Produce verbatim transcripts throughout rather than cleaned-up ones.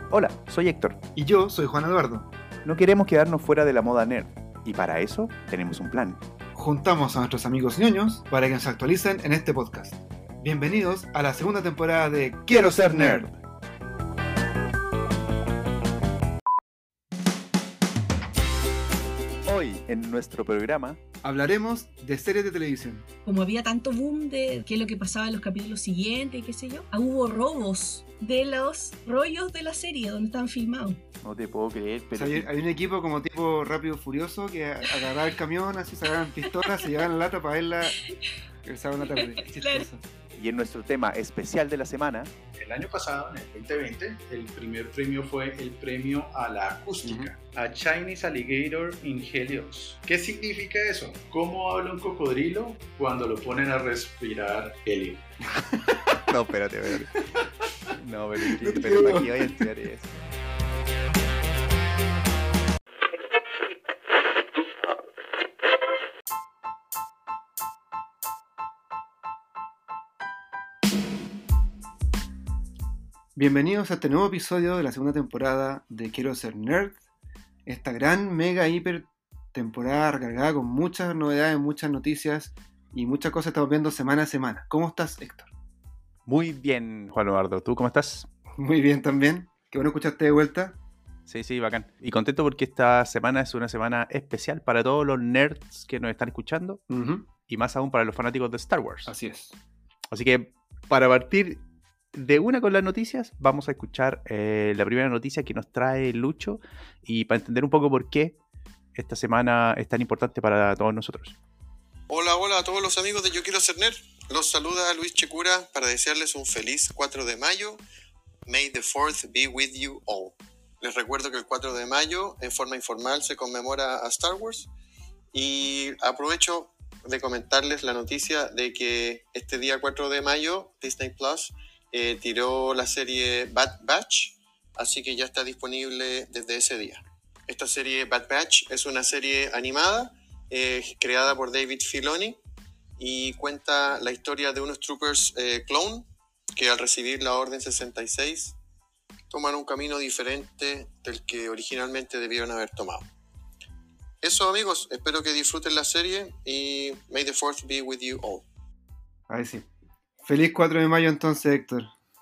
Hola, soy Héctor. Y yo soy Juan Eduardo. No queremos quedarnos fuera de la moda nerd, y para eso tenemos un plan. Juntamos a nuestros amigos ñoños para que nos actualicen en este podcast. Bienvenidos a la segunda temporada de Quiero Ser Nerd. Hoy, en nuestro programa, hablaremos de series de televisión. Como había tanto boom de qué es lo que pasaba en los capítulos siguientes y qué sé yo, hubo robos de los rollos de la serie donde estaban filmados. No te puedo creer, pero... O sea, hay, hay un equipo como tipo Rápido Furioso que agarraba el camión, así sacaban pistolas, se llevaban la lata para verla el sábado en la tarde. Es chistoso. Y en nuestro tema especial de la semana... El año pasado, en el veinte veinte, el primer premio fue el premio a la acústica, uh-huh. a Chinese Alligator in Helios. ¿Qué significa eso? ¿Cómo habla un cocodrilo cuando lo ponen a respirar helio? No, espérate, espérate. No, pero, ¿qué, pero ¿para qué voy a estudiar eso? Bienvenidos a este nuevo episodio de la segunda temporada de Quiero Ser Nerd. Esta gran, mega, hiper temporada recargada con muchas novedades, muchas noticias y muchas cosas estamos viendo semana a semana. ¿Cómo estás, Héctor? Muy bien, Juan Eduardo. ¿Tú cómo estás? Muy bien también. Qué bueno escucharte de vuelta. Sí, sí, bacán. Y contento porque esta semana es una semana especial para todos los nerds que nos están escuchando. Uh-huh. Y más aún para los fanáticos de Star Wars. Así es. Así que, para partir de una con las noticias, vamos a escuchar eh, la primera noticia que nos trae Lucho. Y para entender un poco por qué esta semana es tan importante para todos nosotros. Hola, hola a todos los amigos de Yo Quiero Ser Nerd. Los saluda Luis Checura para desearles un feliz cuatro de mayo. May the fourth be with you all. Les recuerdo que el cuatro de mayo, en forma informal, se conmemora a Star Wars. Y aprovecho de comentarles la noticia de que este día cuatro de mayo, Disney Plus eh, tiró la serie Bad Batch, así que ya está disponible desde ese día. Esta serie Bad Batch es una serie animada eh, creada por David Filoni y cuenta la historia de unos troopers eh, clone que al recibir la Orden sesenta y seis toman un camino diferente del que originalmente debieron haber tomado. Eso, amigos, espero que disfruten la serie y may the fourth be with you all. Ahí sí. Feliz cuatro de mayo entonces, Héctor.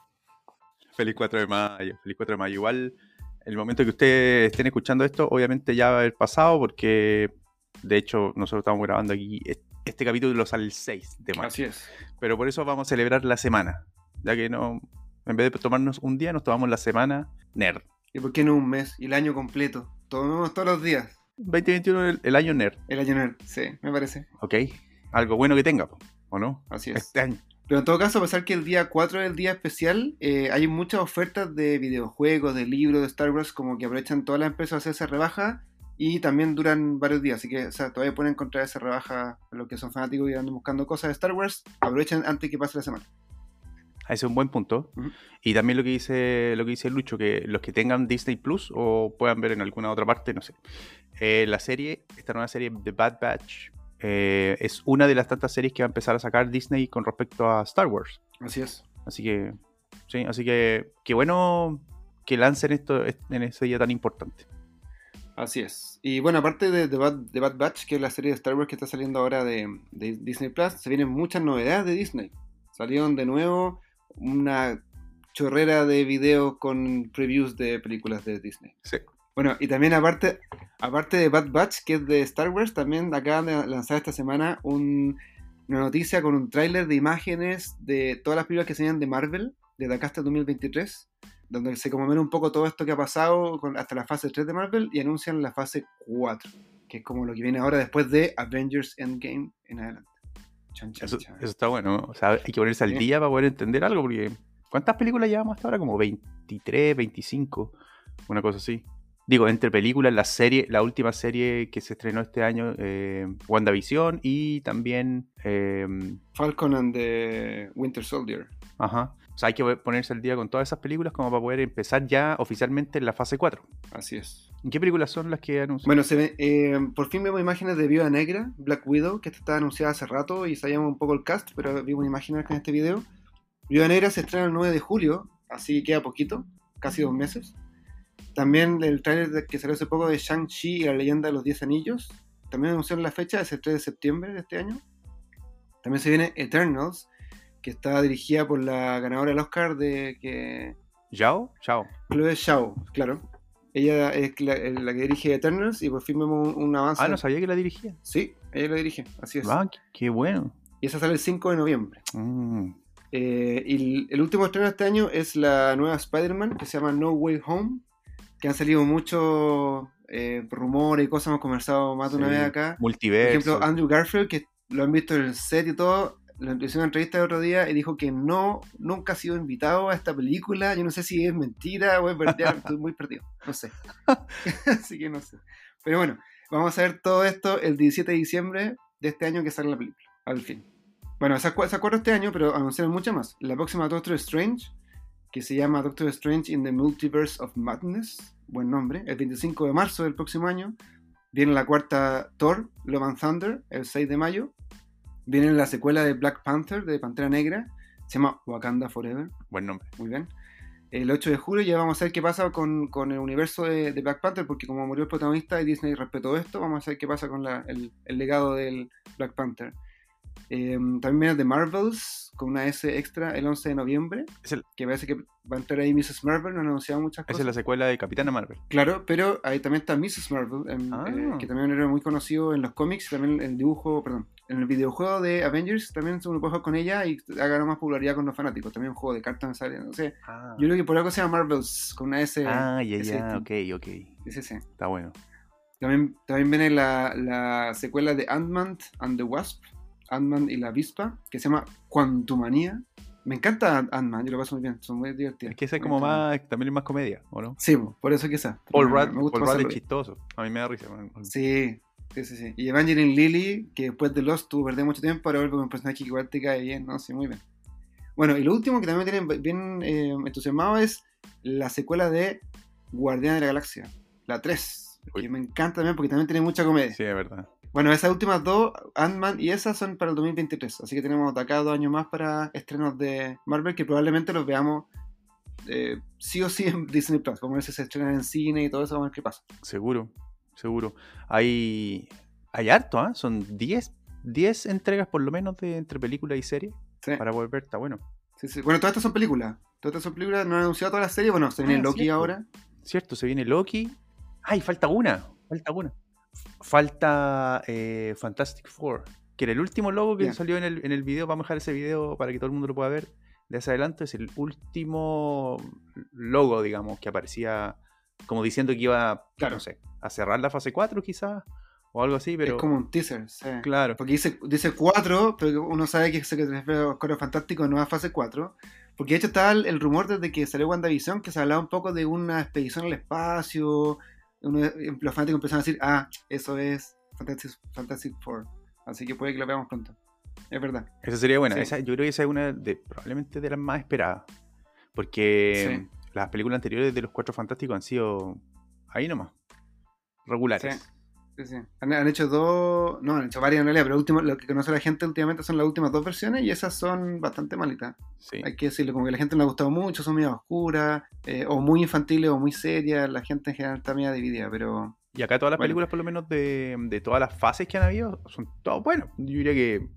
Feliz cuatro de mayo, feliz cuatro de mayo. Igual, el momento que ustedes estén escuchando esto, obviamente ya va a haber pasado porque, de hecho, nosotros estamos grabando aquí, este capítulo sale el seis de mayo. Así es. Pero por eso vamos a celebrar la semana, ya que no, en vez de tomarnos un día, nos tomamos la semana nerd. ¿Y por qué no un mes? Y el año completo. Tomemos todos los días. veinte veintiuno, el, el año nerd. El año nerd, sí, me parece. Ok, algo bueno que tenga, ¿o no? Así es. Este año. Pero en todo caso, a pesar que el día cuatro es el día especial, eh, hay muchas ofertas de videojuegos, de libros, de Star Wars, como que aprovechan todas las empresas a hacer esa rebaja y también duran varios días. Así que, o sea, todavía pueden encontrar esa rebaja a los que son fanáticos y andan buscando cosas de Star Wars. Aprovechen antes que pase la semana. Ese es un buen punto. Uh-huh. Y también lo que dice lo que dice Lucho, que los que tengan Disney Plus o puedan ver en alguna otra parte, no sé. Eh, la serie, esta nueva serie The Bad Batch, eh, es una de las tantas series que va a empezar a sacar Disney con respecto a Star Wars. Así es. Así que, sí, así que qué bueno que lancen esto en ese día tan importante. Así es. Y bueno, aparte de The Bad, The Bad Batch, que es la serie de Star Wars que está saliendo ahora de, de Disney Plus, se vienen muchas novedades de Disney. Salieron de nuevo una chorrera de videos con previews de películas de Disney. Sí. Bueno, y también aparte aparte de Bad Batch, que es de Star Wars, también acaban de lanzar esta semana un, una noticia con un tráiler de imágenes de todas las películas que se llaman de Marvel, de acá hasta dos mil veintitrés, donde se conmemora un poco todo esto que ha pasado con, hasta la fase tres de Marvel y anuncian la fase cuatro, que es como lo que viene ahora después de Avengers Endgame en adelante. Chan, chan, eso, chan. eso está bueno. O sea, hay que ponerse al ¿Sí? día para poder entender algo, porque ¿cuántas películas llevamos hasta ahora? Como veintitrés, veinticinco, una cosa así. Digo, entre películas, la serie, la última serie que se estrenó este año, eh, WandaVision y también... Eh, Falcon and the Winter Soldier. Ajá. O sea, hay que ponerse al día con todas esas películas como para poder empezar ya oficialmente en la fase cuatro. Así es. ¿En qué películas son las que anuncian? Bueno, se ve, eh, por fin vemos imágenes de Viuda Negra, Black Widow, que esta estaba anunciada hace rato y sabíamos un poco el cast, pero vimos imágenes en este video. Viuda Negra se estrena el nueve de julio, así que queda poquito, casi dos meses. también el trailer que salió hace poco de Shang-Chi y la leyenda de los diez anillos. También anunciaron la fecha, es el tres de septiembre de este año. También se viene Eternals, que está dirigida por la ganadora del Oscar de que ¿Yao? Chao. Chloe Zhao, claro. Ella es la, la que dirige Eternals y por fin vemos un, un avance. Ah, no sabía que la dirigía. Sí, ella la dirige, así es. Ah, qué, qué bueno. Y esa sale el cinco de noviembre. Mm. Eh, y el, el último estreno de este año es la nueva Spider-Man, que se llama No Way Home, que han salido muchos eh, rumores y cosas, hemos conversado más de una Sí. vez acá. Multiverso. Por ejemplo, Andrew Garfield, que lo han visto en el set y todo, le hizo una entrevista el otro día y dijo que no, nunca ha sido invitado a esta película. Yo no sé si es mentira o es verdad, estoy muy perdido, no sé. Así que no sé. Pero bueno, vamos a ver todo esto el diecisiete de diciembre de este año que sale la película, al fin. Bueno, se acuerda este año, pero anunciaron mucho más. La próxima Doctor Strange, que se llama Doctor Strange in the Multiverse of Madness, buen nombre, el veinticinco de marzo del próximo año. Viene la cuarta Thor, Love and Thunder, el seis de mayo. Viene la secuela de Black Panther, de Pantera Negra, se llama Wakanda Forever. Buen nombre. Muy bien. El ocho de julio ya vamos a ver qué pasa con, con el universo de, de Black Panther, porque como murió el protagonista y Disney respetó esto, vamos a ver qué pasa con la, el, el legado del Black Panther. Eh, también viene The Marvels con una S extra el once de noviembre, Es, el, que parece que va a entrar ahí missus Marvel, no han anunciado muchas esa cosas. es la secuela de Capitana Marvel. Claro, pero ahí también está missus Marvel, en, Ah. eh, que también era muy conocido en los cómics, también el dibujo, perdón, en el videojuego de Avengers también se puede jugar con ella y ha ganado más popularidad con los fanáticos. También un juego de cartas, no sé. Ah, Yo creo que por algo se llama Marvels, con una S. ah ya, S ya, distinta. ok, ok. Sí, sí, sí. Está bueno. También, también viene la, la secuela de Ant-Man and the Wasp, Ant-Man y la Avispa, que se llama Quantumania. Me encanta Ant-Man, yo lo paso muy bien, son muy divertidas. Es que ese es como más, también es más comedia, ¿o no? Sí, por eso quizás. Paul Me- Rudd, me gusta Paul más Rudd es hacerlo. chistoso. A mí me da risa. Sí, sí, sí, sí. Y Evangeline Lilly, que después de Lost tuvo que perder mucho tiempo para volver con un personaje que igual te cae bien, ¿no? Sí, muy bien. Bueno, y lo último que también me tiene bien eh, entusiasmado es la secuela de Guardianes de la Galaxia, la tres, Uy. que me encanta también porque también tiene mucha comedia. Sí, es verdad. Bueno, esas últimas dos, Ant-Man y esas son para el dos mil veintitrés, así que tenemos de acá dos años más para estrenos de Marvel que probablemente los veamos eh, sí o sí en Disney Plus, como a veces se estrenan en cine y todo eso, vamos a ver qué pasa. Seguro, seguro. Hay, hay harto, ¿ah? Son diez entregas por lo menos de entre película y serie Sí. para volver. Está bueno. Sí, sí. Bueno, todas estas son películas. Todas estas son películas, no han anunciado todas las series. Bueno, se viene Ah, Loki cierto. ahora. Cierto, se viene Loki. Ay, falta una. Falta una. Falta eh, Fantastic Four, que era el último logo que Ya. salió en el, en el video. Vamos a dejar ese video para que todo el mundo lo pueda ver. De hacia adelante es el último logo, digamos, que aparecía como diciendo que iba, Claro. no sé, a cerrar la fase cuatro quizás, o algo así, pero Es como un teaser, sí. claro. Porque dice, dice cuatro, pero uno sabe que se refiere a Cuatro Fantásticos, no a fase cuatro. Porque de hecho estaba el, el rumor desde que salió WandaVision, que se hablaba un poco de una expedición al espacio. Uno- los fanáticos empezaron a decir, ah, eso es Fantastic, Fantastic Four. Así que puede que lo veamos pronto. Es verdad. Esa sería buena. Sí. Esa, yo creo que esa es una de probablemente de las más esperadas. Porque Sí. las películas anteriores de los Cuatro Fantásticos han sido ahí nomás. Regulares. Sí. Sí, sí. Han, han hecho dos, no, han hecho varias en realidad, pero último, lo que conoce la gente últimamente son las últimas dos versiones y esas son bastante malitas. Sí. Hay que decirlo, como que a la gente no le ha gustado mucho, son medio oscuras, eh, o muy infantiles o muy serias, la gente en general está medio dividida, pero Y acá todas las Bueno. películas, por lo menos de, de todas las fases que han habido, son todas buenas. Yo diría que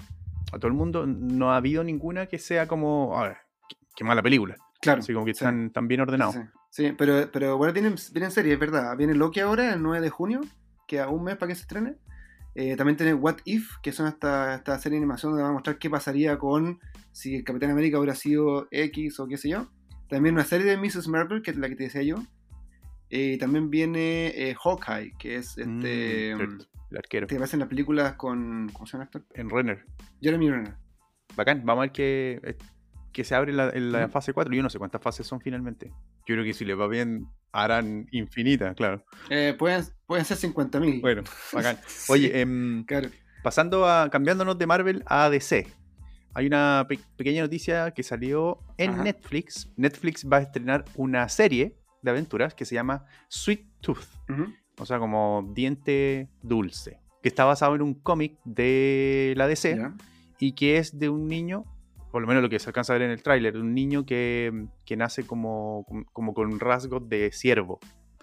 a todo el mundo no ha habido ninguna que sea como, "Ah, qué, qué mala película". claro. Así como que sí, están tan bien ordenados. sí, sí. Sí, pero, pero bueno, vienen, vienen series, es verdad. Viene Loki ahora, el nueve de junio, queda un mes para que se estrene. Eh, también tiene What If, que son esta, esta serie de animación donde va a mostrar qué pasaría con si el Capitán América hubiera sido X o qué sé yo. También una serie de missus Marvel, que es la que te decía yo. Eh, también viene eh, Hawkeye, que es Mm, este. cierto, el arquero. que aparece en las películas con. ¿Cómo se llama el actor? En Renner. Jeremy Renner. Bacán. Vamos a ver que, eh, que se abre en la, en la Ujú. fase cuatro. Yo no sé cuántas fases son finalmente. Yo creo que si les va bien, harán infinitas, claro. Eh, pueden, pueden ser cincuenta mil. Bueno, bacán. Oye, em, Claro. pasando a, cambiándonos de Marvel a D C. Hay una pe- pequeña noticia que salió en Ajá. Netflix. Netflix va a estrenar una serie de aventuras que se llama Sweet Tooth. Ujú. O sea, como diente dulce. Que está basado en un cómic de la D C Ya. y que es de un niño por lo menos lo que se alcanza a ver en el tráiler, un niño que, que nace como, como con rasgos de ciervo.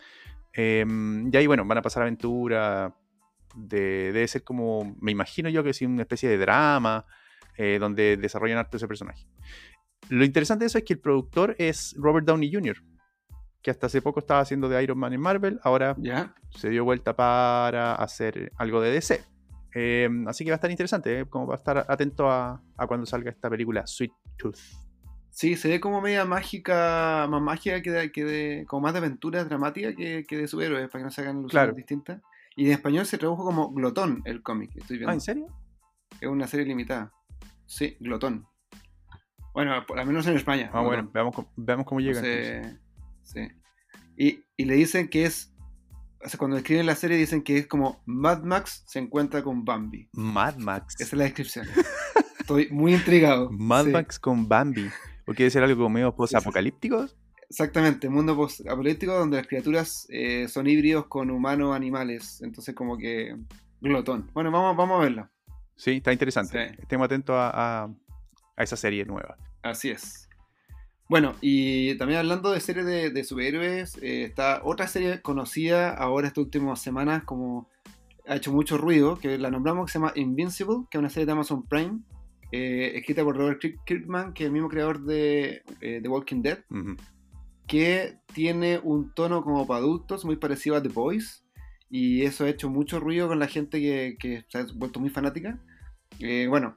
Eh, y ahí, bueno, van a pasar aventura. De, debe ser como, me imagino yo que es una especie de drama eh, donde desarrollan harto ese personaje. Lo interesante de eso es que el productor es Robert Downey junior, que hasta hace poco estaba haciendo de Iron Man en Marvel, ahora ¿Ya? se dio vuelta para hacer algo de D C. Eh, así que va a estar interesante, ¿eh? Como va a estar atento a, a cuando salga esta película Sweet Tooth. Sí, se ve como media mágica, más mágica que de, que de como más de aventura dramática que, que de superhéroes, para que no se hagan ilusiones Claro. distintas. Y en español se tradujo como Glotón el cómic, estoy viendo. Ah, ¿en serio? Es una serie limitada. Sí, Glotón. Bueno, por- al menos en España. Ah, bueno, Glotón. veamos, cómo- veamos cómo llega. entonces. Entonces, sí. Y, y le dicen que es, o sea, cuando escriben la serie dicen que es como Mad Max se encuentra con Bambi. Mad Max. Esa es la descripción. Estoy muy intrigado. Mad Sí. Max con Bambi. ¿O quiere ser algo como medio post-apocalíptico? Exactamente, mundo post-apocalíptico donde las criaturas eh, son híbridos con humanos animales. Entonces como que glotón. Bueno, vamos, vamos a verla. Sí, está interesante. Sí. Estemos atentos a, a, a esa serie nueva. Así es. Bueno, y también hablando de series de, de superhéroes, eh, está otra serie conocida ahora estas últimas semanas, como ha hecho mucho ruido, que la nombramos, que se llama Invincible, que es una serie de Amazon Prime, eh, escrita por Robert Kirk- Kirkman, que es el mismo creador de eh, The Walking Dead, Ujú. que tiene un tono como para adultos, muy parecido a The Boys, y eso ha hecho mucho ruido con la gente que, que se ha vuelto muy fanática. Eh, bueno,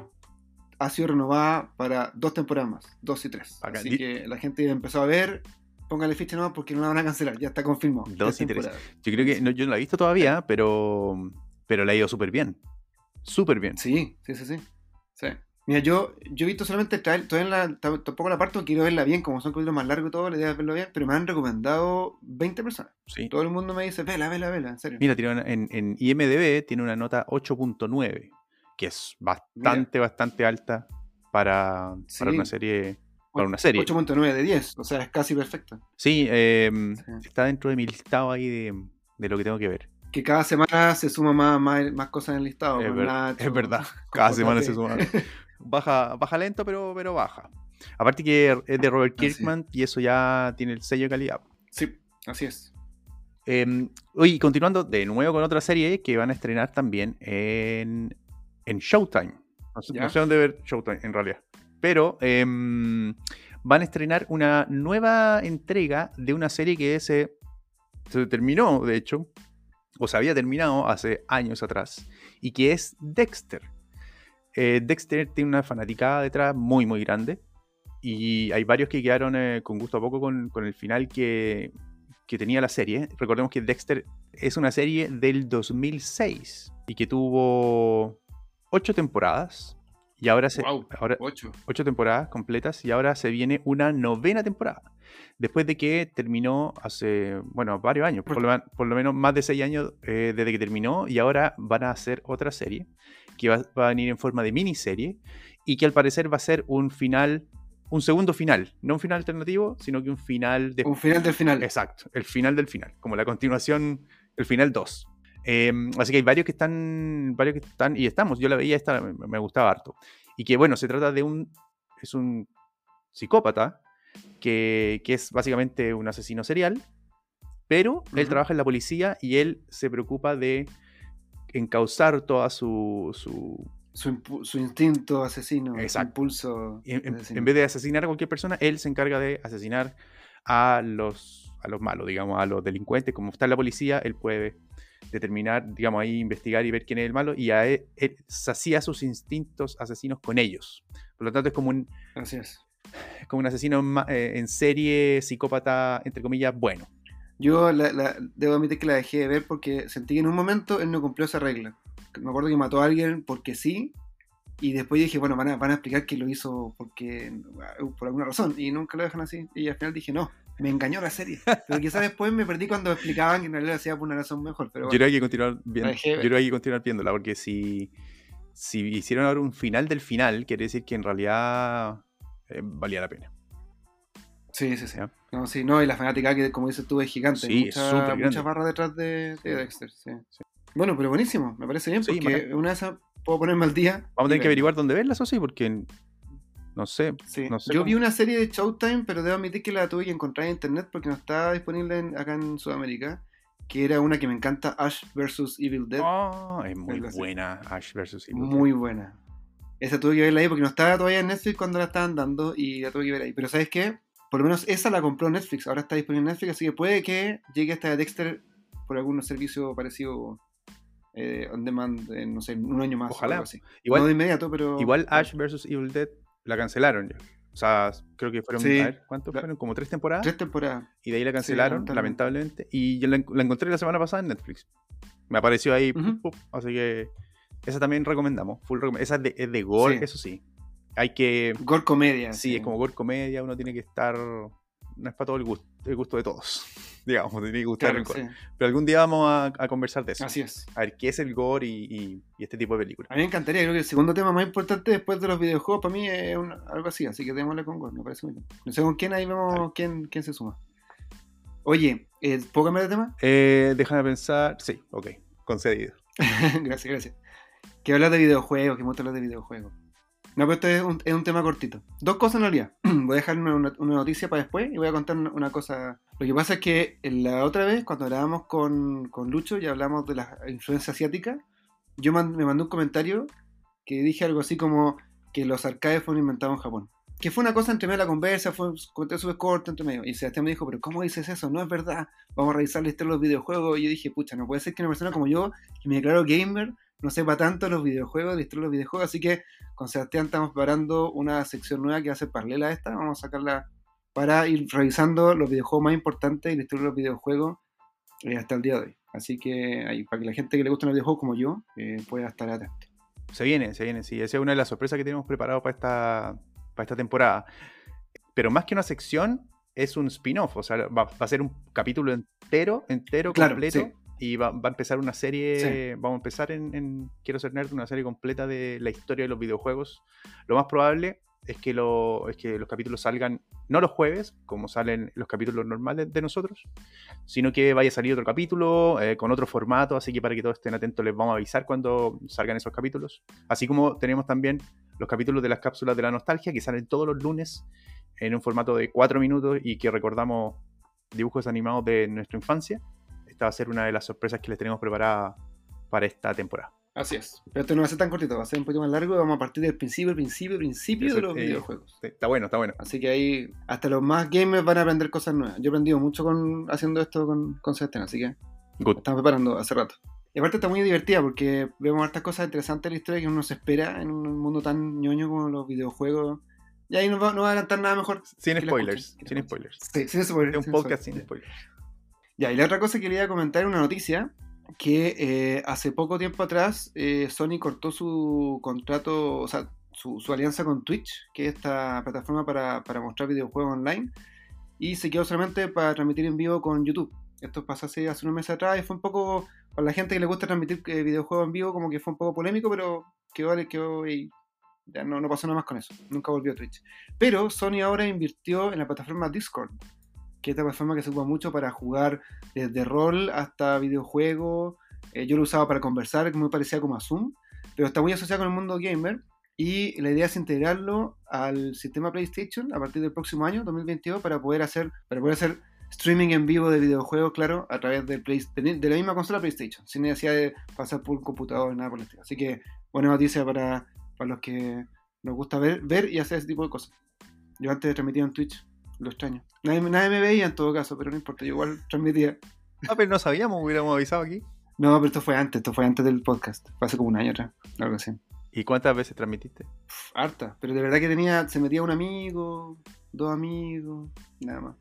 ha sido renovada para dos temporadas más, dos y tres. Bacán. Así Di- que la gente empezó a ver, póngale ficha nueva porque no la van a cancelar, ya está confirmado. Dos y tres. temporadas. Yo creo que no, yo no la he visto todavía, pero, pero la ha ido súper bien. Súper bien. Sí, sí, sí, sí. sí. Mira, yo, yo he visto solamente el trailer, todavía en la, t- tampoco la parto, quiero verla bien, como son capítulos más largos y todo, la idea es verlo bien, pero me han recomendado veinte personas. Sí. Todo el mundo me dice, vela, vela, vela, en serio. Mira, tiene una- en, en I M D B tiene una nota ocho punto nueve, que es bastante, bastante alta para, Sí. para una serie. Para una serie. ocho punto nueve de diez, o sea, es casi perfecta. Sí, eh, Sí. está dentro de mi listado ahí de, de lo que tengo que ver. Que cada semana se suma más, más, más cosas en el listado. Es, con ver- Nacho, es verdad. con Cada J P. semana se suma. Baja, baja lento, pero, pero baja. Aparte que es de Robert Así. Kirkman y eso ya tiene el sello de calidad. Sí, así es. Eh, oye, continuando de nuevo con otra serie que van a estrenar también en, en Showtime. No sé, ¿Ya? no sé dónde ver Showtime en realidad. Pero eh, van a estrenar una nueva entrega de una serie que se, se terminó, de hecho, o se había terminado hace años atrás, y que es Dexter. Eh, Dexter tiene una fanaticada detrás muy, muy grande. Y hay varios que quedaron eh, con gusto a poco con, con el final que, que tenía la serie. Recordemos que Dexter es una serie del dos mil seis y que tuvo ocho temporadas. Y ahora se. Wow, ahora, ocho. ocho temporadas completas y ahora se viene una novena temporada. Después de que terminó hace, bueno, varios años, por lo, por lo menos más de seis años eh, desde que terminó, y ahora van a hacer otra serie que va, va a venir en forma de miniserie y que al parecer va a ser un final, un segundo final, no un final alternativo, sino que un final de... Un final del final. Exacto, el final del final, como la continuación, el final dos. Eh, así que hay varios que están, varios que están, y estamos, yo la veía, esta me, me gustaba harto. Y que bueno, se trata de un, es un psicópata que, que es básicamente un asesino serial, pero uh-huh. él trabaja en la policía y él se preocupa de encauzar toda su... su Su, impu- su instinto asesino, Exacto. su impulso. En, asesino. En vez de asesinar a cualquier persona, él se encarga de asesinar a los, a los malos, digamos, a los delincuentes. Como está en la policía, él puede determinar, digamos, ahí investigar y ver quién es el malo, y a él, él sacía sus instintos asesinos con ellos. Por lo tanto, es como un, Así es. Es como un asesino eh, en serie, psicópata, entre comillas, bueno. Yo la, la, debo admitir que la dejé de ver porque sentí que en un momento él no cumplió esa regla. Me acuerdo que mató a alguien porque sí, y después dije, bueno, van a, van a explicar que lo hizo porque por alguna razón, y nunca lo dejan así. Y al final dije, no, me engañó la serie. Pero quizás después me perdí cuando explicaban que en realidad lo hacía por una razón mejor. Pero bueno, yo creo que hay que continuar viendo, yo creo que hay que continuar viéndola, porque si, si hicieron ahora un final del final, quiere decir que en realidad eh, valía la pena. Sí, sí, sí. ¿Ya? No, sí, no, y la fanática que, como dices tú, es gigante. Sí, mucha, es muchas barras detrás de, de sí. Dexter. Sí. Sí. Bueno, pero buenísimo, me parece bien, porque sí, una de esas puedo ponerme al día. Vamos a tener que averiguar dónde verlas, o sí, porque No sé. Sí. No sé Yo cómo- vi una serie de Showtime, pero debo admitir que la tuve que encontrar en internet porque no estaba disponible en- acá en Sudamérica. Que era una que me encanta, Ash versus Evil Dead. Ah, es muy Algo así. buena Ash versus Evil Dead. Muy buena. Esa tuve que verla ahí porque no estaba todavía en Netflix cuando la estaban dando y la tuve que ver ahí. Pero ¿sabes qué? Por lo menos esa la compró Netflix. Ahora está disponible en Netflix, así que puede que llegue esta de Dexter por algún servicio parecido eh, on demand, en, no sé, en un año más. Ojalá. O algo así. Igual, no de inmediato, pero... igual Ash versus Evil Dead la cancelaron ya. O sea, creo que fueron, Sí. a ver, ¿cuántos La- fueron? Como tres temporadas. Tres temporadas. Y de ahí la cancelaron, Sí, lamentablemente. Y yo la, en- la encontré la semana pasada en Netflix. Me apareció ahí, Ujú. pup, pup, así que esa también recomendamos. Full recom- esa es de, es de gore, Sí. eso sí. Hay que... Gore comedia. Sí, es como gore comedia, uno tiene que estar... No es para todo el gusto, el gusto de todos. Digamos, tiene que gustar Claro, el gore. sí. Pero algún día vamos a, a conversar de eso. Así es. A ver qué es el gore y, y- y este tipo de películas. A mí me encantaría, creo que el segundo tema más importante después de los videojuegos para mí es un- algo así, así que démosle con Gore, me parece muy bien. No sé con quién, ahí vemos Dale. quién, quién se suma. Oye, eh, ¿puedo cambiar de tema? Eh, déjame pensar... Sí, ok, concedido. Gracias, gracias. Que hablas de videojuegos, que me gusta hablar de videojuegos. No, pero esto es un, es un tema cortito. Dos cosas en realidad. Voy a dejar una, una- una noticia para después y voy a contar una, una cosa. Lo que pasa es que la otra vez, cuando grabamos con, con Lucho y hablamos de la influencia asiática, yo man- me mandé un comentario que dije algo así como que los arcades fueron inventados en Japón. Que fue una cosa entre medio de la conversa, fue un comentario súper corto entre medio. Y Sebastián me dijo, pero ¿cómo dices eso? No es verdad. Vamos a revisar la historia de los videojuegos. Y yo dije, pucha, no puede ser que una persona como yo, que me declaro gamer, no sepa tanto los videojuegos, la historia de los videojuegos. Así que con Sebastián estamos preparando una sección nueva que va a ser paralela a esta. Vamos a sacarla para ir revisando los videojuegos más importantes y la historia de los videojuegos eh, hasta el día de hoy. Así que ahí, para que la gente que le gustan los videojuegos como yo eh, pueda estar atenta. Se viene, se viene, sí. Esa es una de las sorpresas que tenemos preparado para esta, para esta temporada. Pero más que una sección, es un spin-off. O sea, va, va a ser un capítulo entero, entero, Claro, completo. sí. Y va, va a empezar una serie. Sí. Vamos a empezar en, en Quiero Ser Nerd, una serie completa de la historia de los videojuegos. Lo más probable es que, lo, es que los capítulos salgan, no los jueves, como salen los capítulos normales de nosotros, sino que vaya a salir otro capítulo eh, con otro formato. Así que para que todos estén atentos, les vamos a avisar cuando salgan esos capítulos. Así como tenemos también los capítulos de las cápsulas de la nostalgia que salen todos los lunes en un formato de cuatro minutos y que recordamos dibujos animados de nuestra infancia. Esta va a ser una de las sorpresas que les tenemos preparada para esta temporada. Así es. Pero esto no va a ser tan cortito, va a ser un poquito más largo y vamos a partir del principio, principio, principio Eso, de los eh, videojuegos. Sí, está bueno, está bueno. Así que ahí hasta los más gamers van a aprender cosas nuevas. Yo he aprendido mucho con, haciendo esto con, con Sebastián, así que Good. estamos preparando hace rato. Y aparte está muy divertida porque vemos hartas cosas interesantes en la historia que uno se espera en un mundo tan ñoño como los videojuegos. Y ahí no va, no va a adelantar nada mejor. Sin que la spoilers, escuchen, que sin la escuchen. spoilers. Sí, sin spoilers. Es un sin podcast spoilers. sin spoilers. Ya, y la otra cosa que le iba a comentar es una noticia que eh, hace poco tiempo atrás eh, Sony cortó su contrato, o sea, su, su alianza con Twitch, que es esta plataforma para, para mostrar videojuegos online, y se quedó solamente para transmitir en vivo con YouTube. Esto pasó hace, hace unos meses atrás y fue un poco, para la gente que le gusta transmitir eh, videojuegos en vivo, como que fue un poco polémico, pero quedó, quedó y ya no, no pasó nada más con eso. Nunca volvió a Twitch. Pero Sony ahora invirtió en la plataforma Discord, que es esta plataforma que se usa mucho para jugar desde rol hasta videojuegos. Eh, yo lo usaba para conversar, que muy parecía como a Zoom, pero está muy asociado con el mundo gamer. Y la idea es integrarlo al sistema PlayStation a partir del próximo año, dos mil veintidós, para poder hacer, para poder hacer streaming en vivo de videojuegos, claro, a través del Play, de la misma consola PlayStation, sin necesidad de pasar por un computador ni nada por el estilo. Así que buena noticia para, para los que nos gusta ver, ver y hacer ese tipo de cosas. Yo antes transmitía en Twitch, lo extraño. Nadie, nadie me veía en todo caso, pero no importa, yo igual transmitía. Ah, pero no sabíamos, hubiéramos avisado aquí. No, pero esto fue antes, esto fue antes del podcast. Fue hace como un año atrás, algo así. ¿Y cuántas veces transmitiste? Uf, harta, pero de verdad que tenía, se metía un amigo, dos amigos, nada más.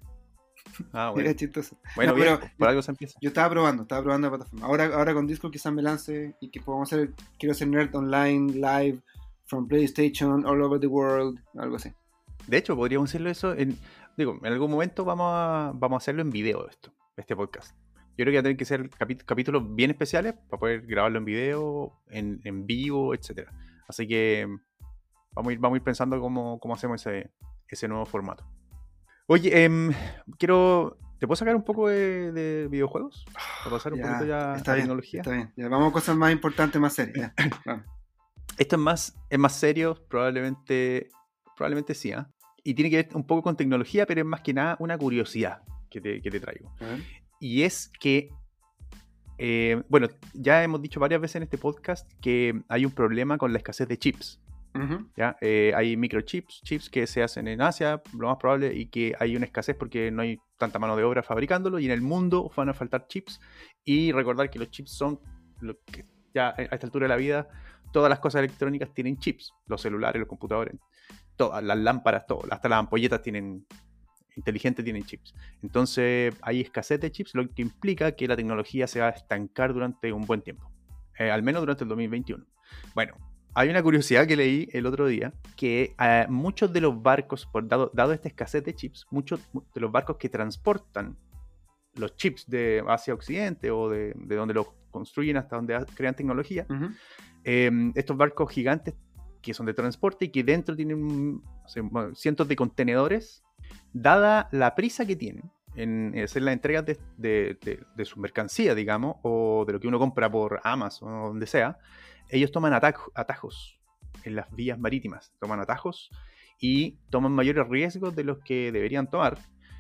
Ah, bueno. Era chistoso. Bueno, No, bien, pero- por algo se empieza. Yo estaba probando, estaba probando la plataforma. Ahora, ahora con Discord quizás me lance y que podamos hacer, quiero hacer Nerd Online, live, from PlayStation, all over the world, algo así. De hecho, podríamos hacerlo eso en... Digo, en algún momento vamos a, vamos a hacerlo en video esto, este podcast. Yo creo que va a tener que ser capi- capítulos bien especiales para poder grabarlo en video, en, en vivo, etcétera. Así que vamos a ir, vamos a ir pensando cómo, cómo hacemos ese, ese nuevo formato. Oye, em, quiero... ¿Te puedo sacar un poco de, de videojuegos? Para pasar un Ya, poquito ya está a bien, tecnología. Está bien, ya, vamos a cosas más importantes, más serias. ya, vamos. Esto es más, es más serio, probablemente probablemente sí, ¿eh? Y tiene que ver un poco con tecnología, pero es más que nada una curiosidad que te, que te traigo. Uh-huh. Y es que, eh, bueno, ya hemos dicho varias veces en este podcast que hay un problema con la escasez de chips. Uh-huh. ¿Ya? Eh, hay microchips, chips que se hacen en Asia, lo más probable, y que hay una escasez porque no hay tanta mano de obra fabricándolo, y en el mundo van a faltar chips. Y recordar que los chips son, lo que ya a esta altura de la vida, todas las cosas electrónicas tienen chips, los celulares, los computadores, todas las lámparas, todo, hasta las ampolletas tienen, inteligentes tienen chips. Entonces hay escasez de chips, lo que implica que la tecnología se va a estancar durante un buen tiempo, eh, al menos durante el dos mil veintiuno. Bueno, hay una curiosidad que leí el otro día, que eh, muchos de los barcos, por dado, dado esta escasez de chips, muchos de los barcos que transportan los chips de hacia Occidente o de, de donde los construyen hasta donde crean tecnología, Uh-huh. eh, estos barcos gigantes que son de transporte y que dentro tienen, no sé, cientos de contenedores, dada la prisa que tienen en hacer las entregas de, de, de, de su mercancía, digamos, o de lo que uno compra por Amazon o donde sea, ellos toman atajo, atajos en las vías marítimas, toman atajos y toman mayores riesgos de los que deberían tomar,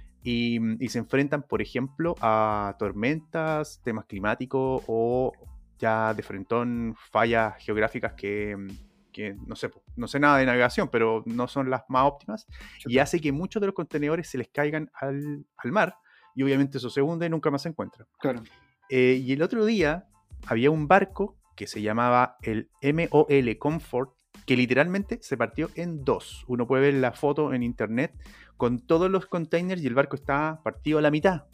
y, y se enfrentan, por ejemplo, a tormentas, temas climáticos o ya de frentón fallas geográficas que, que no sé, no sé nada de navegación, pero no son las más óptimas, y hace que muchos de los contenedores se les caigan al, al mar, y obviamente eso se hunde y nunca más se encuentra. Claro. Eh, y el otro día había un barco que se llamaba el M O L Comfort, que literalmente se partió en dos. Uno puede ver la foto en internet con todos los containers y el barco está partido a la mitad.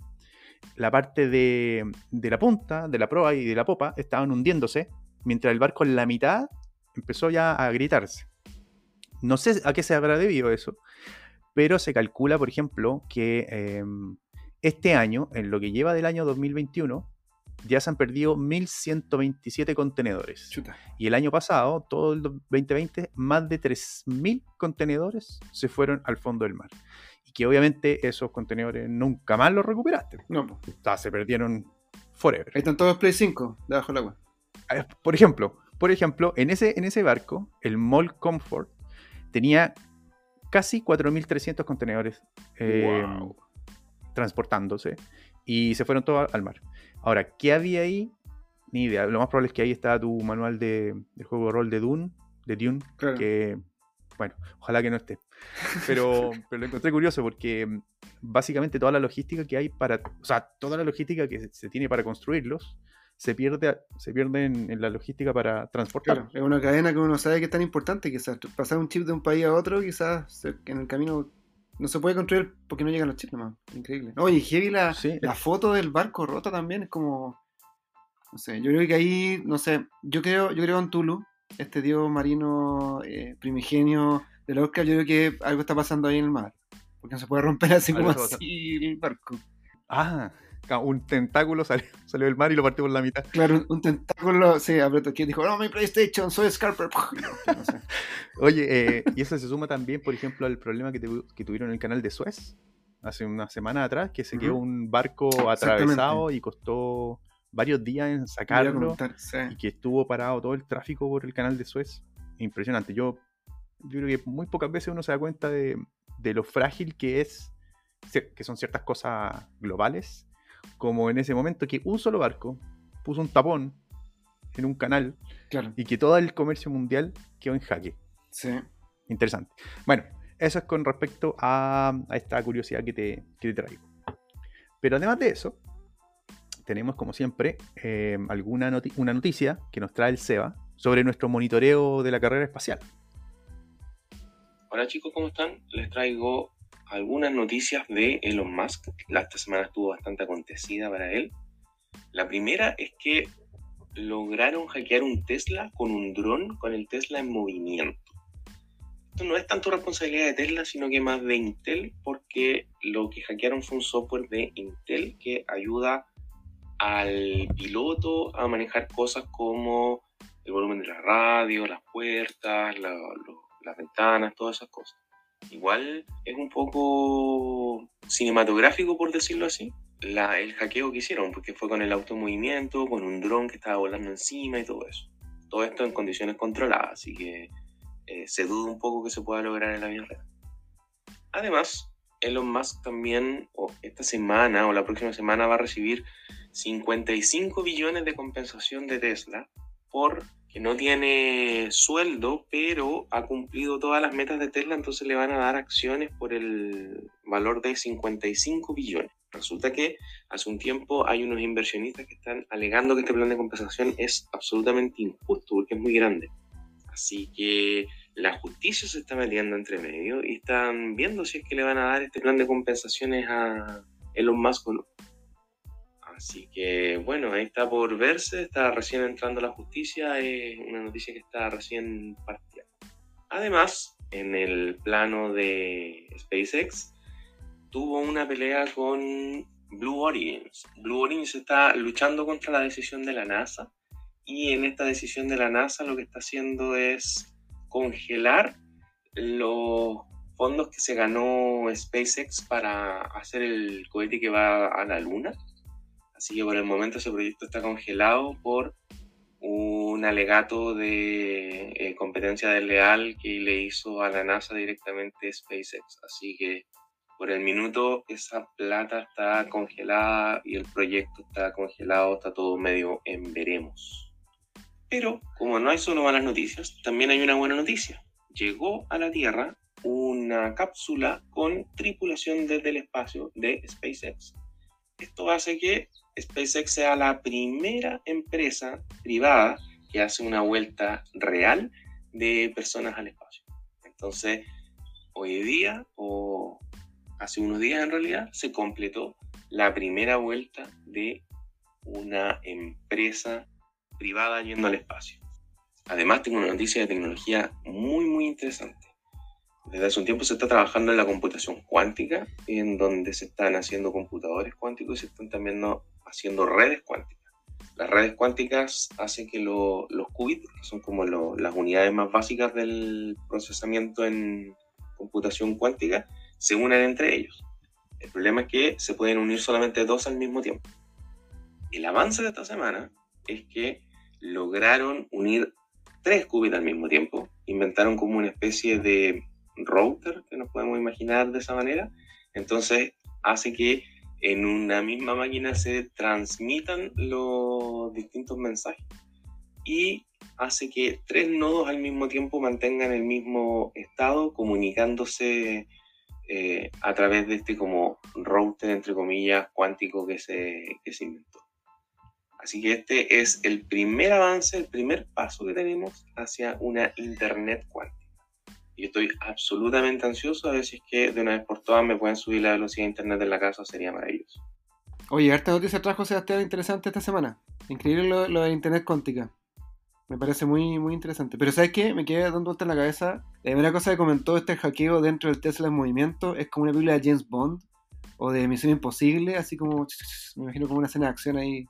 La parte de, de la punta, de la proa y de la popa estaban hundiéndose, mientras el barco en la mitad empezó ya a gritarse. No sé a qué se habrá debido eso, pero se calcula, por ejemplo, que eh, este año, en lo que lleva del año dos mil veintiuno, ya se han perdido mil ciento veintisiete contenedores. Chuta. Y el año pasado, todo el veinte veinte, más de tres mil contenedores se fueron al fondo del mar. Y que obviamente esos contenedores nunca más los recuperaste. No, po. O sea, se perdieron forever. Ahí están todos los Play cinco debajo del agua. Por ejemplo, por ejemplo en, ese, en ese barco, el Mall Comfort tenía casi cuatro mil trescientos contenedores eh, Wow. transportándose, y se fueron todos al mar. Ahora, ¿qué había ahí? Ni idea. Lo más probable es que ahí está tu manual de, del juego de rol de Dune, de Dune, Claro. que, bueno, ojalá que no esté. Pero, pero lo encontré curioso porque básicamente toda la logística que hay para, o sea, toda la logística que se, se tiene para construirlos, se pierde, se pierde en, en la logística para transportarlos. Claro, es una cadena que uno sabe que es tan importante, quizás pasar un chip de un país a otro, quizás se- en el camino no se puede construir porque no llegan los chips nomás. Increíble. Oye, heavy la, Sí. la foto del barco rota también, es como, no sé, yo creo que ahí, no sé, yo creo, yo creo en Tulu, este dios marino eh, primigenio del Oscar, yo creo que algo está pasando ahí en el mar, porque no se puede romper así Algo como está así el barco. Ah, un tentáculo salió, salió del mar y lo partió por la mitad. Claro, un, un tentáculo, sí, apretó que dijo, no, mi PlayStation, soy Scarper. No, no sé. Oye, eh, y eso se suma también, por ejemplo, al problema que, tu- que tuvieron en el canal de Suez hace una semana atrás, que se quedó Ujú. un barco atravesado y costó varios días en Quería sacarlo, comentar, sí. y que estuvo parado todo el tráfico por el canal de Suez. Impresionante. Yo, yo creo que muy pocas veces uno se da cuenta de, de lo frágil que es, cier- que son ciertas cosas globales, como en ese momento que un solo barco puso un tapón en un canal Claro, y que todo el comercio mundial quedó en jaque. sí. Interesante. Bueno, eso es con respecto a, a esta curiosidad que te, que te traigo. Pero además de eso, tenemos como siempre eh, alguna noti- una noticia que nos trae el SEBA sobre nuestro monitoreo de la carrera espacial. Hola chicos, ¿cómo están? Les traigo algunas noticias de Elon Musk. La- Esta semana estuvo bastante acontecida para él. La primera es que lograron hackear un Tesla con un dron con el Tesla en movimiento. Esto no es tanto responsabilidad de Tesla, sino que más de Intel, porque lo que hackearon fue un software de Intel que ayuda al piloto a manejar cosas como el volumen de la radio, las puertas, la- lo- las ventanas, todas esas cosas. Igual es un poco cinematográfico, por decirlo así, la, el hackeo que hicieron, porque fue con el auto en movimiento, con un dron que estaba volando encima y todo eso. Todo esto en condiciones controladas, así que eh, se duda un poco que se pueda lograr en la vida real. Además, Elon Musk también o esta semana o la próxima semana va a recibir cincuenta y cinco billones de compensación de Tesla por que no tiene sueldo, pero ha cumplido todas las metas de Tesla, entonces le van a dar acciones por el valor de cincuenta y cinco billones. Resulta que hace un tiempo hay unos inversionistas que están alegando que este plan de compensación es absolutamente injusto porque es muy grande. Así que la justicia se está metiendo entre medio y están viendo si es que le van a dar este plan de compensaciones a Elon Musk o no. Así que bueno, ahí está por verse, está recién entrando la justicia, es una noticia que está recién partida. Además, en el plano de SpaceX, tuvo una pelea con Blue Origin. Blue Origin está luchando contra la decisión de la NASA y en esta decisión de la NASA lo que está haciendo es congelar los fondos que se ganó SpaceX para hacer el cohete que va a la Luna. Así que por el momento ese proyecto está congelado por un alegato de eh, competencia desleal que le hizo a la NASA directamente SpaceX. Así que por el minuto esa plata está congelada y el proyecto está congelado, está todo medio en veremos. Pero como no hay solo malas noticias, también hay una buena noticia. Llegó a la Tierra una cápsula con tripulación desde el espacio de SpaceX. Esto hace que SpaceX sea la primera empresa privada que hace una vuelta real de personas al espacio. Entonces, hoy día, o hace unos días en realidad, se completó la primera vuelta de una empresa privada yendo al espacio. Además, tengo una noticia de tecnología muy, muy interesante. Desde hace un tiempo se está trabajando en la computación cuántica, en donde se están haciendo computadores cuánticos y se están también no, haciendo redes cuánticas. Las redes cuánticas hacen que lo, los qubits, que son como lo, las unidades más básicas del procesamiento en computación cuántica, se unan entre ellos. El problema es que se pueden unir solamente dos al mismo tiempo. El avance de esta semana es que lograron unir tres qubits al mismo tiempo. Inventaron como una especie de router que nos podemos imaginar de esa manera. Entonces hace que en una misma máquina se transmitan los distintos mensajes y hace que tres nodos al mismo tiempo mantengan el mismo estado comunicándose eh, a través de este como router entre comillas cuántico que se, que se inventó. Así que este es el primer avance, el primer paso que tenemos hacia una internet cuántica. Y estoy absolutamente ansioso a ver si es que de una vez por todas me pueden subir la velocidad de internet en la casa, sería maravilloso. Oye, harta noticia trajo Sebastián interesante esta semana. Increíble lo, lo de internet cuántica. Me parece muy, muy interesante. Pero ¿sabes qué? Me quedé dando vuelta en la cabeza. La primera cosa que comentó este hackeo dentro del Tesla en movimiento es como una película de James Bond o de Misión Imposible, así como, me imagino como una escena de acción ahí.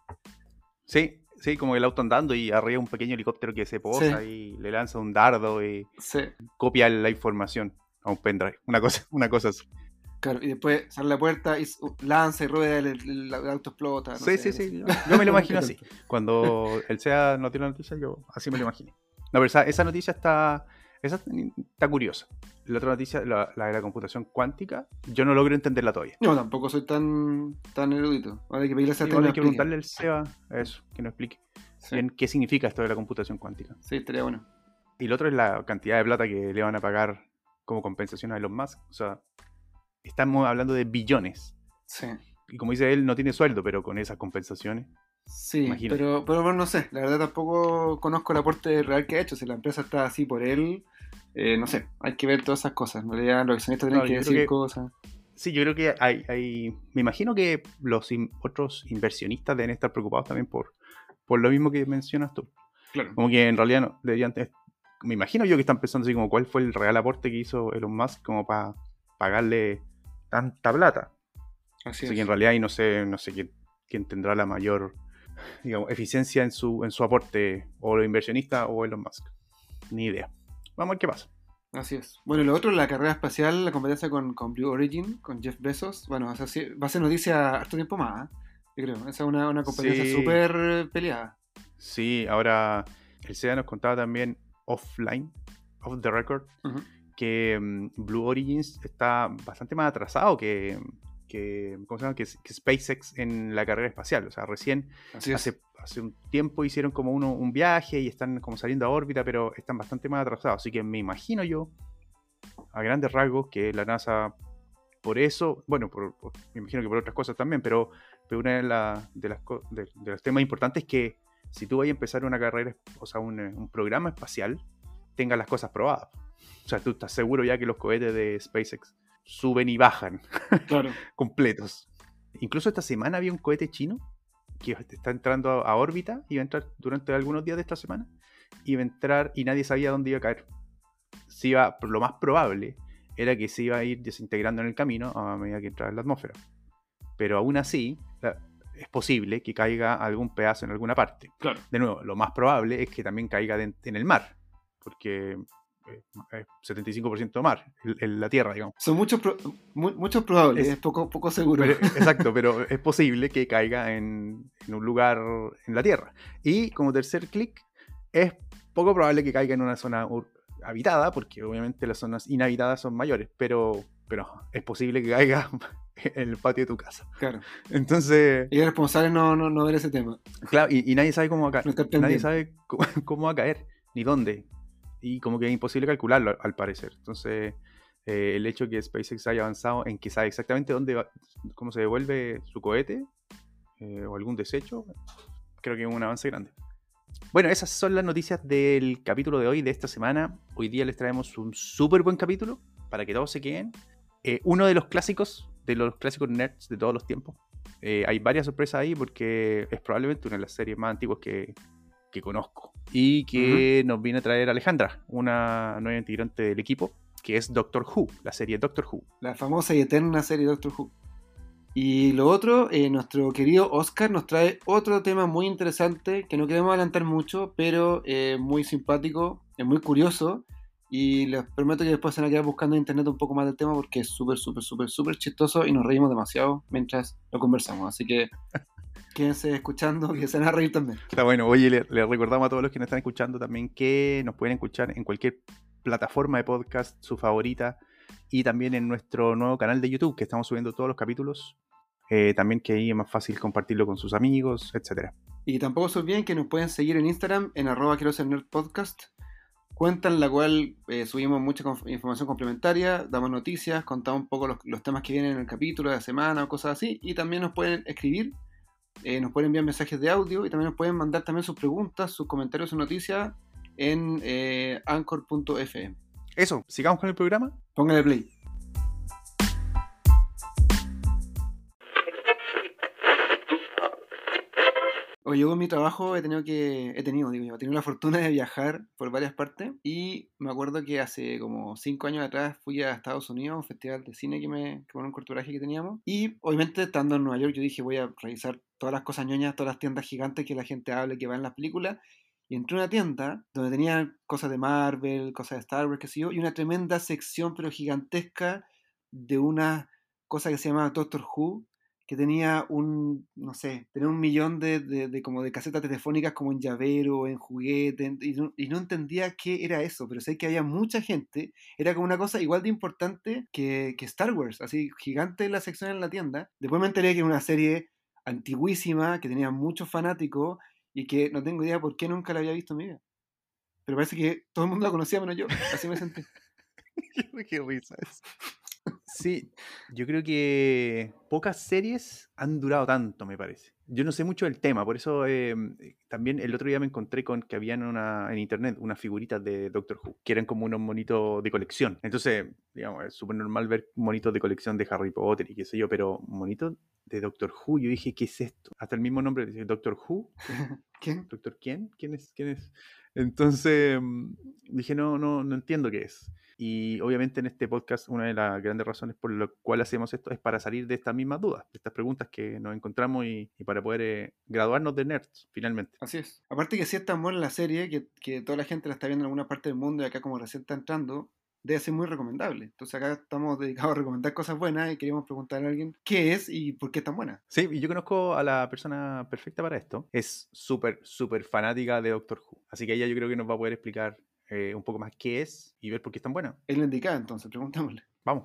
Sí, sí, como el auto andando y arriba un pequeño helicóptero que se posa sí. y le lanza un dardo y sí. copia la información a un pendrive. Una cosa, una cosa así. Claro, y después sale la puerta y lanza y rueda, el, el, el auto explota. No sí, sé, sí, no sí. sé. Yo me lo imagino así. Cuando el S E A no tiene la noticia, yo así me lo imaginé. No, pero esa, esa noticia está, esa está curiosa. La otra noticia, la, la de la computación cuántica, yo no logro entenderla todavía. No, tampoco soy tan, tan erudito. Ahora hay que pedirle a esa sí, hay que preguntarle al S E A eso, que nos explique sí. bien qué significa esto de la computación cuántica. Sí, estaría bueno. Y lo otro es la cantidad de plata que le van a pagar como compensación a Elon Musk. O sea, estamos hablando de billones. Sí. Y como dice él, no tiene sueldo, pero con esas compensaciones. Sí, pero, pero bueno, no sé. La verdad tampoco conozco el aporte real que ha hecho. Si la empresa está así por él, eh, no sé. Hay que ver todas esas cosas. En realidad los accionistas tienen no, que decir que, cosas. Sí, yo creo que hay, hay... Me imagino que los in, otros inversionistas deben estar preocupados también por, por lo mismo que mencionas tú. Claro. Como que en realidad no, deberían... Me imagino yo que están pensando así como cuál fue el real aporte que hizo Elon Musk como para pagarle tanta plata. Así, así que en realidad ahí no sé, no sé quién, quién tendrá la mayor, digamos, eficiencia en su, en su aporte, o los inversionistas o Elon Musk. Ni idea. Vamos a ver qué pasa. Así es. Bueno, y lo otro, la carrera espacial, la competencia con, con Blue Origin, con Jeff Bezos. Bueno, o sea, sí, va a ser noticia harto tiempo más, ¿eh? Yo creo. Esa es una, una competencia súper sí. peleada. Sí, ahora el S E A nos contaba también offline off the record, Ujú. que um, Blue Origins está bastante más atrasado que, que, ¿cómo se llama? que, que SpaceX en la carrera espacial. O sea, recién Así es. hace, hace un tiempo hicieron como uno, un viaje y están como saliendo a órbita, pero están bastante más atrasados. Así que me imagino yo, a grandes rasgos, que la NASA, por eso, bueno, por, por- me imagino que por otras cosas también, pero, pero una de, la- de, las, co- de, de los temas importantes es que si tú vas a empezar una carrera, o sea, un, eh, un programa espacial, tenga las cosas probadas. O sea, tú estás seguro ya que los cohetes de SpaceX suben y bajan Claro. completos. Incluso esta semana había un cohete chino que está entrando a, a órbita, iba a entrar durante algunos días de esta semana, iba a entrar y nadie sabía dónde iba a caer. Se iba, lo más probable era que se iba a ir desintegrando en el camino a medida que entraba en la atmósfera. Pero aún así, la- es posible que caiga algún pedazo en alguna parte. Claro. De nuevo, lo más probable es que también caiga de- en el mar, porque eh, es setenta y cinco por ciento mar, en, en la Tierra, digamos. Son muchos, pro- mu- muchos probables, Es- es poco, poco seguro. Pero- exacto, pero es posible que caiga en, en un lugar en la Tierra. Y como tercer clic, es poco probable que caiga en una zona ur- habitada, porque obviamente las zonas inhabitadas son mayores, pero, pero es posible que caiga en el patio de tu casa. Claro. Entonces, Y es responsable no, no, no ver ese tema. claro, y, y nadie sabe cómo va a caer. No estar Nadie pendiente. sabe cómo, cómo va a caer, ni dónde. Y como que es imposible calcularlo, al parecer. Entonces, eh, el hecho de que SpaceX haya avanzado en que sabe exactamente dónde va, cómo se devuelve su cohete eh, o algún desecho, creo que es un avance grande. Bueno, esas son las noticias del capítulo de hoy, de esta semana. Hoy día les traemos un súper buen capítulo para que todos se queden. Eh, uno de los clásicos, de los clásicos nerds de todos los tiempos. Eh, hay varias sorpresas ahí porque es probablemente una de las series más antiguas que, que conozco. Y que nos viene a traer Alejandra, una nueva integrante del equipo, que es Doctor Who, la serie Doctor Who. La famosa y eterna serie Doctor Who. Y lo otro, eh, nuestro querido Oscar nos trae otro tema muy interesante que no queremos adelantar mucho, pero eh, muy simpático, es muy curioso. Y les prometo que después se van a quedar buscando en internet un poco más del tema porque es súper, súper, súper, súper chistoso y nos reímos demasiado mientras lo conversamos. Así que quédense escuchando, que se van a reír también. Está bueno. Oye, le, le recordamos a todos los que nos están escuchando también que nos pueden escuchar en cualquier plataforma de podcast, su favorita, y también en nuestro nuevo canal de YouTube, que estamos subiendo todos los capítulos. Eh, también que ahí es más fácil compartirlo con sus amigos, etcétera. Y tampoco se olviden que nos pueden seguir en Instagram en arroba quiero ser nerd podcast, cuenta en la cual eh, subimos mucha conf- información complementaria, damos noticias, contamos un poco los, los temas que vienen en el capítulo de la semana o cosas así, y también nos pueden escribir, eh, nos pueden enviar mensajes de audio y también nos pueden mandar también sus preguntas, sus comentarios, sus noticias en eh, anchor punto f m. Eso, sigamos con el programa. Póngale play. Oye, yo en mi trabajo he tenido que, he tenido, digo yo, he tenido la fortuna de viajar por varias partes y me acuerdo que hace como cinco años atrás fui a Estados Unidos a un festival de cine que me, que fue un cortometraje que teníamos y obviamente estando en Nueva York yo dije voy a revisar todas las cosas ñoñas, todas las tiendas gigantes que la gente habla, que va en las películas y entré a una tienda donde tenían cosas de Marvel, cosas de Star Wars, qué sé yo, y una tremenda sección pero gigantesca de una cosa que se llama Doctor Who, que tenía un, no sé, tenía un millón de, de, de como de casetas telefónicas como en llavero, en juguete, en- y, no, y no entendía qué era eso, pero sé que había mucha gente, era como una cosa igual de importante que, que Star Wars, así gigante la sección en la tienda. Después me enteré que era una serie antiguísima, que tenía muchos fanáticos y que no tengo idea por qué nunca la había visto en mi vida. Pero parece que todo el mundo la conocía menos yo, así me sentí. Qué risa eso. Sí, yo creo que pocas series han durado tanto, me parece. Yo no sé mucho del tema, por eso eh, también el otro día me encontré con que habían una, en internet unas figuritas de Doctor Who, que eran como unos monitos de colección. Entonces, digamos, es súper normal ver monitos de colección de Harry Potter y qué sé yo, pero monitos de Doctor Who, yo dije, ¿qué es esto? Hasta el mismo nombre dice Doctor Who. ¿Quién? ¿Doctor quién? ¿Quién es? ¿Quién es? Entonces mm, dije, no, no, no entiendo qué es. Y obviamente en este podcast una de las grandes razones por la cual hacemos esto es para salir de estas mismas dudas, de estas preguntas que nos encontramos y, y para poder eh, graduarnos de nerds, finalmente. Así es. Aparte que si es tan buena la serie, que, que toda la gente la está viendo en alguna parte del mundo y acá como recién está entrando, debe ser muy recomendable. Entonces acá estamos dedicados a recomendar cosas buenas y queríamos preguntarle a alguien qué es y por qué es tan buena. Sí, y yo conozco a la persona perfecta para esto. Es súper, súper fanática de Doctor Who. Así que ella yo creo que nos va a poder explicar eh, un poco más qué es y ver por qué es tan buena. Es la indicada, entonces, preguntémosle. Vamos.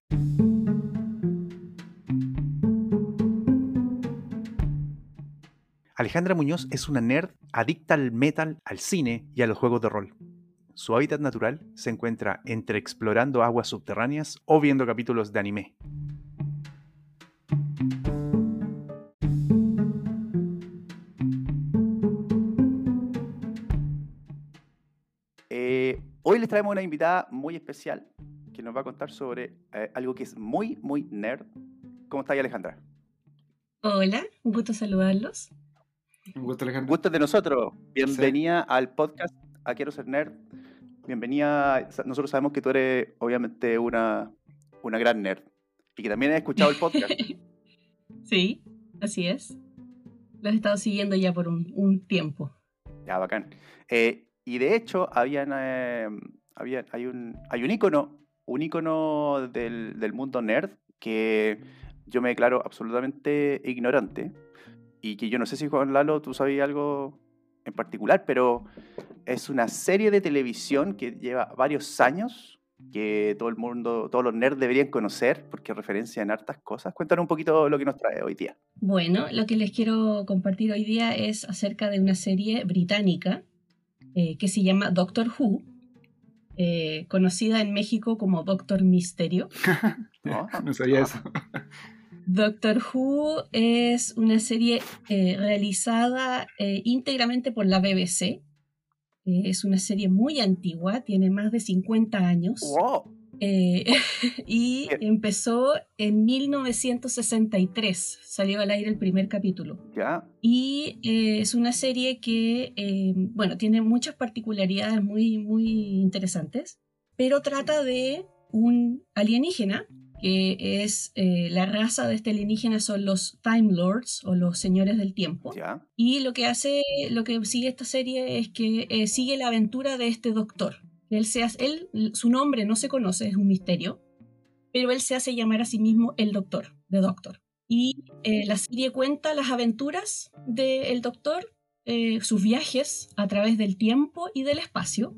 Alejandra Muñoz es una nerd adicta al metal, al cine y a los juegos de rol. Su hábitat natural se encuentra entre explorando aguas subterráneas o viendo capítulos de anime. Eh, hoy les traemos una invitada muy especial que nos va a contar sobre eh, algo que es muy, muy nerd. ¿Cómo estás, Alejandra? Hola, un gusto saludarlos. Un gusto, Alejandro. Gusto de nosotros. Bienvenida sí. al podcast A Quiero Ser Nerd. Bienvenida. Nosotros sabemos que tú eres, obviamente, una, una gran nerd y que también has escuchado el podcast. Sí, así es. Lo he estado siguiendo ya por un, un tiempo. Ya, bacán. Eh, y de hecho, habían, eh, había, hay, un, hay un ícono, un ícono del, del mundo nerd que yo me declaro absolutamente ignorante. Y que yo no sé si, Juan Lalo, tú sabías algo en particular, pero es una serie de televisión que lleva varios años, que todo el mundo, todos los nerds deberían conocer, porque referencia en hartas cosas. Cuéntanos un poquito lo que nos trae hoy día. Bueno, lo que les quiero compartir hoy día es acerca de una serie británica eh, que se llama Doctor Who, eh, conocida en México como Doctor Misterio. No, no sabía eso. Doctor Who es una serie eh, realizada eh, íntegramente por la B B C. Eh, es una serie muy antigua, tiene más de cincuenta años. ¡Wow! Eh, y empezó en mil novecientos sesenta y tres, salió al aire el primer capítulo. Ya. Y eh, es una serie que, eh, bueno, tiene muchas particularidades muy, muy interesantes, pero trata de un alienígena que es eh, la raza de este alienígena son los Time Lords o los señores del tiempo. Ya. Y lo que hace, lo que sigue esta serie es que eh, sigue la aventura de este doctor. Él se hace, él, su nombre no se conoce, es un misterio, pero él se hace llamar a sí mismo el Doctor, The Doctor. Y eh, la serie cuenta las aventuras del Doctor, eh, sus viajes a través del tiempo y del espacio,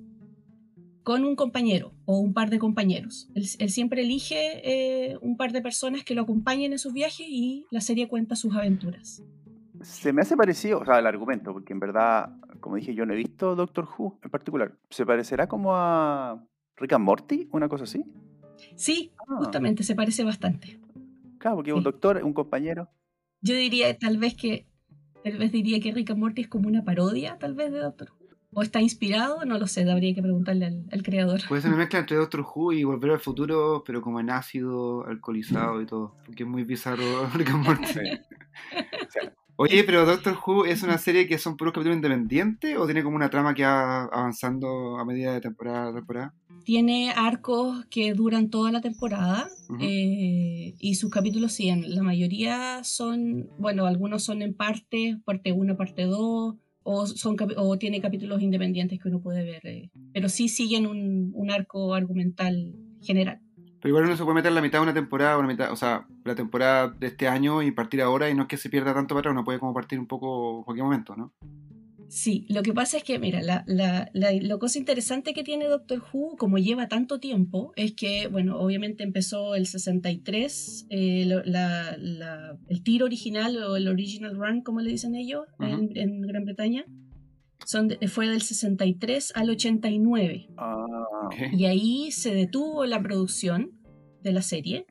con un compañero o un par de compañeros. Él, él siempre elige eh, un par de personas que lo acompañen en sus viajes y la serie cuenta sus aventuras. Se me hace parecido, o sea, el argumento, porque en verdad, como dije, yo no he visto Doctor Who en particular. ¿Se parecerá como a Rick and Morty, una cosa así? Sí, ah. justamente, se parece bastante. Claro, porque es sí. un doctor, un compañero. Yo diría, tal vez que, tal vez diría que Rick and Morty es como una parodia, tal vez, de Doctor Who. ¿O está inspirado? No lo sé, habría que preguntarle al, al creador. Puede ser una mezcla entre Doctor Who y Volver al Futuro, pero como en ácido, alcoholizado y todo. Porque es muy bizarro Rick and Morty. Sí. Sí. Oye, pero Doctor Who es una serie que son puros capítulos independientes o tiene como una trama que va avanzando a medida de temporada a temporada? Tiene arcos que duran toda la temporada uh-huh. eh, y sus capítulos siguen. La mayoría son, bueno, algunos son en parte, parte uno, parte dos. O, son, o tiene capítulos independientes que uno puede ver, eh, pero sí siguen un, un arco argumental general. Pero igual uno se puede meter la mitad de una temporada, una mitad, o sea, la temporada de este año y partir ahora, y no es que se pierda tanto para atrás, uno puede como partir un poco en cualquier momento, ¿no? Sí, lo que pasa es que, mira, la, la, la, la cosa interesante que tiene Doctor Who, como lleva tanto tiempo, es que, bueno, obviamente empezó el sesenta y tres, eh, la, la, el tiro original o el original run, como le dicen ellos, uh-huh. en, en Gran Bretaña, son de, fue del sesenta y tres al ochenta y nueve. Ah, okay. Y ahí se detuvo la producción de la serie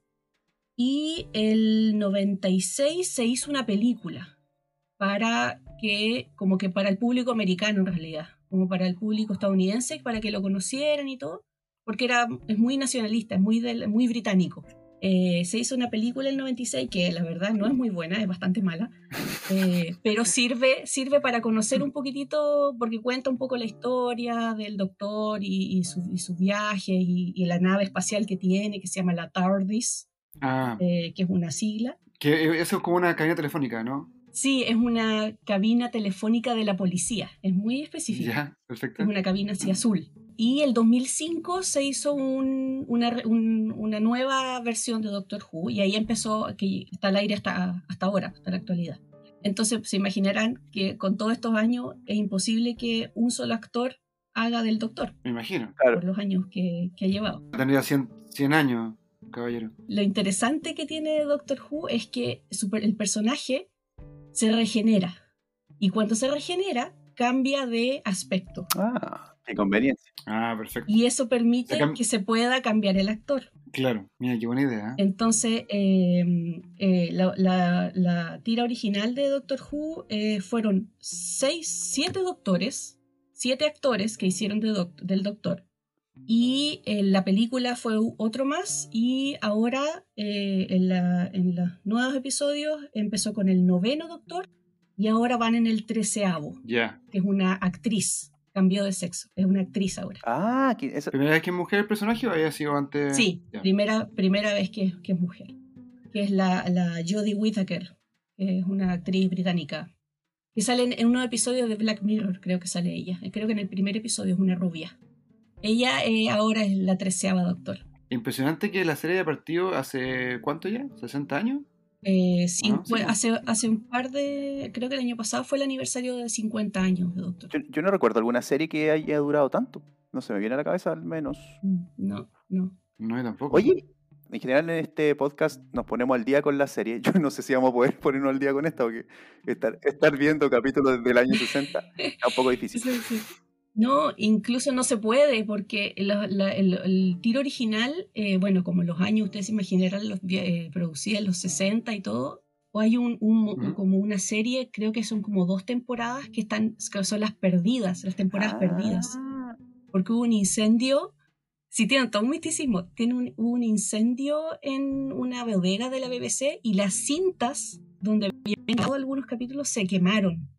y el noventa y seis se hizo una película para que, como que para el público americano en realidad, como para el público estadounidense, para que lo conocieran y todo, porque era, es muy nacionalista, es muy, del, muy británico. Eh, se hizo una película en el noventa y seis que la verdad no es muy buena, es bastante mala, eh, pero sirve, sirve para conocer un poquitito, porque cuenta un poco la historia del doctor y, y, su, y sus viajes y, y la nave espacial que tiene, que se llama la TARDIS, ah, eh, que es una sigla. Que eso es como una cabina telefónica, ¿no? Sí, es una cabina telefónica de la policía, es muy específica. Ya, perfecto. Es una cabina así azul. Y el dos mil cinco se hizo un, una, un, una nueva versión de Doctor Who y ahí empezó, que está al aire hasta, hasta ahora, hasta la actualidad. Entonces se imaginarán que con todos estos años es imposible que un solo actor haga del Doctor, Me imagino. Claro. por los años que, que ha llevado. Tendría cien, cien años, caballero. Lo interesante que tiene Doctor Who es que su per- el personaje se regenera. Y cuando se regenera, cambia de aspecto. Ah, qué conveniencia. Ah, perfecto. Y eso permite Se cam- que se pueda cambiar el actor. Claro, mira, qué buena idea. ¿eh? Entonces, eh, eh, la, la- la tira original de Doctor Who eh, fueron seis, siete doctores, siete actores que hicieron de doc- del Doctor. Y eh, la película fue otro más. Y ahora, eh, en, la- en los nuevos episodios, empezó con el noveno Doctor. Y ahora van en el treceavo, Ya. que es una actriz. Cambió de sexo, es una actriz ahora. Ah, que eso... ¿Primera vez que es mujer el personaje o había sido antes? Sí, Ya. primera, primera vez que, que es mujer. Que es la, la Jodie Whittaker, que es una actriz británica. Que sale en, en unos episodios de Black Mirror, creo que sale ella. Creo que en el primer episodio es una rubia. Ella eh, ahora es la treceava Doctor. Impresionante que la serie haya partido hace, ¿cuánto ya? ¿sesenta años? Eh, sí, Ah, sí, fue- pues. hace, hace un par de... Creo que el año pasado fue el aniversario de cincuenta años de Doctor. Yo, yo no recuerdo alguna serie que haya durado tanto. No se me viene a la cabeza al menos. Mm, No, no. No, yo tampoco. Oye, en general en este podcast nos ponemos al día con la serie. Yo no sé si vamos a poder ponernos al día con esta, porque estar, estar viendo capítulos desde el año sesenta es un poco difícil. Sí, sí. No, incluso no se puede porque la- la- el, el tiro original, eh, bueno, como los años ustedes se imaginarán, los, eh, producía en los sesenta y todo, o hay un, un- Ujú. como una serie, creo que son como dos temporadas que están, que son las perdidas, las temporadas Ah, perdidas, porque hubo un incendio, sí tienen todo un misticismo, tiene un, hubo un incendio en una bodega de la B B C y las cintas donde habían grabado algunos capítulos se quemaron.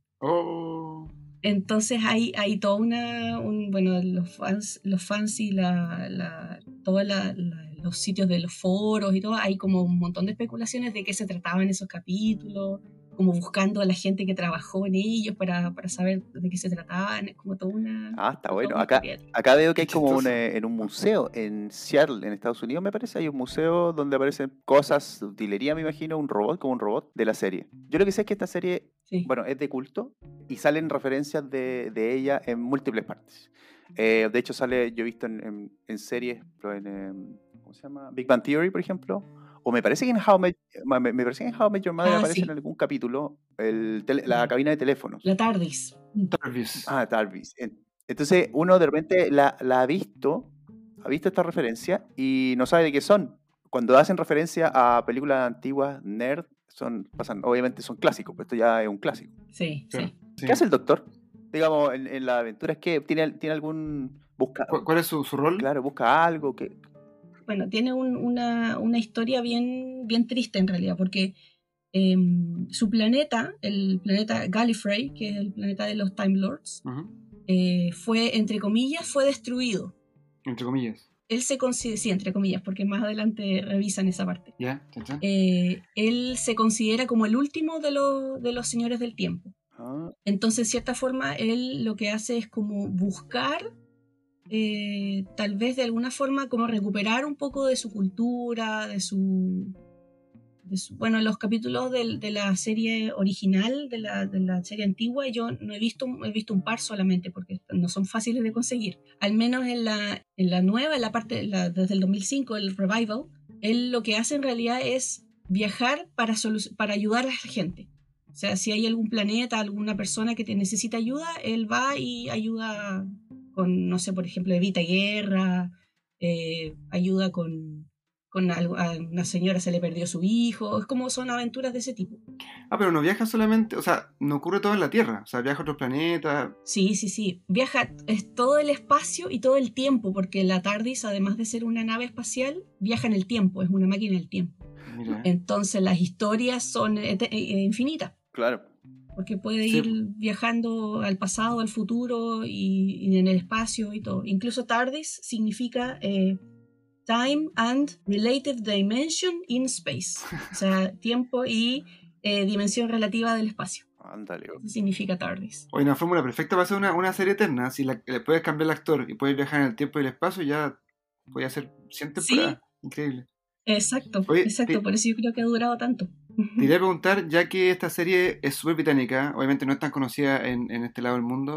Oh. Entonces hay, hay toda una, un, bueno, los fans, los fans y la, la, todos la, la- los sitios de los foros y todo, hay como un montón de especulaciones de qué se trataban esos capítulos, como buscando a la gente que trabajó en ellos para, para saber de qué se trataban, es como toda una... Ah, está toda bueno. una Acá, historia. acá veo que hay Qué como un, chistoso. eh, en un museo en Seattle, en Estados Unidos, me parece. Hay un museo donde aparecen cosas, utilería, me imagino, un robot, como un robot de la serie. Yo lo que sé es que esta serie, Sí. bueno, es de culto y salen referencias de, de ella en múltiples partes. Eh, de hecho, sale, yo he visto en, en- en series, pero en, em, ¿cómo se llama? Big Bang Theory, por ejemplo. O me parece que en How I Met, me, me parece que en How I Met Your Mother Ah, aparece sí. en algún capítulo el tele- la Ya. cabina de teléfonos. La TARDIS. Tarvis. Ah, Tarvis. En- Entonces uno de repente la, la ha visto, ha visto esta referencia y no sabe de qué son. Cuando hacen referencia a películas antiguas, nerd, son, pasan, obviamente son clásicos, pero esto ya es un clásico. Sí, Claro. sí. Sí. ¿Qué hace el doctor? Digamos, en, en la aventura es que tiene, tiene algún... Busca, ¿Cu- ¿Cuál es su, su rol? claro, busca algo que... Bueno, tiene un- una, una historia bien, bien triste en realidad, porque em, su planeta, el planeta Gallifrey, que es el planeta de los Time Lords, Ujú. eh, fue, entre comillas, fue destruido. Entre comillas. Él se considera, sí, entre comillas, porque más adelante revisan esa parte. ¿Ya? ¿Chan, chan? Eh, él se considera como el último de, los de los señores del tiempo. Ah, Entonces, de cierta forma, él lo que hace es como buscar, eh, tal vez de alguna forma, como recuperar un poco de su cultura, de su... de su- bueno, los capítulos del- de la serie original, de la, de la serie antigua, yo no he visto, he visto un par solamente, porque no son fáciles de conseguir. Al menos en la, en la nueva, en la parte, la- desde el dos mil cinco, el revival, él lo que hace en realidad es viajar para, solu- para ayudar a la gente. O sea, si hay algún planeta, alguna persona que te necesita ayuda, él va y ayuda con, no sé, por ejemplo, evita guerra, eh, ayuda con, con algo, a una señora se le perdió su hijo, es como son aventuras de ese tipo. Ah, pero no viaja solamente, o sea, no ocurre todo en la Tierra, o sea, viaja a otros planetas. Sí, sí, sí. Viaja es todo el espacio y todo el tiempo, porque la TARDIS, además de ser una nave espacial, viaja en el tiempo, es una máquina del tiempo. Mira, ¿eh? Entonces las historias son ete- eh, infinitas. claro. Porque puede Sí. ir viajando al pasado, al futuro y, y en el espacio y todo. Incluso TARDIS significa eh, Time and Relative Dimension in Space. O sea, tiempo y eh, dimensión relativa del espacio. Ándale. Eso significa TARDIS. Oye, una fórmula perfecta para hacer una, una serie eterna. Si la- le puedes cambiar el actor y puedes viajar en el tiempo y el espacio, ya puede hacer cien Sí. temporadas. Increíble. Exacto, Oye, exacto. te- Por eso yo creo que ha durado tanto. Te iría a preguntar, ya que esta serie es súper británica, obviamente no es tan conocida en, en este lado del mundo,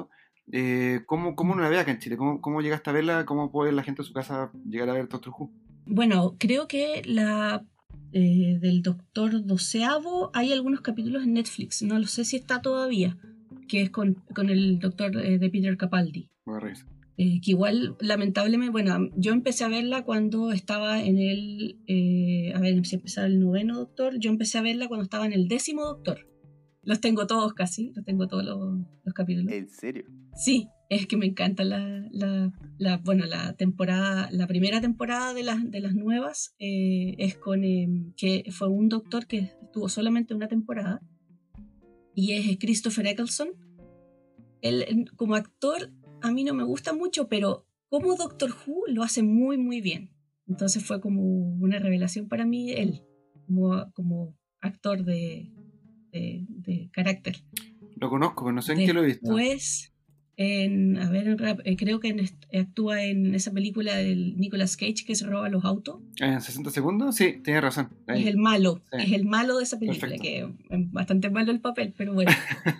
Eh, ¿cómo, ¿Cómo uno la ve acá en Chile? ¿Cómo, ¿Cómo llegaste a verla? ¿Cómo puede la gente en su casa llegar a ver Doctor Who? Bueno, creo que la eh, del Doctor Doceavo hay algunos capítulos en Netflix, no lo sé si está todavía, que es con, con el Doctor eh, de Peter Capaldi. Voy a revisar. Eh, que igual, lamentablemente, bueno, yo empecé a verla cuando estaba en el, eh, a ver, si empezaba el noveno Doctor, yo empecé a verla cuando estaba en el décimo Doctor. Los tengo todos casi, los tengo todos los, los capítulos. ¿En serio? Sí, es que me encanta la, la, la bueno, la temporada, la primera temporada de las, de las nuevas eh, es con, eh, que fue un Doctor que estuvo solamente una temporada y es Christopher Eccleston. Él, como actor, a mí no me gusta mucho, pero como Doctor Who lo hace muy, muy bien. Entonces fue como una revelación para mí él, como, como actor de, de, de carácter. Lo conozco, pero no sé en qué lo he visto. Después, en, a ver, eh, creo que en, actúa en esa película del Nicolas Cage que se roba los autos. ¿En sesenta segundos? Sí, tienes razón. Ahí. Es el malo, Sí. es el malo de esa película, Perfecto. Que es bastante malo el papel, pero bueno.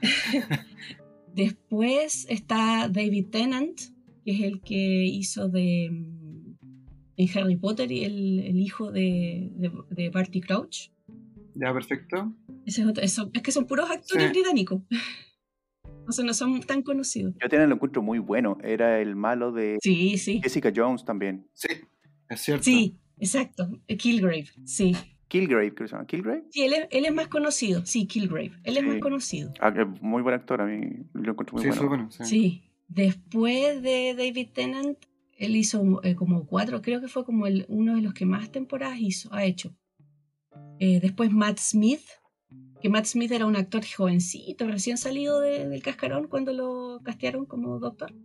Después está David Tennant, que es el que hizo de en Harry Potter y el, el hijo de, de, de Barty Crouch. Ya, perfecto. Ese es, otro, eso, es que son puros actores sí. británicos. O sea, no son tan conocidos. Yo tenía lo encuentro muy bueno. Era el malo de sí, sí. Jessica Jones también. Sí, es cierto. Sí, exacto. Kilgrave, sí. Kilgrave, creo que se llama. ¿Kilgrave? Sí, él es, él es más conocido. Sí, Kilgrave. Él sí. es más conocido. Ah, muy buen actor, a mí lo encuentro muy sí, bueno. bueno sí. sí. Después de David Tennant, él hizo eh, como cuatro, creo que fue como el, uno de los que más temporadas hizo, ha hecho. Eh, después Matt Smith, que Matt Smith era un actor jovencito, recién salido de, del cascarón cuando lo castearon como doctor.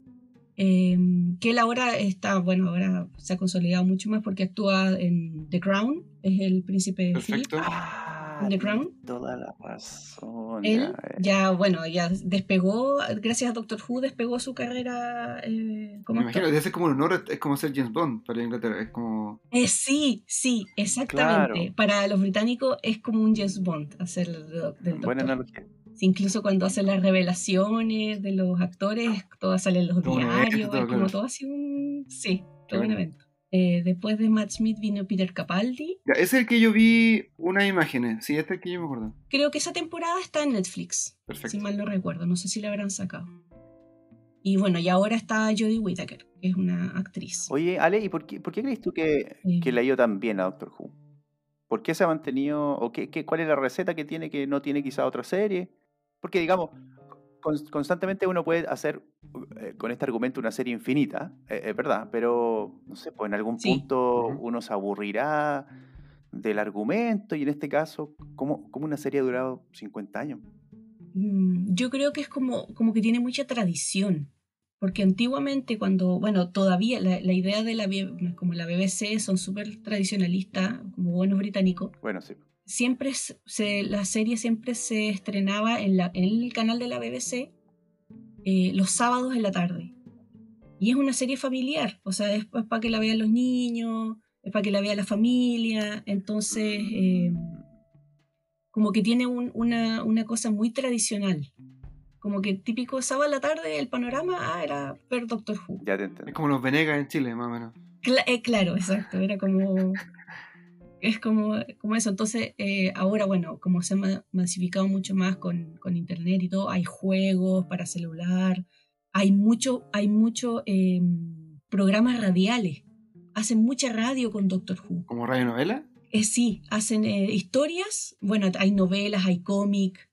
Eh, que él ahora está, bueno, ahora se ha consolidado mucho más porque actúa en The Crown, es el príncipe Philip ah, en The Crown. Toda la razón. Él ya, bueno, ya despegó, gracias a Doctor Who, despegó su carrera eh, como Me imagino, debe ser como un honor, es como ser James Bond para Inglaterra, es como... Eh, sí, sí, exactamente. Claro. Para los británicos es como un James Bond hacer del Doctor. Buena analogía. Sí, incluso cuando hacen las revelaciones de los actores, todo sale en los todo diarios, evento, todo, es como claro. todo así un... Sí, todo bueno. un evento. Eh, después de Matt Smith vino Peter Capaldi. Ya, es el que yo vi unas imágenes, sí, este es el que yo me acuerdo. Creo que esa temporada está en Netflix, Perfecto. Si mal no recuerdo, no sé si la habrán sacado. Y bueno, y ahora está Jodie Whittaker, que es una actriz. Oye, Ale, ¿y por qué, por qué crees tú que, eh. que le ha ido tan bien a Doctor Who? ¿Por qué se ha mantenido, o qué, qué, cuál es la receta que tiene que no tiene quizá otra serie? Porque, digamos, constantemente uno puede hacer eh, con este argumento una serie infinita, es eh, eh, verdad, pero no sé, pues en algún sí. punto uh-huh. uno se aburrirá del argumento y en este caso, ¿cómo, cómo una serie ha durado cincuenta años? Mm, yo creo que es como, como que tiene mucha tradición, porque antiguamente cuando, bueno, todavía la, la idea de la, como la B B C son súper tradicionalistas, como buenos británicos. Bueno, sí. Siempre se, la serie siempre se estrenaba en, la, en el canal de la B B C eh, los sábados en la tarde. Y es una serie familiar, o sea, es, es para que la vean los niños, es para que la vea la familia, entonces eh, como que tiene un, una, una cosa muy tradicional. Como que típico sábado en la tarde, el panorama ah, era ver Doctor Who. Ya te entiendo. Es como los Venegas en Chile, más o menos. Cla- eh, claro, exacto, era como... Es como, como eso, entonces eh, ahora bueno, como se ha masificado mucho más con, con internet y todo, hay juegos para celular, hay mucho, hay mucho eh, programas radiales, hacen mucha radio con Doctor Who. ¿Como radionovela? Eh, sí, hacen eh, historias, bueno, hay novelas, hay cómic,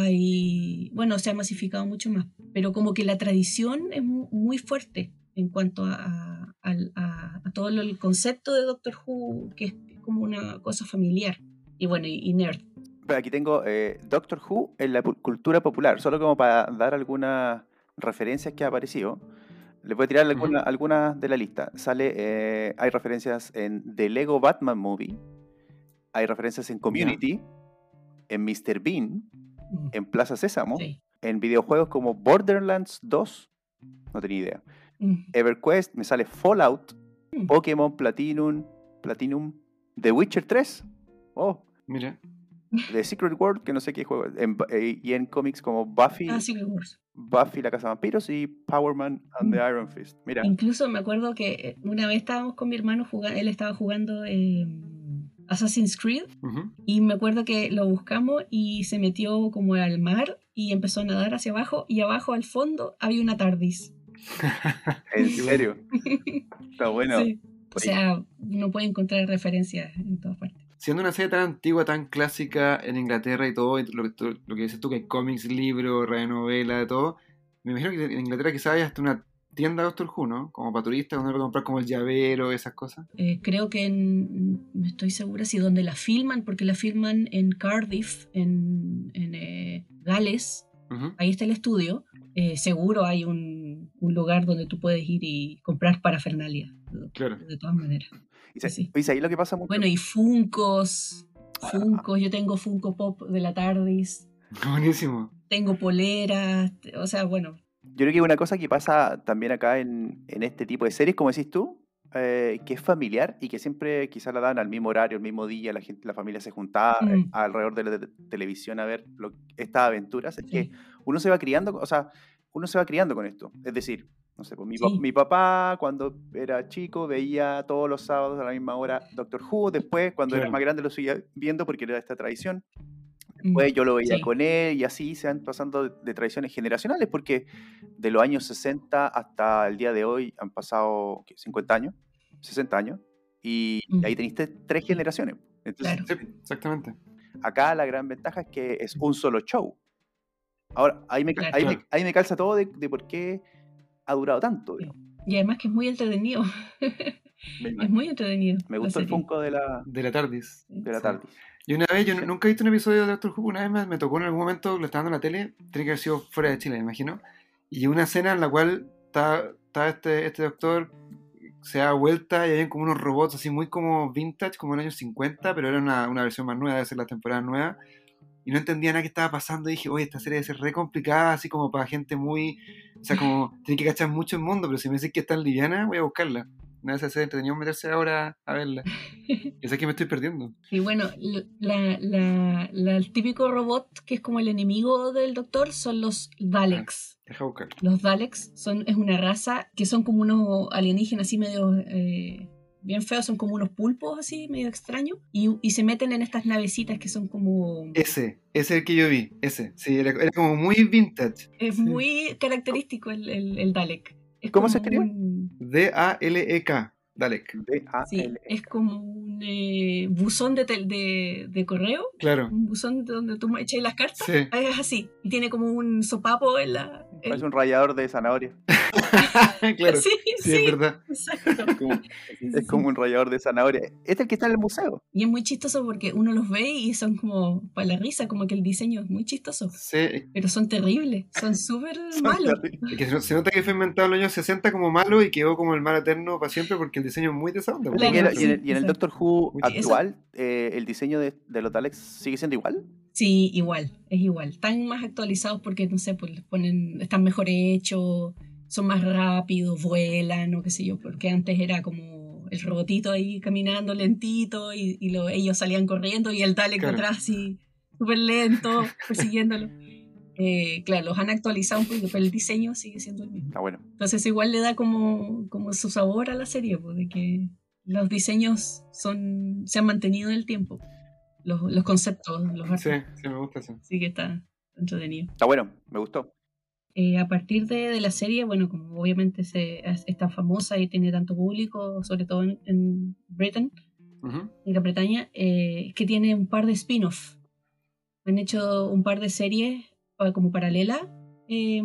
hay, bueno, se ha masificado mucho más, pero como que la tradición es muy fuerte en cuanto a, a, a, a todo el concepto de Doctor Who, que es como una cosa familiar y bueno, y, y nerd. Aquí tengo eh, Doctor Who en la cultura popular, solo como para dar algunas referencias que ha aparecido. Les voy a tirar alguna, uh-huh. algunas de la lista. Sale, eh, hay referencias en The Lego Batman Movie, hay referencias en Community, yeah. en míster Bean, uh-huh. en Plaza Sésamo, sí. en videojuegos como Borderlands dos, no tenía idea. Uh-huh. EverQuest, me sale Fallout, uh-huh. Pokémon Platinum, Platinum, The Witcher tres, oh, mira, The Secret World, que no sé qué juego, en, eh, y en cómics como Buffy, ah, Secret Wars. Buffy la Cazavampiros y Power Man and the Iron Fist. Mira. Incluso me acuerdo que una vez estábamos con mi hermano jugando, él estaba jugando eh, Assassin's Creed, uh-huh. y me acuerdo que lo buscamos y se metió como al mar y empezó a nadar hacia abajo, y abajo al fondo había una TARDIS. ¿En serio? Está bueno. Sí. O sea, uno puede encontrar referencias en todas partes. Siendo una serie tan antigua, tan clásica en Inglaterra y todo, y lo, lo, lo que dices tú, que hay cómics, libros, radionovela, de todo, me imagino que en Inglaterra quizás hay hasta una tienda de Doctor Who, ¿no? Como para turistas, donde uno puede comprar como el llavero, esas cosas. Eh, creo que en, no estoy segura si donde la filman, porque la filman en Cardiff, en, en eh, Gales, uh-huh. Ahí está el estudio. Eh, seguro hay un, un lugar donde tú puedes ir y comprar parafernalia. Claro. De todas maneras. Y se, sí. Ahí lo que pasa mucho. Bueno, y Funkos, Funkos, yo tengo Funko Pop de la TARDIS. Buenísimo. Tengo poleras, o sea, bueno. Yo creo que una cosa que pasa también acá en, en este tipo de series, como decís tú, eh, que es familiar y que siempre quizás la dan al mismo horario, el mismo día, la gente, la familia se juntaba mm. eh, alrededor de la de televisión a ver lo, estas aventuras, es sí. que uno se va criando, o sea, uno se va criando con esto, es decir, no sé, pues mi, sí. mi papá cuando era chico veía todos los sábados a la misma hora Doctor Who, después cuando claro. era más grande lo seguía viendo porque era esta tradición, después yo lo veía sí. con él y así se van pasando de, de tradiciones generacionales porque de los años sesenta hasta el día de hoy han pasado ¿qué? cincuenta años, sesenta años y mm. ahí teniste tres generaciones. Entonces, claro. sí, exactamente. Acá la gran ventaja es que es un solo show. Ahora, ahí me, claro. ahí me, ahí me calza todo de, de por qué ha durado tanto. Sí. Y además que es muy entretenido. Es muy entretenido. Me gustó el Funko de la, de la TARDIS. De la TARDIS. Y una vez, yo sí. nunca he visto un episodio de Doctor Who, una vez me, me tocó en algún momento, lo estaba dando en la tele, tiene que haber sido fuera de Chile, me imagino, y una escena en la cual está, está este, este doctor, se da vuelta y hay como unos robots así muy como vintage, como en los años cincuenta, pero era una, una versión más nueva, debe ser la temporada nueva, y no entendía nada que estaba pasando, y dije, oye, esta serie debe ser re complicada, así como para gente muy, o sea, como, tiene que cachar mucho el mundo, pero si me decís que es tan liviana, voy a buscarla. Una vez se entretenido meterse ahora a verla. Yo sé que me estoy perdiendo. Y bueno, la, la, la, el típico robot que es como el enemigo del doctor son los Daleks. Ah, deja buscar. Los Daleks son, es una raza que son como unos alienígenas así medio eh, bien feos, son como unos pulpos así medio extraños y, y se meten en estas navecitas que son como... Ese, ese es el que yo vi, ese. Sí, era, era como muy vintage. Es sí. muy característico el, el, el Dalek. Es ¿Cómo se escribe? Un... D A L E K, Dalek. D A L E K. Sí, es como un eh, buzón de, tel, de, de correo. Claro. Un buzón de donde tú echas las cartas. Sí. Es así. Y tiene como un sopapo en la... En... Es un rallador de zanahoria. Claro. Sí, sí, sí, es verdad. Exacto. Como, es como un rallador de zanahoria. Este es el que está en el museo. Y es muy chistoso porque uno los ve y son como para la risa, como que el diseño es muy chistoso. Sí. Pero son terribles, son súper malos. Es que se nota que fue inventado en los años sesenta como malo y quedó como el mal eterno para siempre porque el diseño es muy de esa onda. Claro, y, en, sí, y, en, y en el Doctor Who muy actual, eh, ¿el diseño de, de los Daleks sigue siendo igual? Sí, igual, es igual. Están más actualizados porque, no sé, pues les ponen, están mejor hechos, son más rápidos, vuelan o qué sé yo, porque antes era como el robotito ahí caminando lentito y, y lo, ellos salían corriendo y el Dalek claro. atrás así, súper lento, persiguiéndolo. Eh, claro, los han actualizado un poquito, pero el diseño sigue siendo el mismo. Está bueno. Entonces igual le da como, como su sabor a la serie, pues, de que los diseños son, se han mantenido en el tiempo. Los, los conceptos, los sí, sí, me gusta eso. Sí que está entretenido. Está bueno, me gustó. Eh, a partir de, de la serie, bueno, como obviamente se, es tan famosa y tiene tanto público, sobre todo en, en Britain, uh-huh. en Gran Bretaña, eh, que tiene un par de spin-off. Han hecho un par de series como paralela. Eh,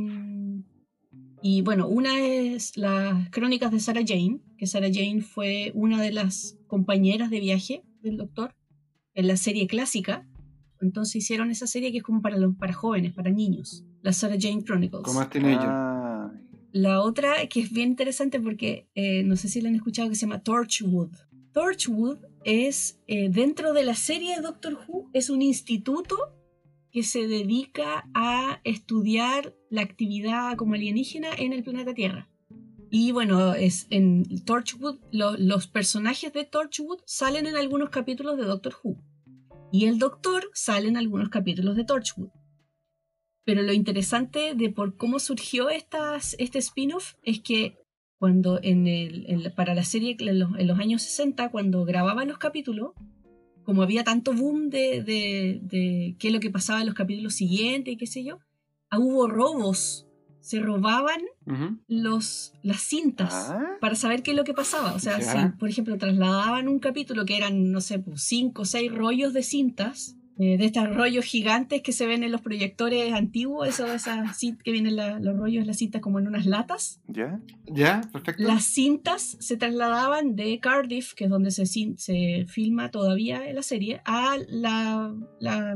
y bueno, una es las crónicas de Sarah Jane, que Sarah Jane fue una de las compañeras de viaje del Doctor en la serie clásica. Entonces hicieron esa serie que es como para, los, para jóvenes, para niños, la Sarah Jane Chronicles. ¿Cómo más tiene ah. ella? La otra que es bien interesante porque eh, no sé si la han escuchado, que se llama Torchwood. Torchwood es, eh, dentro de la serie de Doctor Who, es un instituto que se dedica a estudiar la actividad como alienígena en el planeta Tierra. Y bueno, es en Torchwood, lo, los personajes de Torchwood salen en algunos capítulos de Doctor Who. Y el Doctor sale en algunos capítulos de Torchwood. Pero lo interesante de por cómo surgió estas, este spin-off es que cuando en el, en la, para la serie en los, en los años sesenta, cuando grababan los capítulos, como había tanto boom de, de, de qué es lo que pasaba en los capítulos siguientes y qué sé yo, hubo robos. Se robaban uh-huh. los, las cintas ¿Ah? para saber qué es lo que pasaba. O sea, ¿Ya? si, por ejemplo, trasladaban un capítulo que eran, no sé, pues, cinco o seis rollos de cintas, eh, de estos rollos gigantes que se ven en los proyectores antiguos, eso, esas que vienen la, los rollos, las cintas como en unas latas. ¿Ya? ¿Ya? Perfecto. Las cintas se trasladaban de Cardiff, que es donde se, se filma todavía la serie, a la... la